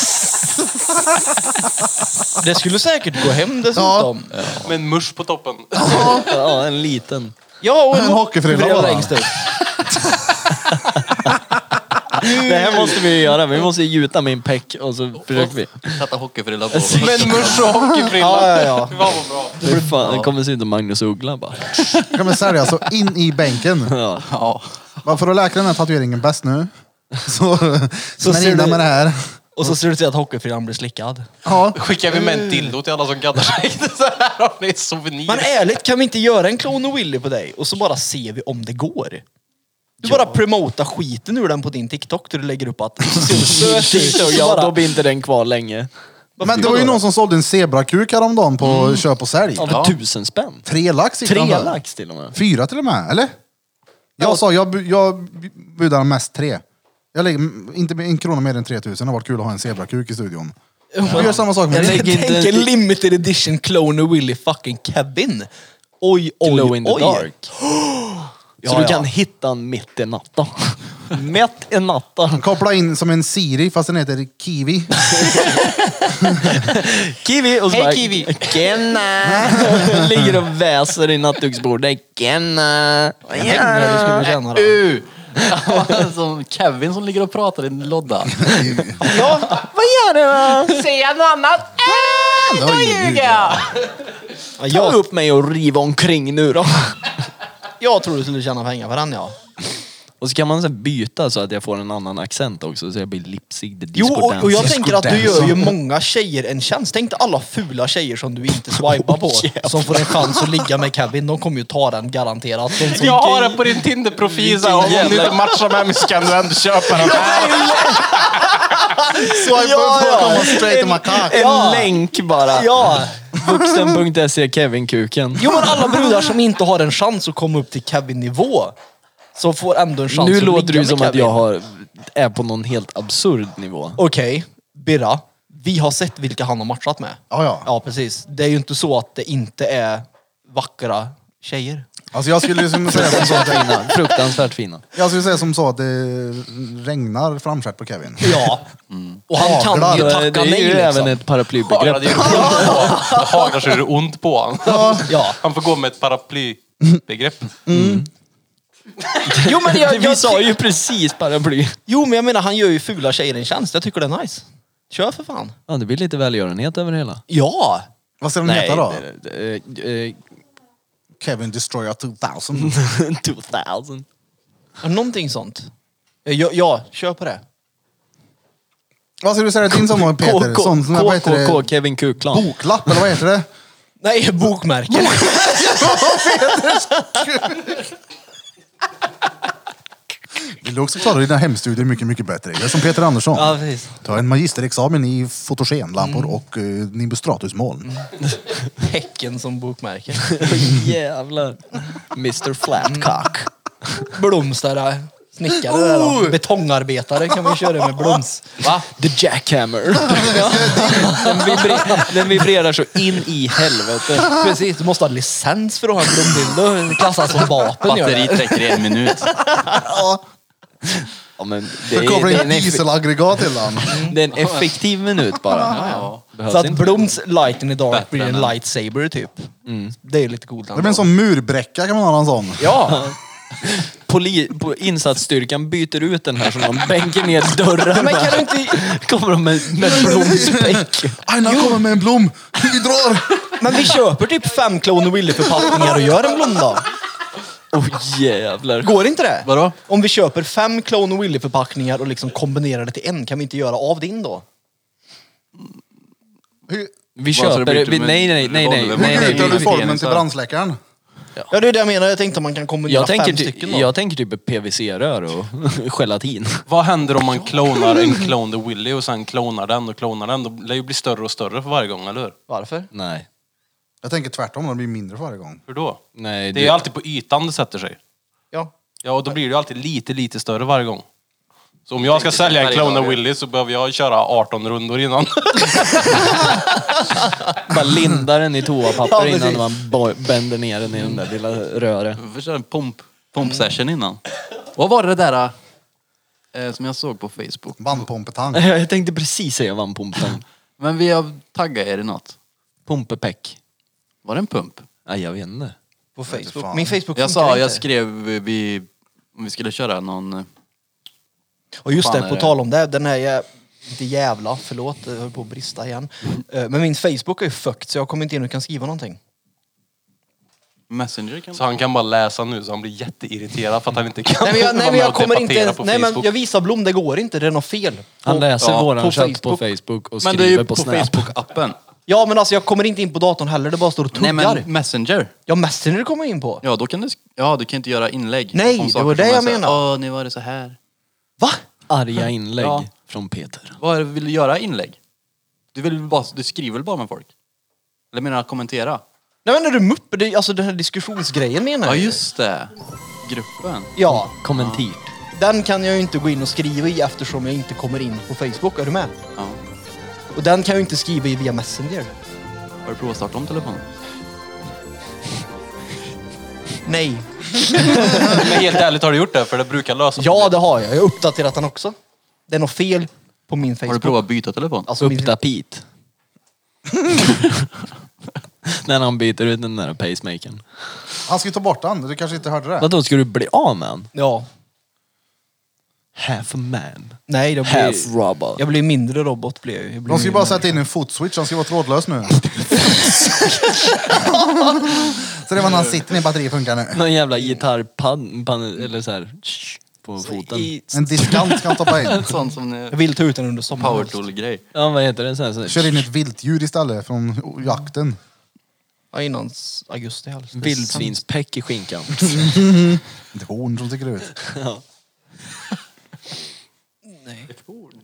Det skulle säkert gå hem dessutom. med en musch på toppen. Ja, en liten. Ja, och En hockeyfrilla bara. längst upp. Det här måste vi göra. Vi måste gjuta min peck och så försöker vi. Sätta hockeyfrilla på. Men musch och hockeyfrilla. Ja. Fy fan vad bra. Det blir fan, det kommer se ut som Magnus Uggla bara. Jag kommer sälja så in i bänken. Ja. Ja. Bara för att läka den här tatueringen bäst nu. Så ser smär in du- med det här. Och så ser det ut att hockeyfrillan blir slickad. Ja. Skickar vi med en dildo till alla som gaddar sig. Så här har ni souvenir. Men ärligt, kan vi inte göra en Clone och Willy på dig? Och så bara ser vi om det går. Du bara promota skiten ur den på din TikTok där du lägger upp att... Så ser du söt ut och Ja, bara... då blir inte den kvar länge. Men det var ju någon som sålde en zebrakuk häromdagen på köp och sälj. Ja, för 1000 spänn. 3 lax gick 3 den för. lax till och med. 4 till och med, eller? Jag sa, jag budar mest 3. Jag lägger inte en krona mer än 3000. Det har varit kul att ha en zebrakuk i studion. Jag gör samma sak med Jag det. lägger Tänk en limited edition Clone och Willy fucking Kevin. Oj, Glow oj, in the oj. dark. Så Ja, du ja. kan hitta den mitt i natten. Mitt i natten. Koppla in som en Siri fast den heter Kiwi. Kiwi och så Hej, bara, Kiwi. Kenna. Ligger och väser i nattduksbordet. Kenna. Jag tänkte när du skulle känna det. Som Kevin som ligger och pratar i en lodda. Ja, vad gör du då? Säger jag något annat? Då ljuger jag! Ta upp mig och riva omkring nu då. Jag tror du skulle tjäna pengar på den, ja. Och så kan man så byta så att jag får en annan accent också så jag blir lipsig the Jo, disco dance. och jag tänker att du Disco gör ju dance. många tjejer en tjänst. Tänk dig alla fula tjejer som du inte swipar på. Som får en chans att ligga med Kevin. De kommer ju ta den garanterat. De som Jag har den på din Tinder-profil så här, om du inte matchar med mig så kan du ändå köpa den. Swipe upp och komma straight to my cock. En länk bara. Ja. Vuxen.se Kevin-kuken. Jo, men alla brudar som inte har en chans att komma upp till Kevin-nivå. Så får ändå en chans Nu att låter ligga du som med att Kevin. jag är på någon helt absurd nivå. Okej, Birra. Vi har sett vilka han har matchat med. Ja. Ja, precis. Det är ju inte så att det inte är vackra tjejer. Alltså jag skulle liksom säga som så att det, Fina. Fruktansvärt fina. jag skulle säga som så att det regnar framstjärt på Kevin. Ja. Och han kan ju Det tacka är nej ju liksom. även ett paraplybegrepp. Det haglar så är det ont på honom. Ja. Han får gå med ett paraplybegrepp. Jo, men Vi sa ju precis paraply. Jo, men jag menar, han gör ju fula tjejer en tjänst. Jag tycker det är nice. Kör för fan. Ja, det blir lite välgörenhet över det hela. Ja. Vad ska den heta då? eh, Kevin Destroyer 2000. 2000. Någonting sånt. Ja, kör på det. Vad ska du säga din som var Peter? Sån som vad heter KKK det? Kevin Kuklan. Boklapp eller vad heter det? Nej, bokmärke. Vill du också klara dina hemstudier mycket, mycket bättre? Jag är som Peter Andersson. Ja, precis. Ta en magisterexamen i fotogenlampor och Nimbus Stratus-moln. Häcken som bokmärke. Jävlar. Mr Flatcock. Blomster, snickare där då. Betongarbetare kan vi köra med bloms. Va? The Jackhammer. Den vibrerar så in i helvete. Precis, du måste ha licens för att ha en blomdildo. Det klassas som vapen. gör Batteriet det. räcker i 1 minut. Ja, men det Du kopplar in är dieselaggregat till den. det är en effektiv minut bara. Ja. Behövs Så att inte. Bloms light in the dark Bättre blir en än- lightsaber typ. Det är lite coolt. Det blir en sån murbräcka kan man ha en sån. Ja, På insatsstyrkan byter ut den här så de bänker ner dörren. men kan du inte... Kommer de med blomspäck. Aina kommer med en blom. Vi drar. Men vi köper typ 5 Clone och Willy-förpackningar och gör en blom då. Jävlar. Går inte det? Vadå? Om vi köper 5 Clone och Willy-förpackningar och liksom kombinerar det till en, kan vi inte göra av din då? Vi Bara så det köper... blir typ nej. Hur byter du formen till så. brandsläckaren? Ja, det är det jag menar. Jag tänkte att man kan kombinera 5 stycken då. Jag tänker typ PVC-rör och gelatin. Vad händer om man klonar en Clone the Willy och sen klonar den och klonar den? Då lär det ju bli större och större för varje gång, eller hur? Varför? Nej. Jag tänker tvärtom, de blir mindre för varje gång. Hur då? Nej, Det är ju alltid på ytan det sätter sig. Ja. Ja, och då blir det ju alltid lite större varje gång. Så om jag ska sälja en Clone the Willy så behöver jag köra 18 rundor innan. bara linda den i toapapper Ja, innan precis. man bänder ner den i den där lilla röret. Vi får köra en pump-session innan. Vad var det där som jag såg på Facebook? Bandpompetang. Jag tänkte precis säga vampumpen. Men vi har taggat er i något. Pumpepäck. Var det en pump? Nej, jag vet inte. På fan. Facebook. Min Facebook Jag funkar sa, jag inte. skrev om vi skulle köra någon Och just det, på tal om det, den här inte jävla, förlåt, jag höll på att brista igen. Men min Facebook är ju fucked så jag kommer inte in och kan skriva någonting. Messenger kan... Så han kan bara läsa nu så han blir jätteirriterad för att han inte kan Nej men jag kommer inte... på Nej men Facebook. jag visar Blom, det går inte, det är något fel. Han läser våran på chatt på Facebook och Men det är ju skriver på på Snap. Facebook-appen. Ja men alltså jag kommer inte in på datorn heller, det bara står och tuggar. Nej men Messenger. Ja, Messenger kommer jag in på. Ja, då kan du... Ja, du kan inte göra inlägg. Nej, om det saker var det som är jag så här, menar. nu var det så här. Va? Arga inlägg Ja. från Peter. Vad vill du göra inlägg? Du skriver väl bara med folk? Eller menar du kommentera? Nej men är du mupp? Det är alltså den här diskussionsgrejen menar Ja, jag. just det. Gruppen. Ja, Kommentirt. den kan jag ju inte gå in och skriva i eftersom jag inte kommer in på Facebook, är du med? Ja. Och den kan jag ju inte skriva i via Messenger. Har du provat att starta om telefonen? Nej. Men helt ärligt, har du gjort det? För det brukar lösa Ja, det har jag. Jag har uppdaterat den också. Det är något fel på min Har Facebook. du provat att byta telefon? Alltså, min... Uppdapit. När han byter ut den där pacemakern. Han ska ju ta bort den, du kanske inte hörde det? Vadå, ska du bli av med den? Ja. Half a man. Nej, det Half blir... robot. Jag blir mindre robot blir jag. Jag blir De ska ju bara sätta in en fotswitch, han ska vara trådlös nu. Så det var när han sitter ner, batteriet funkar nu. Någon jävla gitarrpann eller så här på foten. En diskant ska han toppa in. En sån som Jag vill ta ut den under sommaren. power tool-grej. Ja, vad heter det? Så här. Kör in ett viltdjur istället från jakten. Ja, innan augusti helst. Vildsvinspäck i skinkan. Ett horn som sticker ut. Ja. Nej. Ett horn.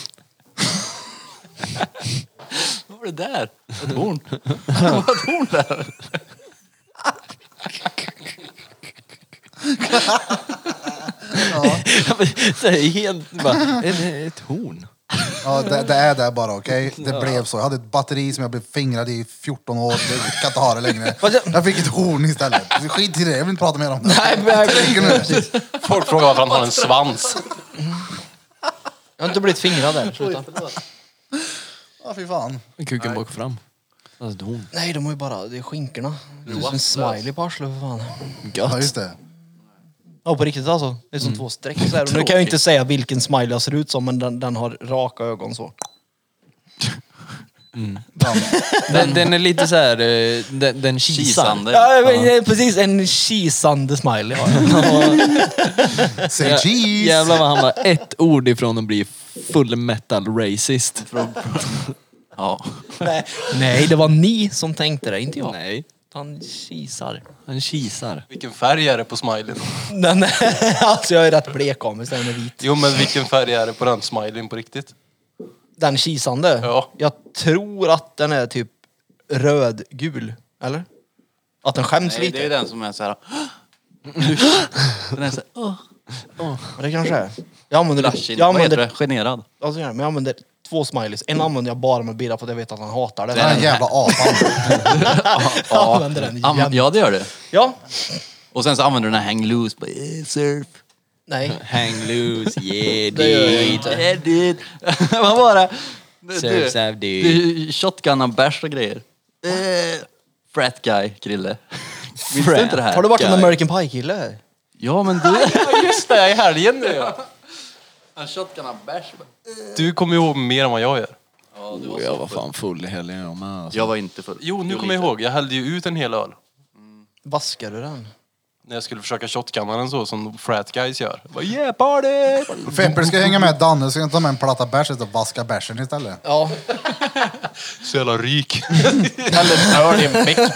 Vad var det där? Ett horn. Vad var ett horn där? Så här, helt bara, ett horn. Ja, det är det bara, okej? Det blev så. Jag hade ett batteri som jag blev fingrad i 14 år. Jag kan inte ha det längre. Jag fick ett horn istället. Skit i det, jag vill inte prata mer om det. Nej, men Folk frågar varför han har en svans. jag har inte blivit fingrad där. Sluta. Ja, fy fan. Kuken bak fram. Alltså ett horn. Nej, de har ju bara... Det är skinkorna. Det är som en smiley på arslet för fan. Ja, Gött. just det. Ja, på riktigt alltså. Det är som två streck så här. Och nu kan jag ju inte säga vilken smiley jag ser ut som, men den har raka ögon så. Den är lite så här, den kisar. Kisande. Ja, men, precis. En kisande smiley har jag. Say cheese! Jävlar vad han var ett ord ifrån att bli full metal racist. Ja. Nej, det var ni som tänkte det, inte jag. Nej, Han kisar. han kisar. Vilken färg är det på smileyn? Nej, alltså jag är rätt blek av mig, så den är vit. Jo, men vilken färg är det på den smileyn på riktigt? Den kisande? Ja. Jag tror att den är typ rödgul, eller? Att den skäms Nej, lite. det är den som är så här. Den är så här. Ja, det kanske är. Jag använder, Blushing. jag Vad heter använder, det? Generad. alltså, men jag använder 2 smileys. En använder jag bara med bilar för att jag vet att han hatar det. Den här jävla apan. Jag använder den igen. Ja, det gör det. Ja. Och sen så använder du den här hang loose. Bara, surf. Nej. Hang loose, yeah Det gör jag dude. inte. Yeah, dude. Vad var det? Surfs av dude. Du shotgunnar bärs och grejer. Frat guy, Krille. Minns du inte det här? Har du varit en Guy. American Pie-kille? Ja, men du... Ja, just det, i helgen nu. Han shotgunnar bärs. Du kommer ihåg mer än vad jag gör. Ja, du var Jag så var full. fan full i helgen jag med alltså. Jag var inte full. Jo, nu Jo, kommer jag lite. ihåg. Jag hällde ju ut en hel öl. Vaskar du den? När jag skulle försöka shotgunna den så som frat guys gör. Jag bara, yeah party! Fepper ska hänga med Danne, ska jag ta med en platta bärs och vaska bärsen istället. Ja. Så jävla rik. Eller dör din fick.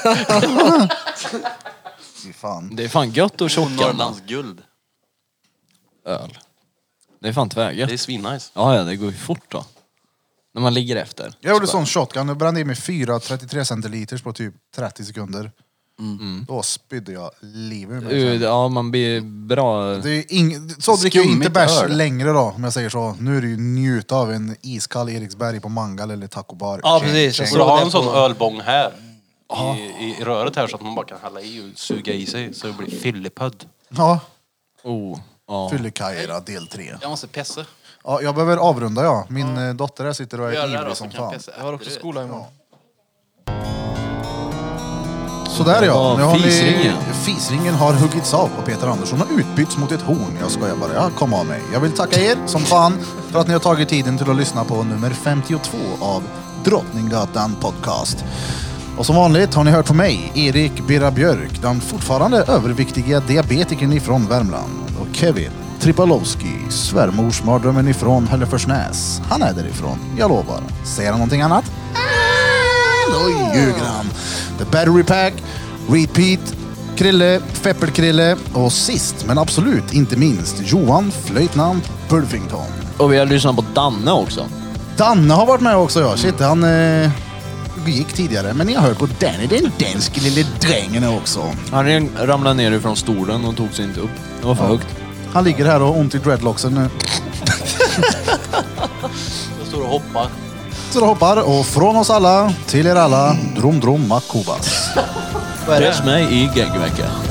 Fy fan. Det är fan gött att tjocka Norrlands guld. öl. Det är fan tvärgött. Det är svinnice. Ja, det går ju fort då. När man ligger efter. Jag gjorde sån shotgun, jag brände i mig 4 33 centiliters på typ 30 sekunder. Då spydde jag livet ur mig. Ja, man blir bra. Det är så dricker jag inte Skummigt bärs öl. längre då, om jag säger så. Nu är det ju njuta av en iskall Eriksberg på Mangal eller Taco Bar. Ja, precis. Jag Så du såg har det en sån på- ölbång här. I röret här så att man bara kan hälla i och suga i sig så det blir fyllepödd. Ja, Ja. Fyllekajra del 3. Jag måste pessa. Ja, jag behöver avrunda ja. Min dotter här sitter och är ivrig som fan. Jag har också skola imorgon. sådär ja. Nu har Fisringen. Fisringen har huggits av på Peter Andersson och utbytts mot ett horn. Jag skojar bara, ja, kom av mig. Jag vill tacka er som fan för att ni har tagit tiden till att lyssna på nummer 52 av Drottninggatan podcast. Och som vanligt har ni hört på mig, Erik Birra Björk, den fortfarande överviktiga diabetikern ifrån Värmland. Och Kevin Tripalowski, svärmorsmardrömmen ifrån Hälleforsnäs. Han är därifrån, jag lovar. Säger han någonting annat? Då ljuger han. The Battery Pack, Repeat, Krille, Feppelkrille och sist men absolut inte minst Johan Flöjtnant Bulfington. Och vi har lyssnat på Danne också. Danne har varit med också, ja. Shit, han gick tidigare. Men ni har hört på Danny, den danske lille drängen också. Han ramlade ner ifrån stolen och tog sig inte upp. Det var för högt. Han ligger här och har ont i dreadlocksen nu. Jag står och hoppar. Så då hoppar och från oss alla till er alla, drom drom makubas. Press mig i gaggvecka.